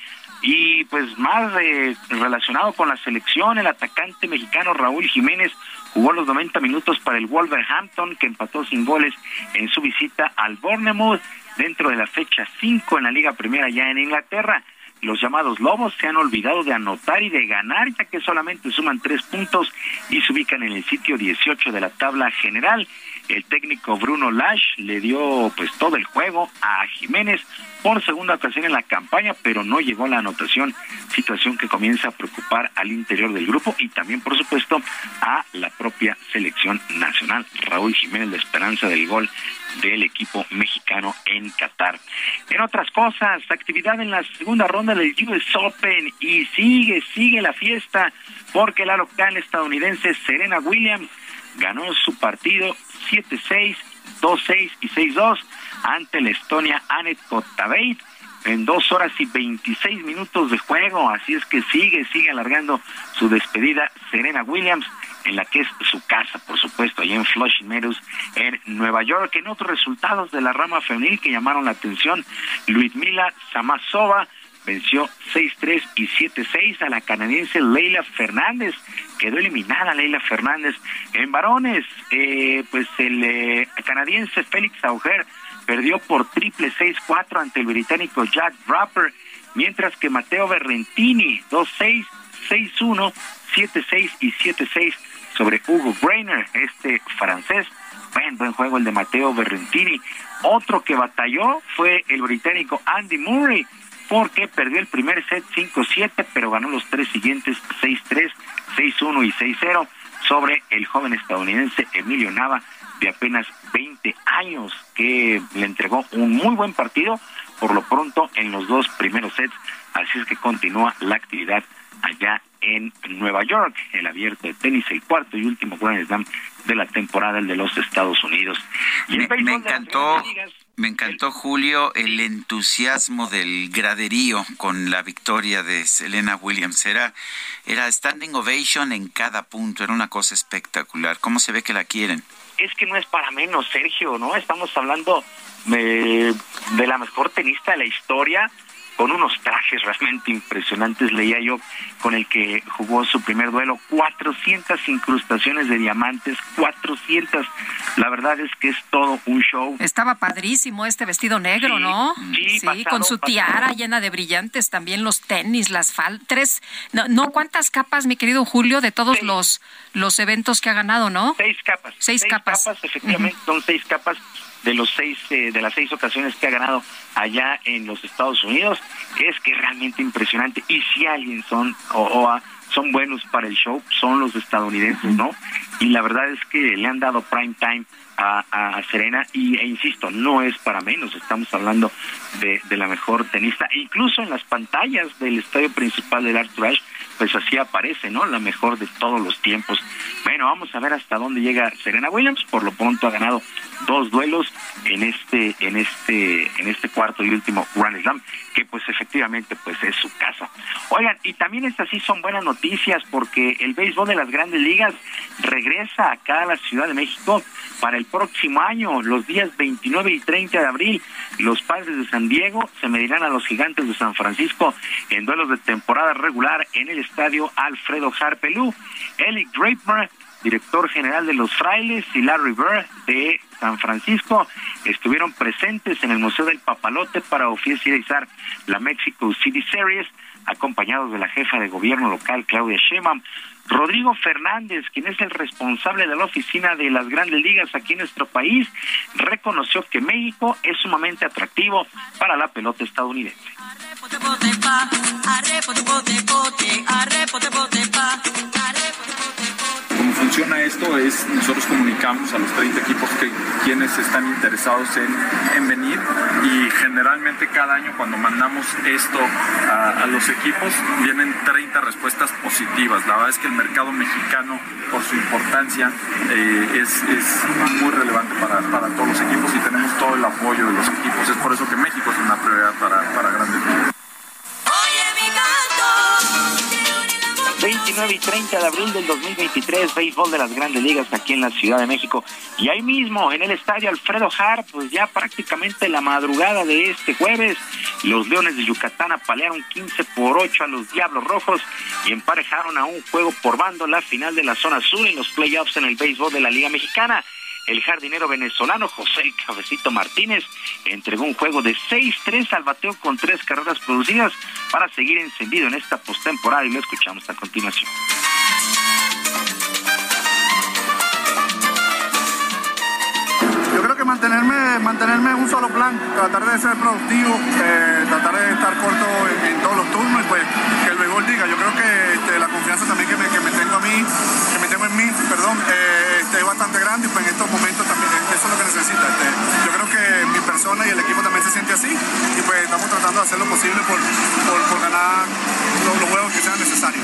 Y pues más relacionado con la selección, el atacante mexicano Raúl Jiménez jugó los 90 minutos para el Wolverhampton, que empató sin goles en su visita al Bournemouth dentro de la fecha 5 en la Liga Primera ya en Inglaterra. Los llamados Lobos se han olvidado de anotar y de ganar, ya que solamente suman 3 puntos y se ubican en el sitio 18 de la tabla general. El técnico Bruno Lage le dio pues todo el juego a Jiménez por segunda ocasión en la campaña, pero no llegó a la anotación, situación que comienza a preocupar al interior del grupo y también, por supuesto, a la propia selección nacional. Raúl Jiménez, la esperanza del gol del equipo mexicano en Qatar. En otras cosas, actividad en la segunda ronda del US Open y sigue la fiesta, porque la local estadounidense Serena Williams ganó su partido 7-6, 2-6 y 6-2 ante la Estonia Anett Kontaveit en 2 horas y 26 minutos de juego. Así es que sigue alargando su despedida Serena Williams, en la que es su casa, por supuesto, allá en Flushing Meadows, en Nueva York. En otros resultados de la rama femenil que llamaron la atención, Lyudmila Samazova venció 6-3 y 7-6 a la canadiense Leylah Fernández. Quedó eliminada Leylah Fernández. En varones, pues el canadiense Félix Auger perdió por triple 6-4 ante el británico Jack Draper, mientras que Matteo Berrettini 2-6, 6-1, 7-6 y 7-6 sobre Hugo Greiner, este francés. Buen juego el de Matteo Berrettini. Otro que batalló fue el británico Andy Murray, porque perdió el primer set 5-7, pero ganó los 3 siguientes 6-3, 6-1 y 6-0 sobre el joven estadounidense Emilio Nava de apenas 20 años, que le entregó un muy buen partido, por lo pronto en los 2 primeros sets. Así es que continúa la actividad allá en Nueva York, el abierto de tenis, el cuarto y último Grand Slam de la temporada, el de los Estados Unidos. Y me encantó, Julio, el entusiasmo del graderío con la victoria de Serena Williams. Era standing ovation en cada punto, era una cosa espectacular. ¿Cómo se ve que la quieren? Es que no es para menos, Sergio, ¿no? Estamos hablando de la mejor tenista de la historia, con unos trajes realmente impresionantes. Leía yo con el que jugó su primer duelo, 400 incrustaciones de diamantes, 400. La verdad es que es todo un show. Estaba padrísimo este vestido negro, sí, ¿no? Sí, con su tiara llena de brillantes, también los tenis, las faldas. ¿Cuántas capas, mi querido Julio, de todos los eventos que ha ganado, no? 6 capas. 6 capas, efectivamente, son 6 capas de las 6 ocasiones que ha ganado allá en los Estados Unidos. Es que realmente impresionante. Y si alguien son buenos para el show, son los estadounidenses, ¿no? Y la verdad es que le han dado prime time a Serena e insisto, no es para menos. Estamos hablando de la mejor tenista. Incluso en las pantallas del estadio principal del Arthur Ashe, pues así aparece, ¿no? La mejor de todos los tiempos. Bueno, vamos a ver hasta dónde llega Serena Williams. Por lo pronto ha ganado 2 duelos en este cuarto y último Grand Slam, que pues efectivamente pues es su casa. Oigan, y también estas sí son buenas noticias, porque el béisbol de las Grandes Ligas regresa acá a la Ciudad de México para el próximo año, los días 29 y 30 de abril. Los Padres de San Diego se medirán a los Gigantes de San Francisco en duelos de temporada regular en el estadio Alfredo Harpelú. Eli Draper, director general de los Frailes, y Larry Bird de San Francisco estuvieron presentes en el Museo del Papalote para oficializar la Mexico City Series, acompañados de la jefa de gobierno local, Claudia Sheinbaum. Rodrigo Fernández, quien es el responsable de la oficina de las Grandes Ligas aquí en nuestro país, reconoció que México es sumamente atractivo para la pelota estadounidense. Cómo funciona esto es, nosotros comunicamos a los 30 equipos quienes están interesados en venir, y generalmente cada año cuando mandamos esto a los equipos vienen 30 respuestas positivas. La verdad es que el mercado mexicano, por su importancia, es muy relevante para todos los equipos, y tenemos todo el apoyo de los equipos. Es por eso que México es una prioridad para Grandes Ligas. 29 y 30 de abril del 2023, béisbol de las Grandes Ligas aquí en la Ciudad de México. Y ahí mismo, en el estadio Alfredo Harp, pues ya prácticamente la madrugada de este jueves, los Leones de Yucatán apalearon 15-8 a los Diablos Rojos y emparejaron a un juego por bando la final de la zona sur en los playoffs en el béisbol de la Liga Mexicana. El jardinero venezolano José El Cabecito Martínez entregó un juego de 6-3 al bateo con 3 carreras producidas para seguir encendido en esta postemporada, y lo escuchamos a continuación. Yo creo que mantenerme en un solo plan, tratar de ser productivo, tratar de estar corto en todos los turnos, y pues que el béisbol diga. Yo creo que la confianza también que me tengo en mí, es bastante grande, y pues en estos momentos también eso es lo que necesita. Yo creo que mi persona y el equipo también se siente así, y pues estamos tratando de hacer lo posible por ganar los juegos que sean necesarios.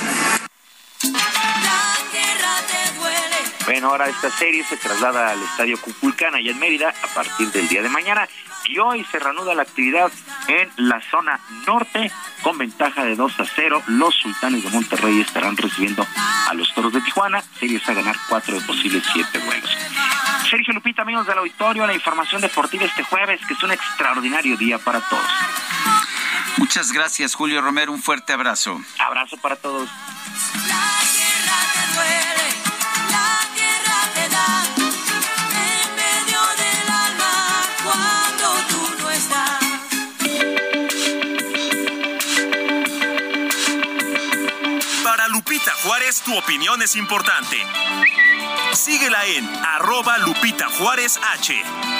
Bueno, ahora esta serie se traslada al Estadio Cuculcán, allá en Mérida, a partir del día de mañana. Y hoy se reanuda la actividad en la zona norte, con ventaja de 2-0. Los Sultanes de Monterrey estarán recibiendo a los Toros de Tijuana. Series a ganar 4 de posibles 7 juegos. Sergio, Lupita, amigos del auditorio, la información deportiva este jueves, que es un extraordinario día para todos. Muchas gracias, Julio Romero. Un fuerte abrazo. Abrazo para todos. Para Lupita Juárez, tu opinión es importante. Síguela en @LupitaJuárezH.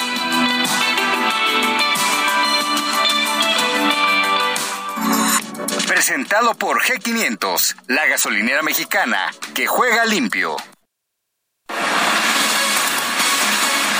Presentado por G500, la gasolinera mexicana que juega limpio.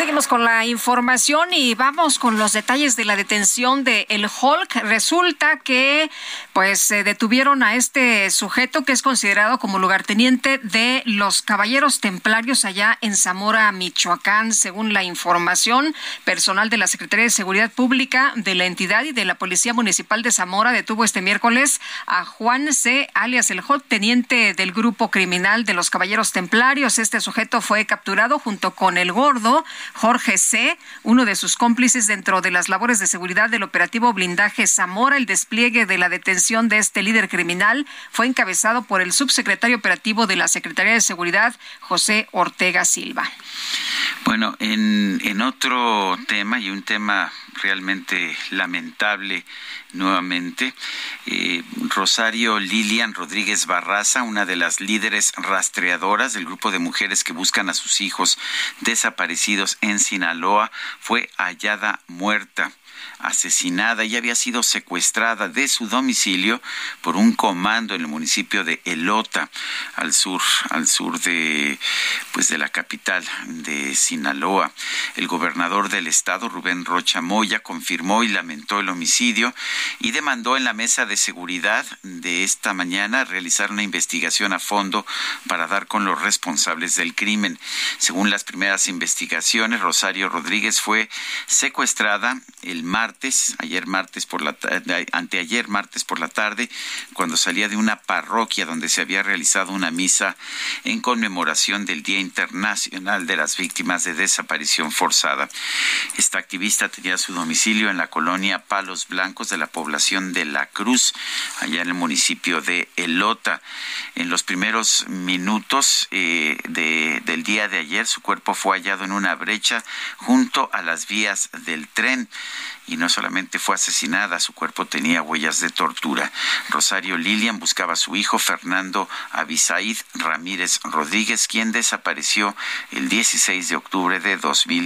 seguimos con la información y vamos con los detalles de la detención de el Hulk. Resulta que pues detuvieron a este sujeto que es considerado como lugarteniente de los Caballeros Templarios allá en Zamora, Michoacán. Según la información, personal de la Secretaría de Seguridad Pública de la entidad y de la Policía Municipal de Zamora detuvo este miércoles a Juan C., alias el Hulk, teniente del grupo criminal de los Caballeros Templarios. Este sujeto fue capturado junto con el Gordo, Jorge C., uno de sus cómplices dentro de las labores de seguridad del operativo Blindaje Zamora. El despliegue de la detención de este líder criminal fue encabezado por el subsecretario operativo de la Secretaría de Seguridad, José Ortega Silva. Bueno, en otro tema, y un tema realmente lamentable nuevamente, Rosario Lilian Rodríguez Barraza, una de las líderes rastreadoras del grupo de mujeres que buscan a sus hijos desaparecidos en Sinaloa, fue hallada muerta, asesinada. Ella había sido secuestrada de su domicilio por un comando en el municipio de Elota, al sur de la capital de Sinaloa. El gobernador del estado, Rubén Rocha Moya, confirmó y lamentó el homicidio y demandó en la mesa de seguridad de esta mañana realizar una investigación a fondo para dar con los responsables del crimen. Según las primeras investigaciones, Rosario Rodríguez fue secuestrada anteayer martes por la tarde, cuando salía de una parroquia donde se había realizado una misa en conmemoración del Día Internacional de las Víctimas de Desaparición Forzada. Esta activista tenía su domicilio en la colonia Palos Blancos de la población de La Cruz, allá en el municipio de Elota. En los primeros minutos del día de ayer, su cuerpo fue hallado en una brecha junto a las vías del tren. Y no solamente fue asesinada, su cuerpo tenía huellas de tortura. Rosario Lilian buscaba a su hijo Fernando Abisaid Ramírez Rodríguez, quien desapareció el 16 de octubre de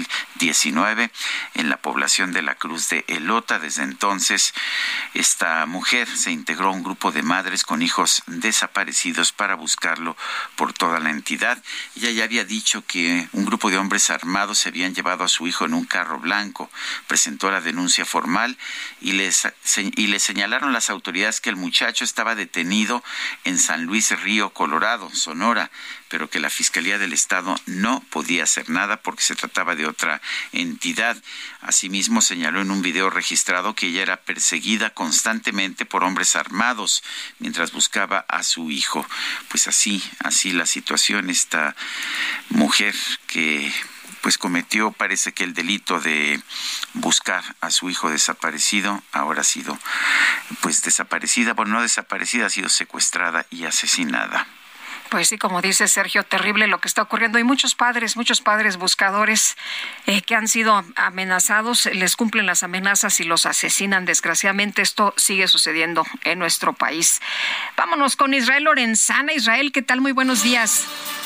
2019 en la población de La Cruz de Elota. Desde entonces, esta mujer se integró a un grupo de madres con hijos desaparecidos para buscarlo por toda la entidad. Ella ya había dicho que un grupo de hombres armados se habían llevado a su hijo en un carro blanco. Presentó la denuncia formal y le señalaron las autoridades que el muchacho estaba detenido en San Luis Río Colorado, Sonora, pero que la Fiscalía del Estado no podía hacer nada porque se trataba de otra entidad. Asimismo, señaló en un video registrado que ella era perseguida constantemente por hombres armados mientras buscaba a su hijo. Pues así la situación. Esta mujer que pues cometió, parece que el delito de buscar a su hijo desaparecido, ahora ha sido pues desaparecida, bueno, no desaparecida, ha sido secuestrada y asesinada. Pues sí, como dice Sergio, terrible lo que está ocurriendo. Hay muchos padres buscadores que han sido amenazados, les cumplen las amenazas y los asesinan. Desgraciadamente esto sigue sucediendo en nuestro país. Vámonos con Israel Lorenzana. Israel, ¿qué tal? Muy buenos días.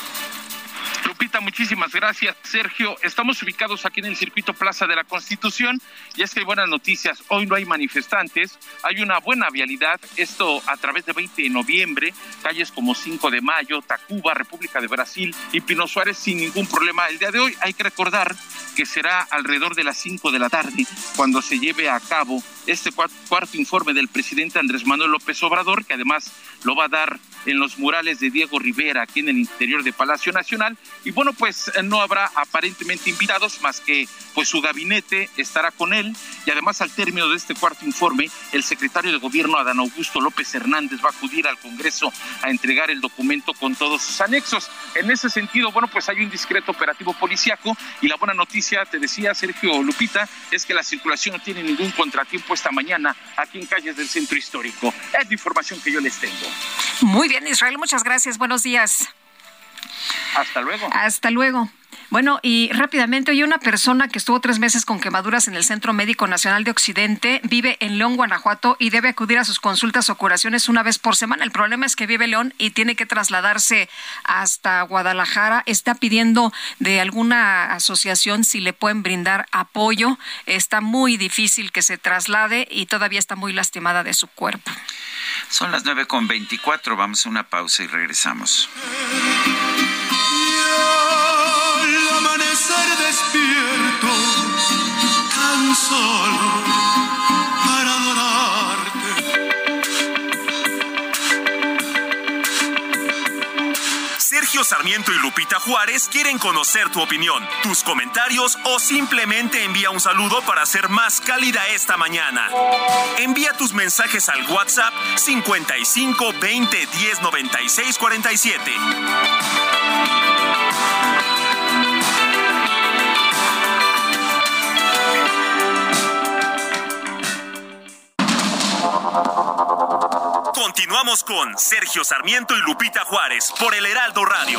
Lupita, muchísimas gracias. Sergio, estamos ubicados aquí en el circuito Plaza de la Constitución y es que hay buenas noticias. Hoy no hay manifestantes, hay una buena vialidad, esto a través de 20 de noviembre, calles como 5 de Mayo, Tacuba, República de Brasil y Pino Suárez sin ningún problema. El día de hoy hay que recordar que será alrededor de las 5 de la tarde cuando se lleve a cabo este cuarto informe del presidente Andrés Manuel López Obrador, que además lo va a dar en los murales de Diego Rivera, aquí en el interior de Palacio Nacional. Y bueno, pues no habrá aparentemente invitados más que pues su gabinete estará con él. Y además, al término de este cuarto informe, el secretario de Gobierno, Adán Augusto López Hernández, va a acudir al Congreso a entregar el documento con todos sus anexos. En ese sentido, bueno, pues hay un discreto operativo policiaco y la buena noticia, te decía Sergio, Lupita, es que la circulación no tiene ningún contratiempo esta mañana aquí en calles del centro histórico. Es la información que yo les tengo. Muy bien, Israel, muchas gracias. Buenos días. Hasta luego. Hasta luego. Bueno, y rápidamente, hoy una persona que estuvo 3 meses con quemaduras en el Centro Médico Nacional de Occidente vive en León, Guanajuato, y debe acudir a sus consultas o curaciones una vez por semana. El problema es que vive en León y tiene que trasladarse hasta Guadalajara. Está pidiendo de alguna asociación si le pueden brindar apoyo. Está muy difícil que se traslade y todavía está muy lastimada de su cuerpo. Son las 9:24, vamos a una pausa y regresamos. Amanecer despierto tan solo para adorarte. Sergio Sarmiento y Lupita Juárez quieren conocer tu opinión, tus comentarios o simplemente envía un saludo para hacer más cálida esta mañana. Envía tus mensajes al WhatsApp 55 20 10 96 47. Continuamos con Sergio Sarmiento y Lupita Juárez por el Heraldo Radio.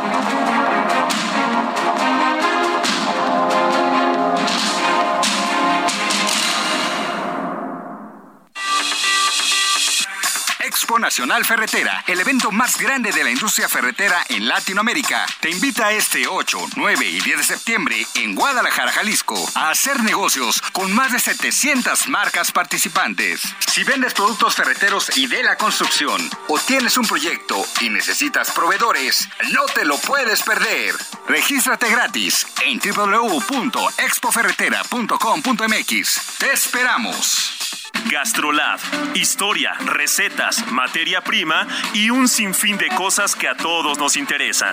Expo Nacional Ferretera, el evento más grande de la industria ferretera en Latinoamérica, te invita este 8, 9 y 10 de septiembre en Guadalajara, Jalisco, a hacer negocios con más de 700 marcas participantes. Si vendes productos ferreteros y de la construcción, o tienes un proyecto y necesitas proveedores, no te lo puedes perder. Regístrate gratis en www.expoferretera.com.mx. Te esperamos. GastroLab, historia, recetas, materia prima y un sinfín de cosas que a todos nos interesan.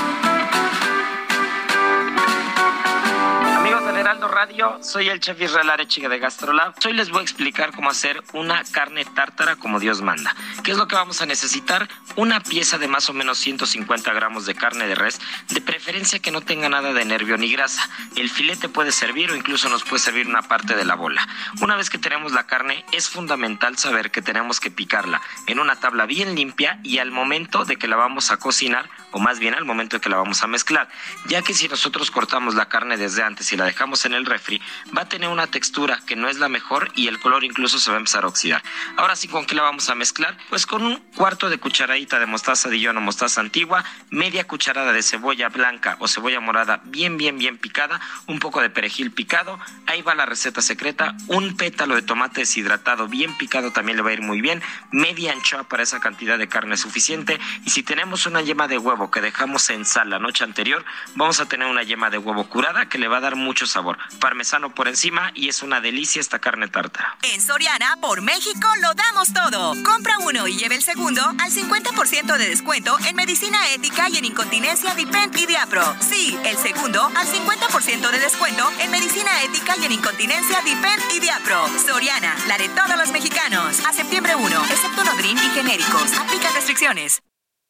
Amigos del Heraldo Radio, soy el chef Israel Arechiga de GastroLab. Hoy les voy a explicar cómo hacer una carne tártara como Dios manda. ¿Qué es lo que vamos a necesitar? Una pieza de más o menos 150 gramos de carne de res, de preferencia que no tenga nada de nervio ni grasa. El filete puede servir o incluso nos puede servir una parte de la bola. Una vez que tenemos la carne, es fundamental saber que tenemos que picarla en una tabla bien limpia y al momento de que la vamos a cocinar, o más bien al momento de que la vamos a mezclar, ya que si nosotros cortamos la carne desde antes y la dejamos en el refri, va a tener una textura que no es la mejor y el color incluso se va a empezar a oxidar. Ahora sí, ¿con qué la vamos a mezclar? Pues con un cuarto de cucharadita de mostaza Dijon o mostaza antigua, media cucharada de cebolla blanca o cebolla morada bien picada, un poco de perejil picado, ahí va la receta secreta, un pétalo de tomate deshidratado bien picado también le va a ir muy bien, media anchoa para esa cantidad de carne suficiente, y si tenemos una yema de huevo que dejamos en sal la noche anterior, vamos a tener una yema de huevo curada que le va a dar mucho sabor, parmesano por encima y es una delicia esta carne tártara. En Soriana, por México, lo damos todo. Compra uno y lleve el segundo al 50% de descuento en medicina ética y en incontinencia Dipent y Diapro. Sí, el segundo al 50% de descuento en medicina ética y en incontinencia Dipent y Diapro. Soriana, la de todos los mexicanos. A septiembre 1, excepto Nodrin y genéricos. Aplica restricciones.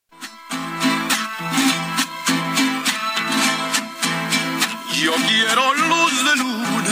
Yo quiero luz de luna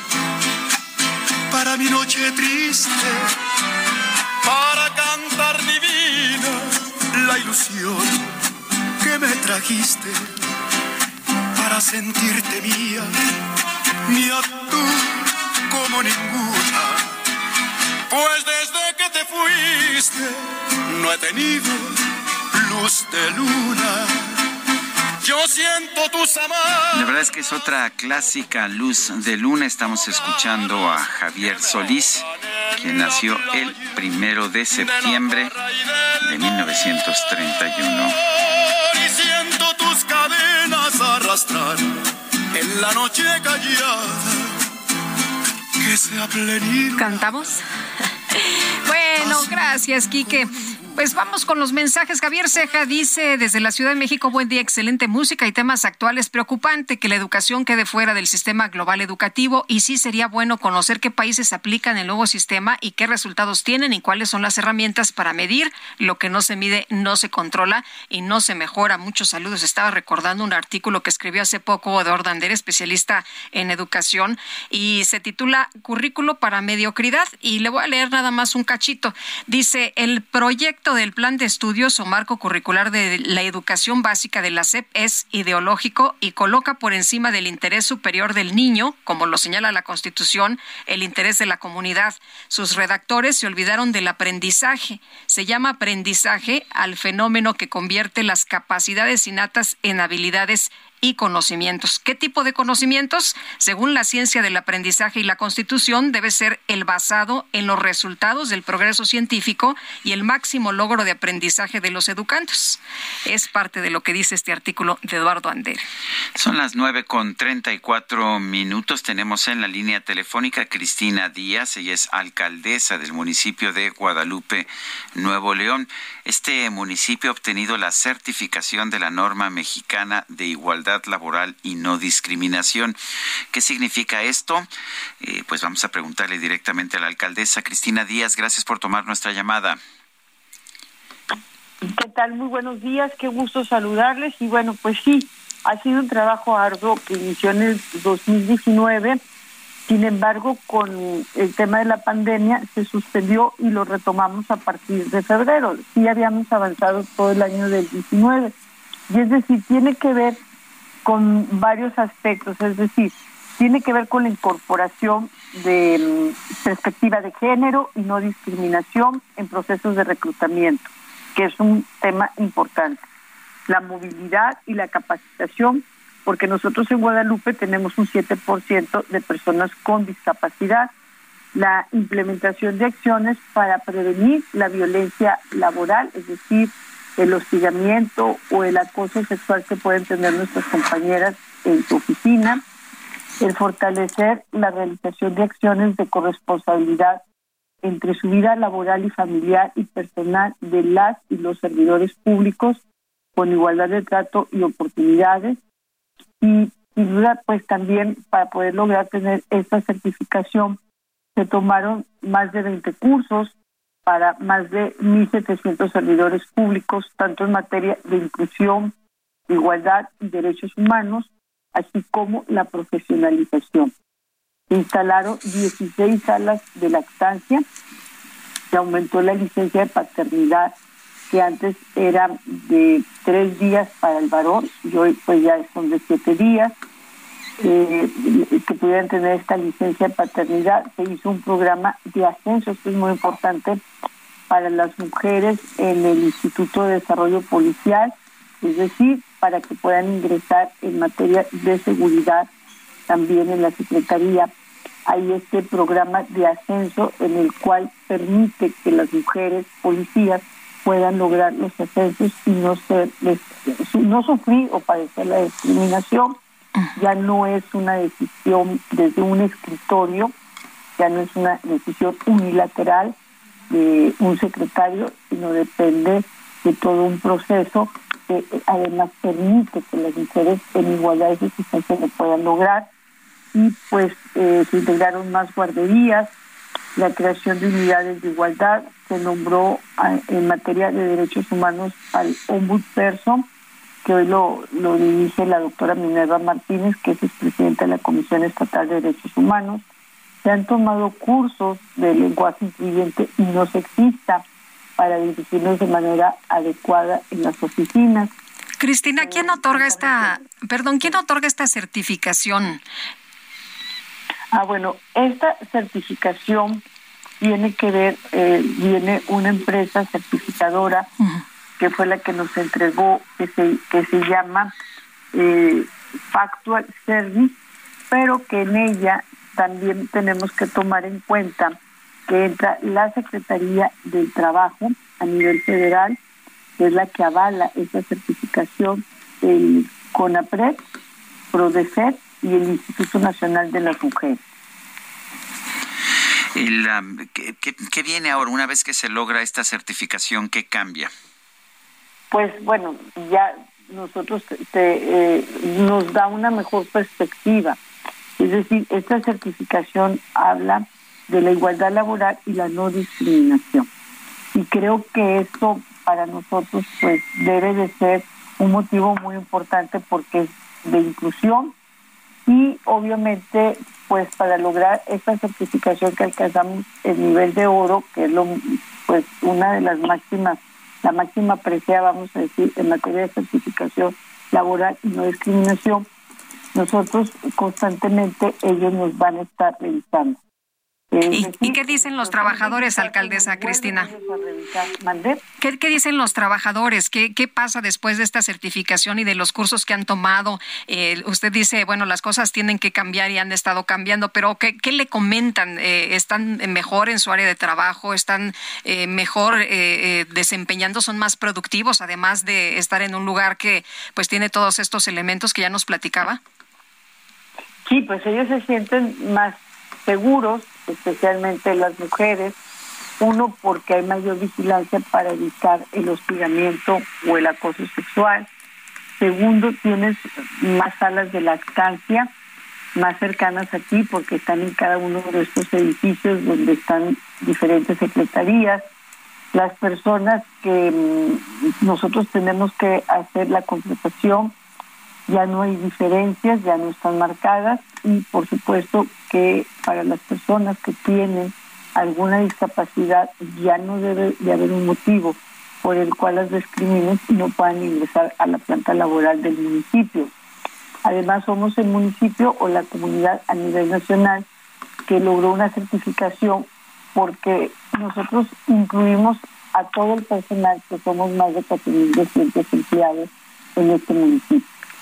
para mi noche triste, para cantar divina la ilusión que me trajiste, para sentirte mía tú como ninguna. Pues desde que te fuiste no he tenido luz de luna. Yo siento tus amares. La verdad es que es otra clásica luz de luna. Estamos escuchando a Javier Solís, quien nació el 1 de septiembre de 1931. Y siento tus cadenas arrastrar en la noche callada que sea plenil. ¿Cantamos? Bueno, gracias, Quique. Pues vamos con los mensajes. Javier Ceja dice desde la Ciudad de México: buen día, excelente música y temas actuales. Preocupante que la educación quede fuera del sistema global educativo, y sí sería bueno conocer qué países aplican el nuevo sistema y qué resultados tienen y cuáles son las herramientas para medir. Lo que no se mide no se controla y no se mejora. Muchos saludos. Estaba recordando un artículo que escribió hace poco Eduardo Andere, especialista en educación, y se titula Currículo para Mediocridad, y le voy a leer nada más un cachito. Dice: el proyecto del plan de estudios o marco curricular de la educación básica de la SEP es ideológico y coloca por encima del interés superior del niño, como lo señala la Constitución, el interés de la comunidad. Sus redactores se olvidaron del aprendizaje. Se llama aprendizaje al fenómeno que convierte las capacidades innatas en habilidades y conocimientos. ¿Qué tipo de conocimientos? Según la ciencia del aprendizaje y la Constitución, debe ser el basado en los resultados del progreso científico y el máximo logro de aprendizaje de los educandos. Es parte de lo que dice este artículo de Eduardo Andere. Son las 9:34. Tenemos en la línea telefónica a Cristina Díaz. Ella es alcaldesa del municipio de Guadalupe, Nuevo León. Este municipio ha obtenido la certificación de la norma mexicana de igualdad laboral y no discriminación. ¿Qué significa esto? Pues vamos a preguntarle directamente a la alcaldesa. Cristina Díaz, gracias por tomar nuestra llamada. ¿Qué tal? Muy buenos días, qué gusto saludarles. Y bueno, pues sí, ha sido un trabajo arduo que inició en el 2019. Sin embargo, con el tema de la pandemia se suspendió y lo retomamos a partir de febrero. Sí habíamos avanzado todo el año del 19. Y es decir, tiene que ver con varios aspectos. Es decir, tiene que ver con la incorporación de perspectiva de género y no discriminación en procesos de reclutamiento, que es un tema importante. La movilidad y la capacitación, porque nosotros en Guadalupe tenemos un 7% de personas con discapacidad. La implementación de acciones para prevenir la violencia laboral, es decir, el hostigamiento o el acoso sexual que pueden tener nuestras compañeras en su oficina. El fortalecer la realización de acciones de corresponsabilidad entre su vida laboral y familiar y personal de las y los servidores públicos con igualdad de trato y oportunidades. Y sin duda, pues también para poder lograr tener esta certificación se tomaron más de 20 cursos para más de 1,700 servidores públicos, tanto en materia de inclusión, igualdad y derechos humanos, así como la profesionalización. Se instalaron 16 salas de lactancia, se aumentó la licencia de paternidad, que antes era de 3 días para el varón y hoy pues ya son de 7 días, que pudieran tener esta licencia de paternidad. Se hizo un programa de ascenso, esto es muy importante, para las mujeres en el Instituto de Desarrollo Policial, es decir, para que puedan ingresar en materia de seguridad también en la Secretaría. Hay este programa de ascenso en el cual permite que las mujeres policías puedan lograr los ascensos y no sufrir o padecer la discriminación. Ya no es una decisión desde un escritorio, ya no es una decisión unilateral de un secretario, sino depende de todo un proceso que además permite que las mujeres en igualdad de circunstancias lo puedan lograr. Y pues se integraron más guarderías, la creación de unidades de igualdad, se nombró en materia de derechos humanos al ombudsperson, que hoy lo dirige la doctora Minerva Martínez, que es presidenta de la Comisión Estatal de Derechos Humanos. Se han tomado cursos de lenguaje incluyente y no sexista para dirigirnos de manera adecuada en las oficinas. Cristina, ¿quién otorga esta certificación? Bueno, esta certificación tiene que ver, viene una empresa certificadora que fue la que nos entregó, que se llama Factual Service, pero que en ella también tenemos que tomar en cuenta que entra la Secretaría del Trabajo a nivel federal, que es la que avala esa certificación, el CONAPRED, PRODECER y el Instituto Nacional de las Mujeres. ¿Qué viene ahora una vez que se logra esta certificación? ¿Qué cambia? Pues bueno, ya nosotros nos da una mejor perspectiva. Es decir, esta certificación habla de la igualdad laboral y la no discriminación. Y creo que esto para nosotros pues debe de ser un motivo muy importante porque es de inclusión y obviamente pues para lograr esta certificación que alcanzamos el nivel de oro, que es pues una de las máximas, la máxima preciada, vamos a decir, en materia de certificación laboral y no discriminación, nosotros constantemente ellos nos van a estar revisando. ¿Y qué dicen los trabajadores, alcaldesa Cristina? ¿Qué dicen los trabajadores? ¿Qué pasa después de esta certificación y de los cursos que han tomado? Usted dice, bueno, las cosas tienen que cambiar y han estado cambiando, pero ¿qué le comentan? ¿Están mejor en su área de trabajo? ¿Están mejor desempeñando? ¿Son más productivos, además de estar en un lugar que pues tiene todos estos elementos que ya nos platicaba? Sí, pues ellos se sienten más seguros, especialmente las mujeres. Uno, porque hay mayor vigilancia para evitar el hostigamiento o el acoso sexual. Segundo, tienes más salas de lactancia más cercanas a ti porque están en cada uno de estos edificios donde están diferentes secretarías. Las personas que nosotros tenemos que hacer la contratación, ya no hay diferencias, ya no están marcadas, y por supuesto que para las personas que tienen alguna discapacidad ya no debe de haber un motivo por el cual las discriminen y no puedan ingresar a la planta laboral del municipio. Además, somos el municipio o la comunidad a nivel nacional que logró una certificación porque nosotros incluimos a todo el personal, que somos más de 4.200 empleados en este municipio.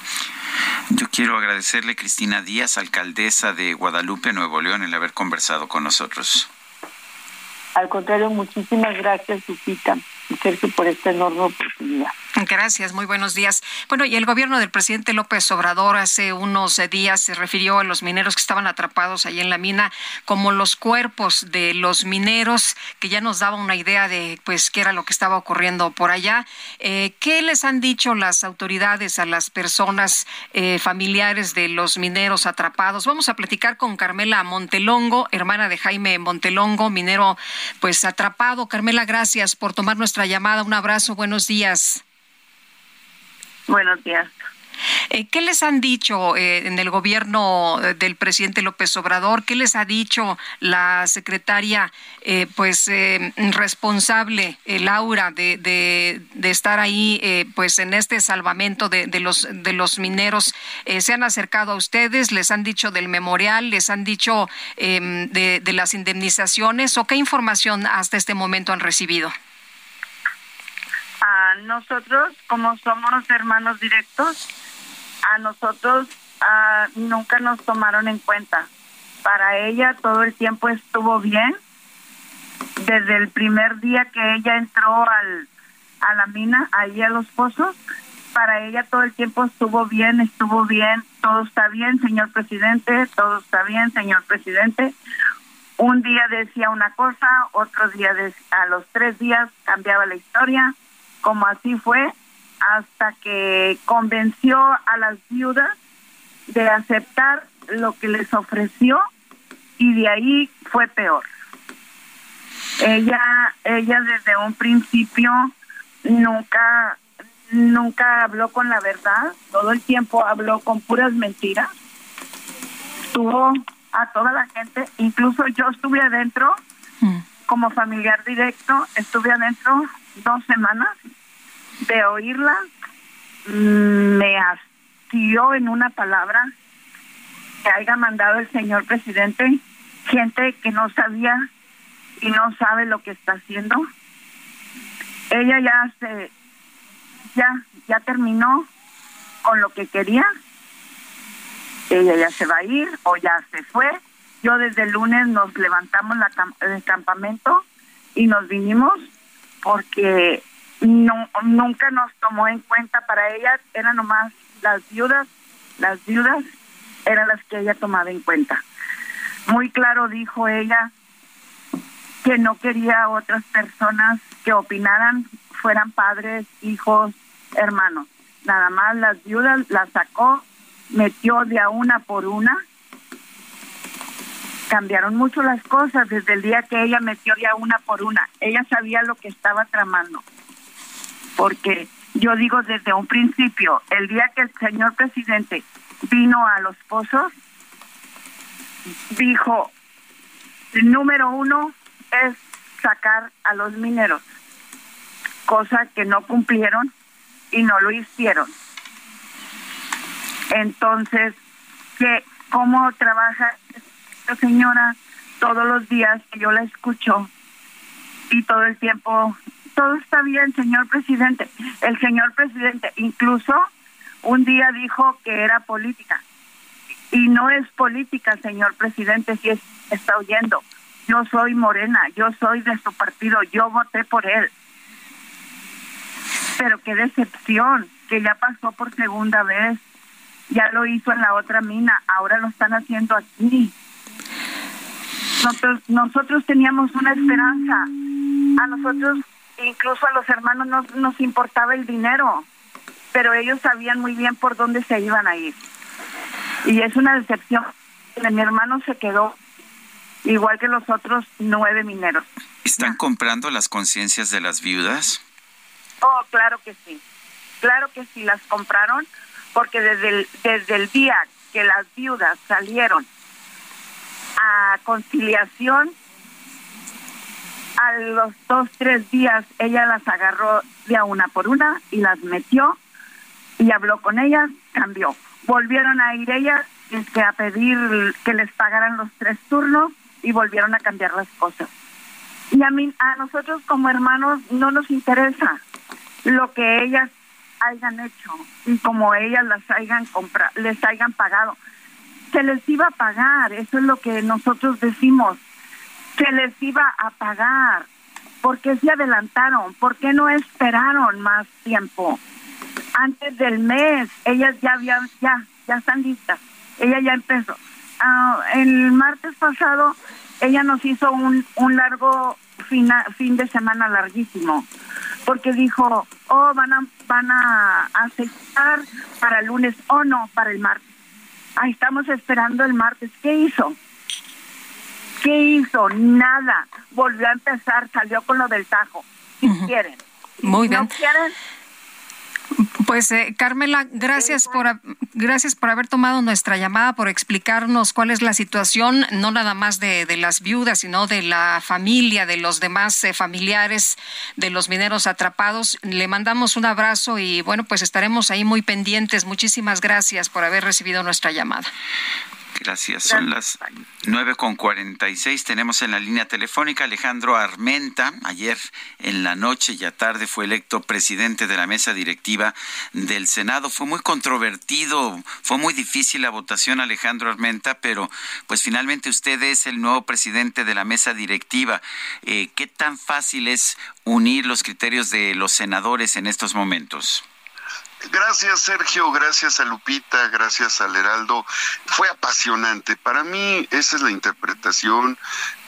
Yo quiero agradecerle, Cristina Díaz, alcaldesa de Guadalupe, Nuevo León, el haber conversado con nosotros. Al contrario, muchísimas gracias, Lupita y Sergio, por esta enorme oportunidad. Gracias, muy buenos días. Bueno, y el gobierno del presidente López Obrador hace unos días se refirió a los mineros que estaban atrapados ahí en la mina como los cuerpos de los mineros, que ya nos daba una idea de pues qué era lo que estaba ocurriendo por allá. ¿Qué les han dicho las autoridades a las personas familiares de los mineros atrapados? Vamos a platicar con Carmela Montelongo, hermana de Jaime Montelongo, minero pues atrapado. Carmela, gracias por tomar nuestra llamada. Un abrazo, buenos días. Buenos días. ¿Qué les han dicho en el gobierno del presidente López Obrador? ¿Qué les ha dicho la secretaria responsable, Laura, de estar ahí pues en este salvamento de los mineros? ¿Se han acercado a ustedes? ¿Les han dicho del memorial? ¿Les han dicho de las indemnizaciones? ¿O qué información hasta este momento han recibido? A nosotros, como somos hermanos directos, a nosotros nunca nos tomaron en cuenta. Para ella todo el tiempo estuvo bien. Desde el primer día que ella entró a la mina, ahí a los pozos, para ella todo el tiempo estuvo bien, todo está bien, señor presidente, todo está bien, señor presidente. Un día decía una cosa, otro día a los 3 días cambiaba la historia. Como así fue, hasta que convenció a las viudas de aceptar lo que les ofreció, y de ahí fue peor. Ella desde un principio nunca habló con la verdad, todo el tiempo habló con puras mentiras. Tuvo a toda la gente, incluso yo estuve adentro como familiar directo, estuve adentro 2 semanas de oírla. Me hastió en una palabra que haya mandado el señor presidente gente que no sabía y no sabe lo que está haciendo. Ella ya terminó con lo que quería. Ella ya se va a ir o ya se fue. Yo desde el lunes nos levantamos el campamento y nos vinimos porque nunca nos tomó en cuenta. Para ella eran nomás las viudas eran las que ella tomaba en cuenta. Muy claro dijo ella que no quería otras personas que opinaran, fueran padres, hijos, hermanos. Nada más las viudas las sacó, metió de a una por una. Cambiaron mucho las cosas desde el día que ella metió de a una por una. Ella sabía lo que estaba tramando. Porque yo digo desde un principio, el día que el señor presidente vino a los pozos, dijo, el número 1 es sacar a los mineros, cosa que no cumplieron y no lo hicieron. Entonces, ¿cómo trabaja esta señora? todos los días que yo la escucho y todo el tiempo, todo está bien, señor presidente. El señor presidente incluso un día dijo que era política. Y no es política, señor presidente, si está oyendo. Yo soy Morena, yo soy de su partido, yo voté por él. Pero qué decepción, que ya pasó por segunda vez. Ya lo hizo en la otra mina, ahora lo están haciendo aquí. Nosotros teníamos una esperanza. A nosotros, incluso a los hermanos, no nos importaba el dinero, pero ellos sabían muy bien por dónde se iban a ir. Y es una decepción. Mi hermano se quedó igual que los otros 9 mineros. ¿Están comprando las conciencias de las viudas? Oh, claro que sí. Claro que sí, las compraron, porque desde el día que las viudas salieron a conciliación, a los 2-3 días ella las agarró de a una por una y las metió y habló con ellas, cambió. Volvieron a ir ellas a pedir que les pagaran los 3 turnos y volvieron a cambiar las cosas. Y a nosotros como hermanos no nos interesa lo que ellas hayan hecho y como ellas las hayan les hayan pagado. Se les iba a pagar, eso es lo que nosotros decimos. Se les iba a pagar. ¿Por qué se adelantaron? ¿Por qué no esperaron más tiempo? Antes del mes, ellas ya están listas. Ella ya empezó. El martes pasado, ella nos hizo un largo fin de semana larguísimo, porque dijo, van a aceptar para el lunes, no, para el martes. Ahí estamos esperando el martes. ¿Qué hizo? Nada. Volvió a empezar, salió con lo del tajo. Si quieren. Muy bien. ¿No quieren? Pues Carmela, gracias por haber tomado nuestra llamada, por explicarnos cuál es la situación, no nada más de las viudas, sino de la familia, de los demás familiares de los mineros atrapados. Le mandamos un abrazo y bueno, pues estaremos ahí muy pendientes. Muchísimas gracias por haber recibido nuestra llamada. Gracias. Son las 9:46. Tenemos en la línea telefónica Alejandro Armenta. Ayer en la noche y a tarde fue electo presidente de la mesa directiva del Senado. Fue muy controvertido, fue muy difícil la votación, Alejandro Armenta, pero pues finalmente usted es el nuevo presidente de la mesa directiva. ¿Qué tan fácil es unir los criterios de los senadores en estos momentos? Gracias, Sergio, gracias a Lupita, gracias al Heraldo. Fue apasionante. Para mí esa es la interpretación.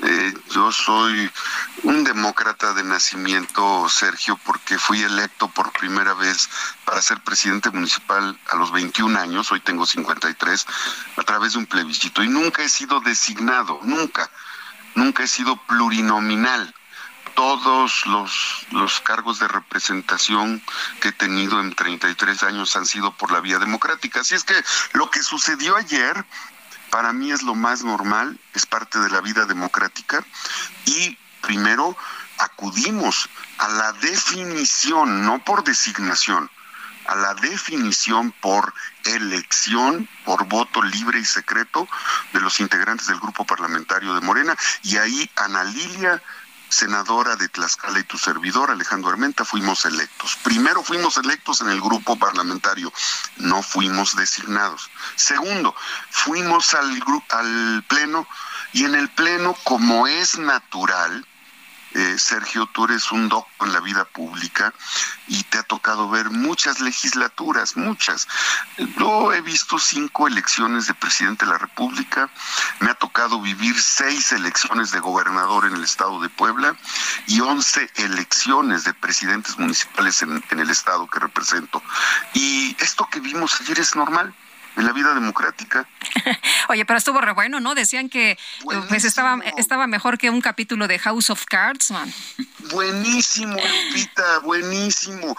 Yo soy un demócrata de nacimiento, Sergio, porque fui electo por primera vez para ser presidente municipal a los 21 años, hoy tengo 53, a través de un plebiscito. Y nunca he sido designado, nunca he sido plurinominal. Todos los cargos de representación que he tenido en 33 años han sido por la vía democrática. Así es que lo que sucedió ayer, para mí es lo más normal, es parte de la vida democrática. Y primero acudimos a la definición, no por designación, a la definición por elección, por voto libre y secreto de los integrantes del grupo parlamentario de Morena. Y ahí Ana Lilia, senadora de Tlaxcala, y tu servidor, Alejandro Armenta, fuimos electos. Primero fuimos electos en el grupo parlamentario, no fuimos designados. Segundo, fuimos al pleno, y en el pleno, como es natural, Sergio, tú eres un doctor en la vida pública y te ha tocado ver muchas legislaturas, muchas. Yo he visto 5 elecciones de presidente de la República, me ha tocado vivir 6 elecciones de gobernador en el estado de Puebla y 11 elecciones de presidentes municipales en el estado que represento. Y esto que vimos ayer es normal en la vida democrática. Oye, pero estuvo re bueno, ¿no? Decían que pues estaba mejor que un capítulo de House of Cards, man. Buenísimo, Lupita, buenísimo.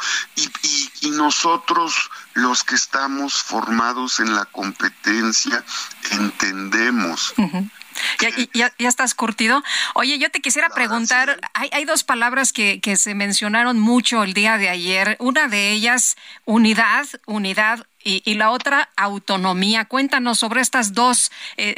Y nosotros, los que estamos formados en la competencia, entendemos Ya estás curtido. Oye, yo te quisiera preguntar, hay dos palabras que se mencionaron mucho el día de ayer. Una de ellas, unidad, y la otra, autonomía. Cuéntanos sobre estos dos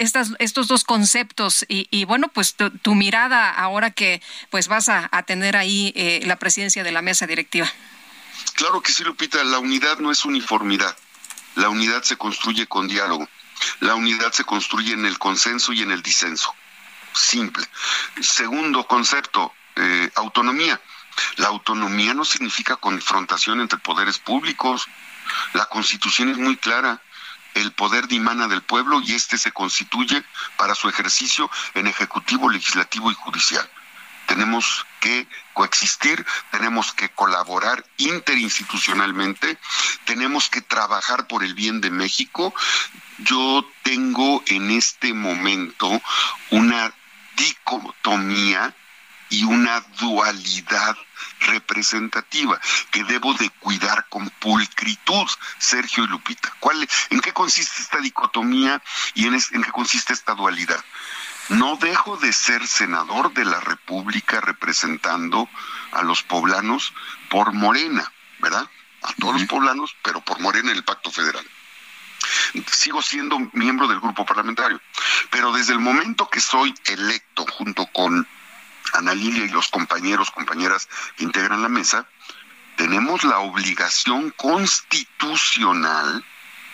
conceptos y bueno, pues tu mirada ahora que pues vas a tener ahí la presidencia de la mesa directiva. Claro que sí, Lupita. La unidad no es uniformidad. La unidad se construye con diálogo. La unidad se construye en el consenso y en el disenso. Simple. Segundo concepto, autonomía. La autonomía no significa confrontación entre poderes públicos. La Constitución es muy clara. El poder dimana del pueblo y este se constituye para su ejercicio en ejecutivo, legislativo y judicial. Tenemos que coexistir, tenemos que colaborar interinstitucionalmente, tenemos que trabajar por el bien de México. Yo tengo en este momento una dicotomía y una dualidad representativa que debo de cuidar con pulcritud, Sergio y Lupita. ¿En qué consiste esta dicotomía y en qué consiste esta dualidad? No dejo de ser senador de la República representando a los poblanos por Morena, ¿verdad? A todos los poblanos, pero por Morena en el Pacto Federal. Sigo siendo miembro del grupo parlamentario, pero desde el momento que soy electo junto con Ana Lilia y los compañeras que integran la mesa, tenemos la obligación constitucional,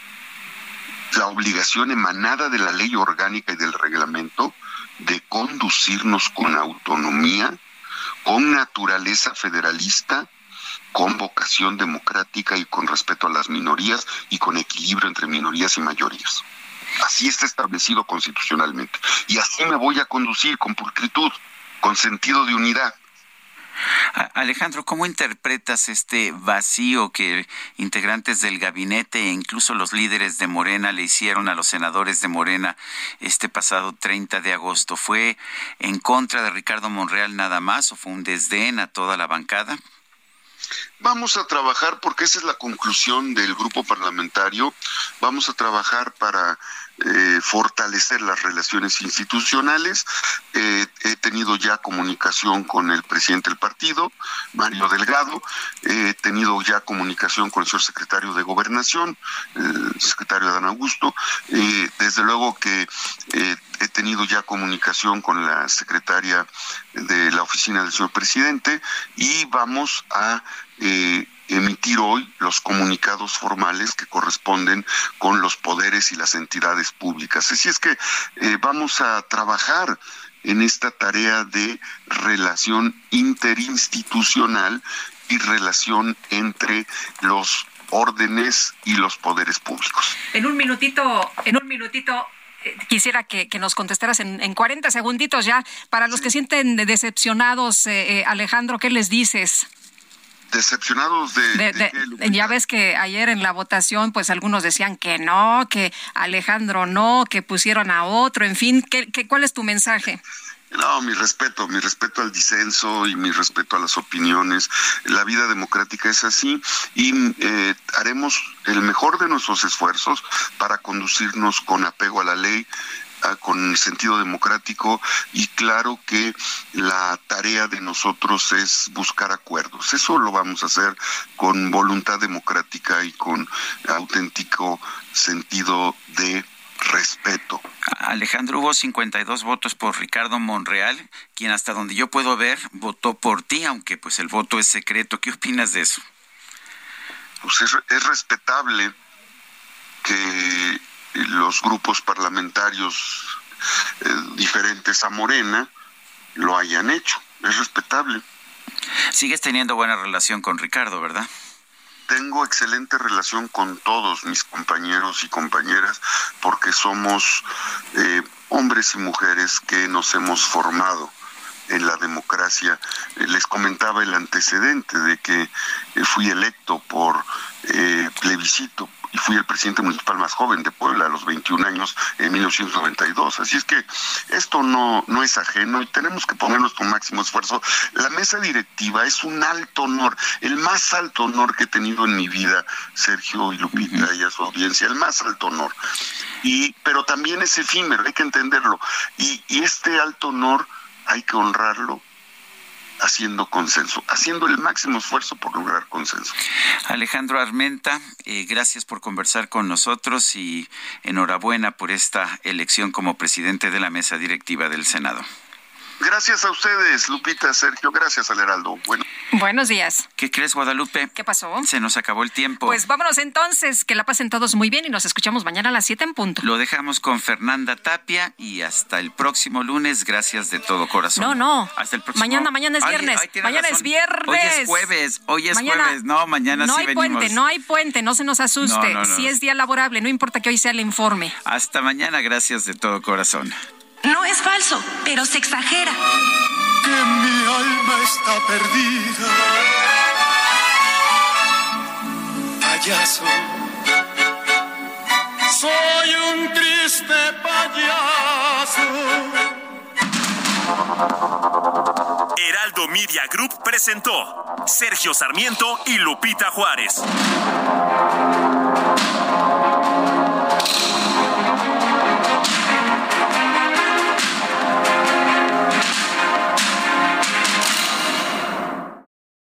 la obligación emanada de la ley orgánica y del reglamento de conducirnos con autonomía, con naturaleza federalista, con vocación democrática y con respeto a las minorías y con equilibrio entre minorías y mayorías. Así está establecido constitucionalmente. Y así me voy a conducir con pulcritud, con sentido de unidad. Alejandro, ¿cómo interpretas este vacío que integrantes del gabinete e incluso los líderes de Morena le hicieron a los senadores de Morena este pasado 30 de agosto? ¿Fue en contra de Ricardo Monreal nada más o fue un desdén a toda la bancada? Vamos a trabajar, porque esa es la conclusión del grupo parlamentario, vamos a trabajar para fortalecer las relaciones institucionales. He tenido ya comunicación con el presidente del partido, Mario Delgado, he tenido ya comunicación con el señor secretario de Gobernación, el secretario Adán Augusto, desde luego que he tenido ya comunicación con la secretaria de la oficina del señor presidente y vamos a emitir hoy los comunicados formales que corresponden con los poderes y las entidades públicas. Así es que vamos a trabajar en esta tarea de relación interinstitucional y relación entre los órdenes y los poderes públicos. En un minutito, quisiera que nos contestaras en 40 segunditos ya, para los que sienten decepcionados, Alejandro, ¿qué les dices? Decepcionados de ya ves que ayer en la votación pues algunos decían que no, que Alejandro no, que pusieron a otro, en fin, ¿cuál es tu mensaje? No, mi respeto al disenso y mi respeto a las opiniones. La vida democrática es así y haremos el mejor de nuestros esfuerzos para conducirnos con apego a la ley, con sentido democrático, y claro que la tarea de nosotros es buscar acuerdos. Eso lo vamos a hacer con voluntad democrática y con auténtico sentido de respeto. Alejandro, hubo 52 votos por Ricardo Monreal, quien hasta donde yo puedo ver votó por ti, aunque pues el voto es secreto. ¿Qué opinas de eso? Pues es respetable que los grupos parlamentarios diferentes a Morena lo hayan hecho. Es respetable. Sigues teniendo buena relación con Ricardo, ¿verdad? Tengo excelente relación con todos mis compañeros y compañeras porque somos hombres y mujeres que nos hemos formado en la democracia. Les comentaba el antecedente de que fui electo por plebiscito y fui el presidente municipal más joven de Puebla a los 21 años en 1992. Así es que esto no es ajeno y tenemos que poner nuestro máximo esfuerzo. La mesa directiva es un alto honor, el más alto honor que he tenido en mi vida, Sergio y Lupita y a su audiencia, el más alto honor. Pero también es efímero, hay que entenderlo. Y este alto honor hay que honrarlo haciendo consenso, haciendo el máximo esfuerzo por lograr consenso. Alejandro Armenta, gracias por conversar con nosotros y enhorabuena por esta elección como presidente de la mesa directiva del Senado. Gracias a ustedes, Lupita, Sergio, gracias al Heraldo. Buenos días. ¿Qué crees, Guadalupe? ¿Qué pasó? Se nos acabó el tiempo. Pues vámonos entonces, que la pasen todos muy bien y nos escuchamos mañana a las 7 en punto. Lo dejamos con Fernanda Tapia y hasta el próximo lunes, gracias de todo corazón. No. Hasta el próximo. Mañana es viernes. Mañana es viernes. Hoy es jueves. No, mañana sí venimos. No hay puente, no se nos asuste. No. Sí es día laborable, no importa que hoy sea el informe. Hasta mañana, gracias de todo corazón. No es falso, pero se exagera. Que mi alma está perdida. Payaso. Soy un triste payaso. Heraldo Media Group presentó Sergio Sarmiento y Lupita Juárez.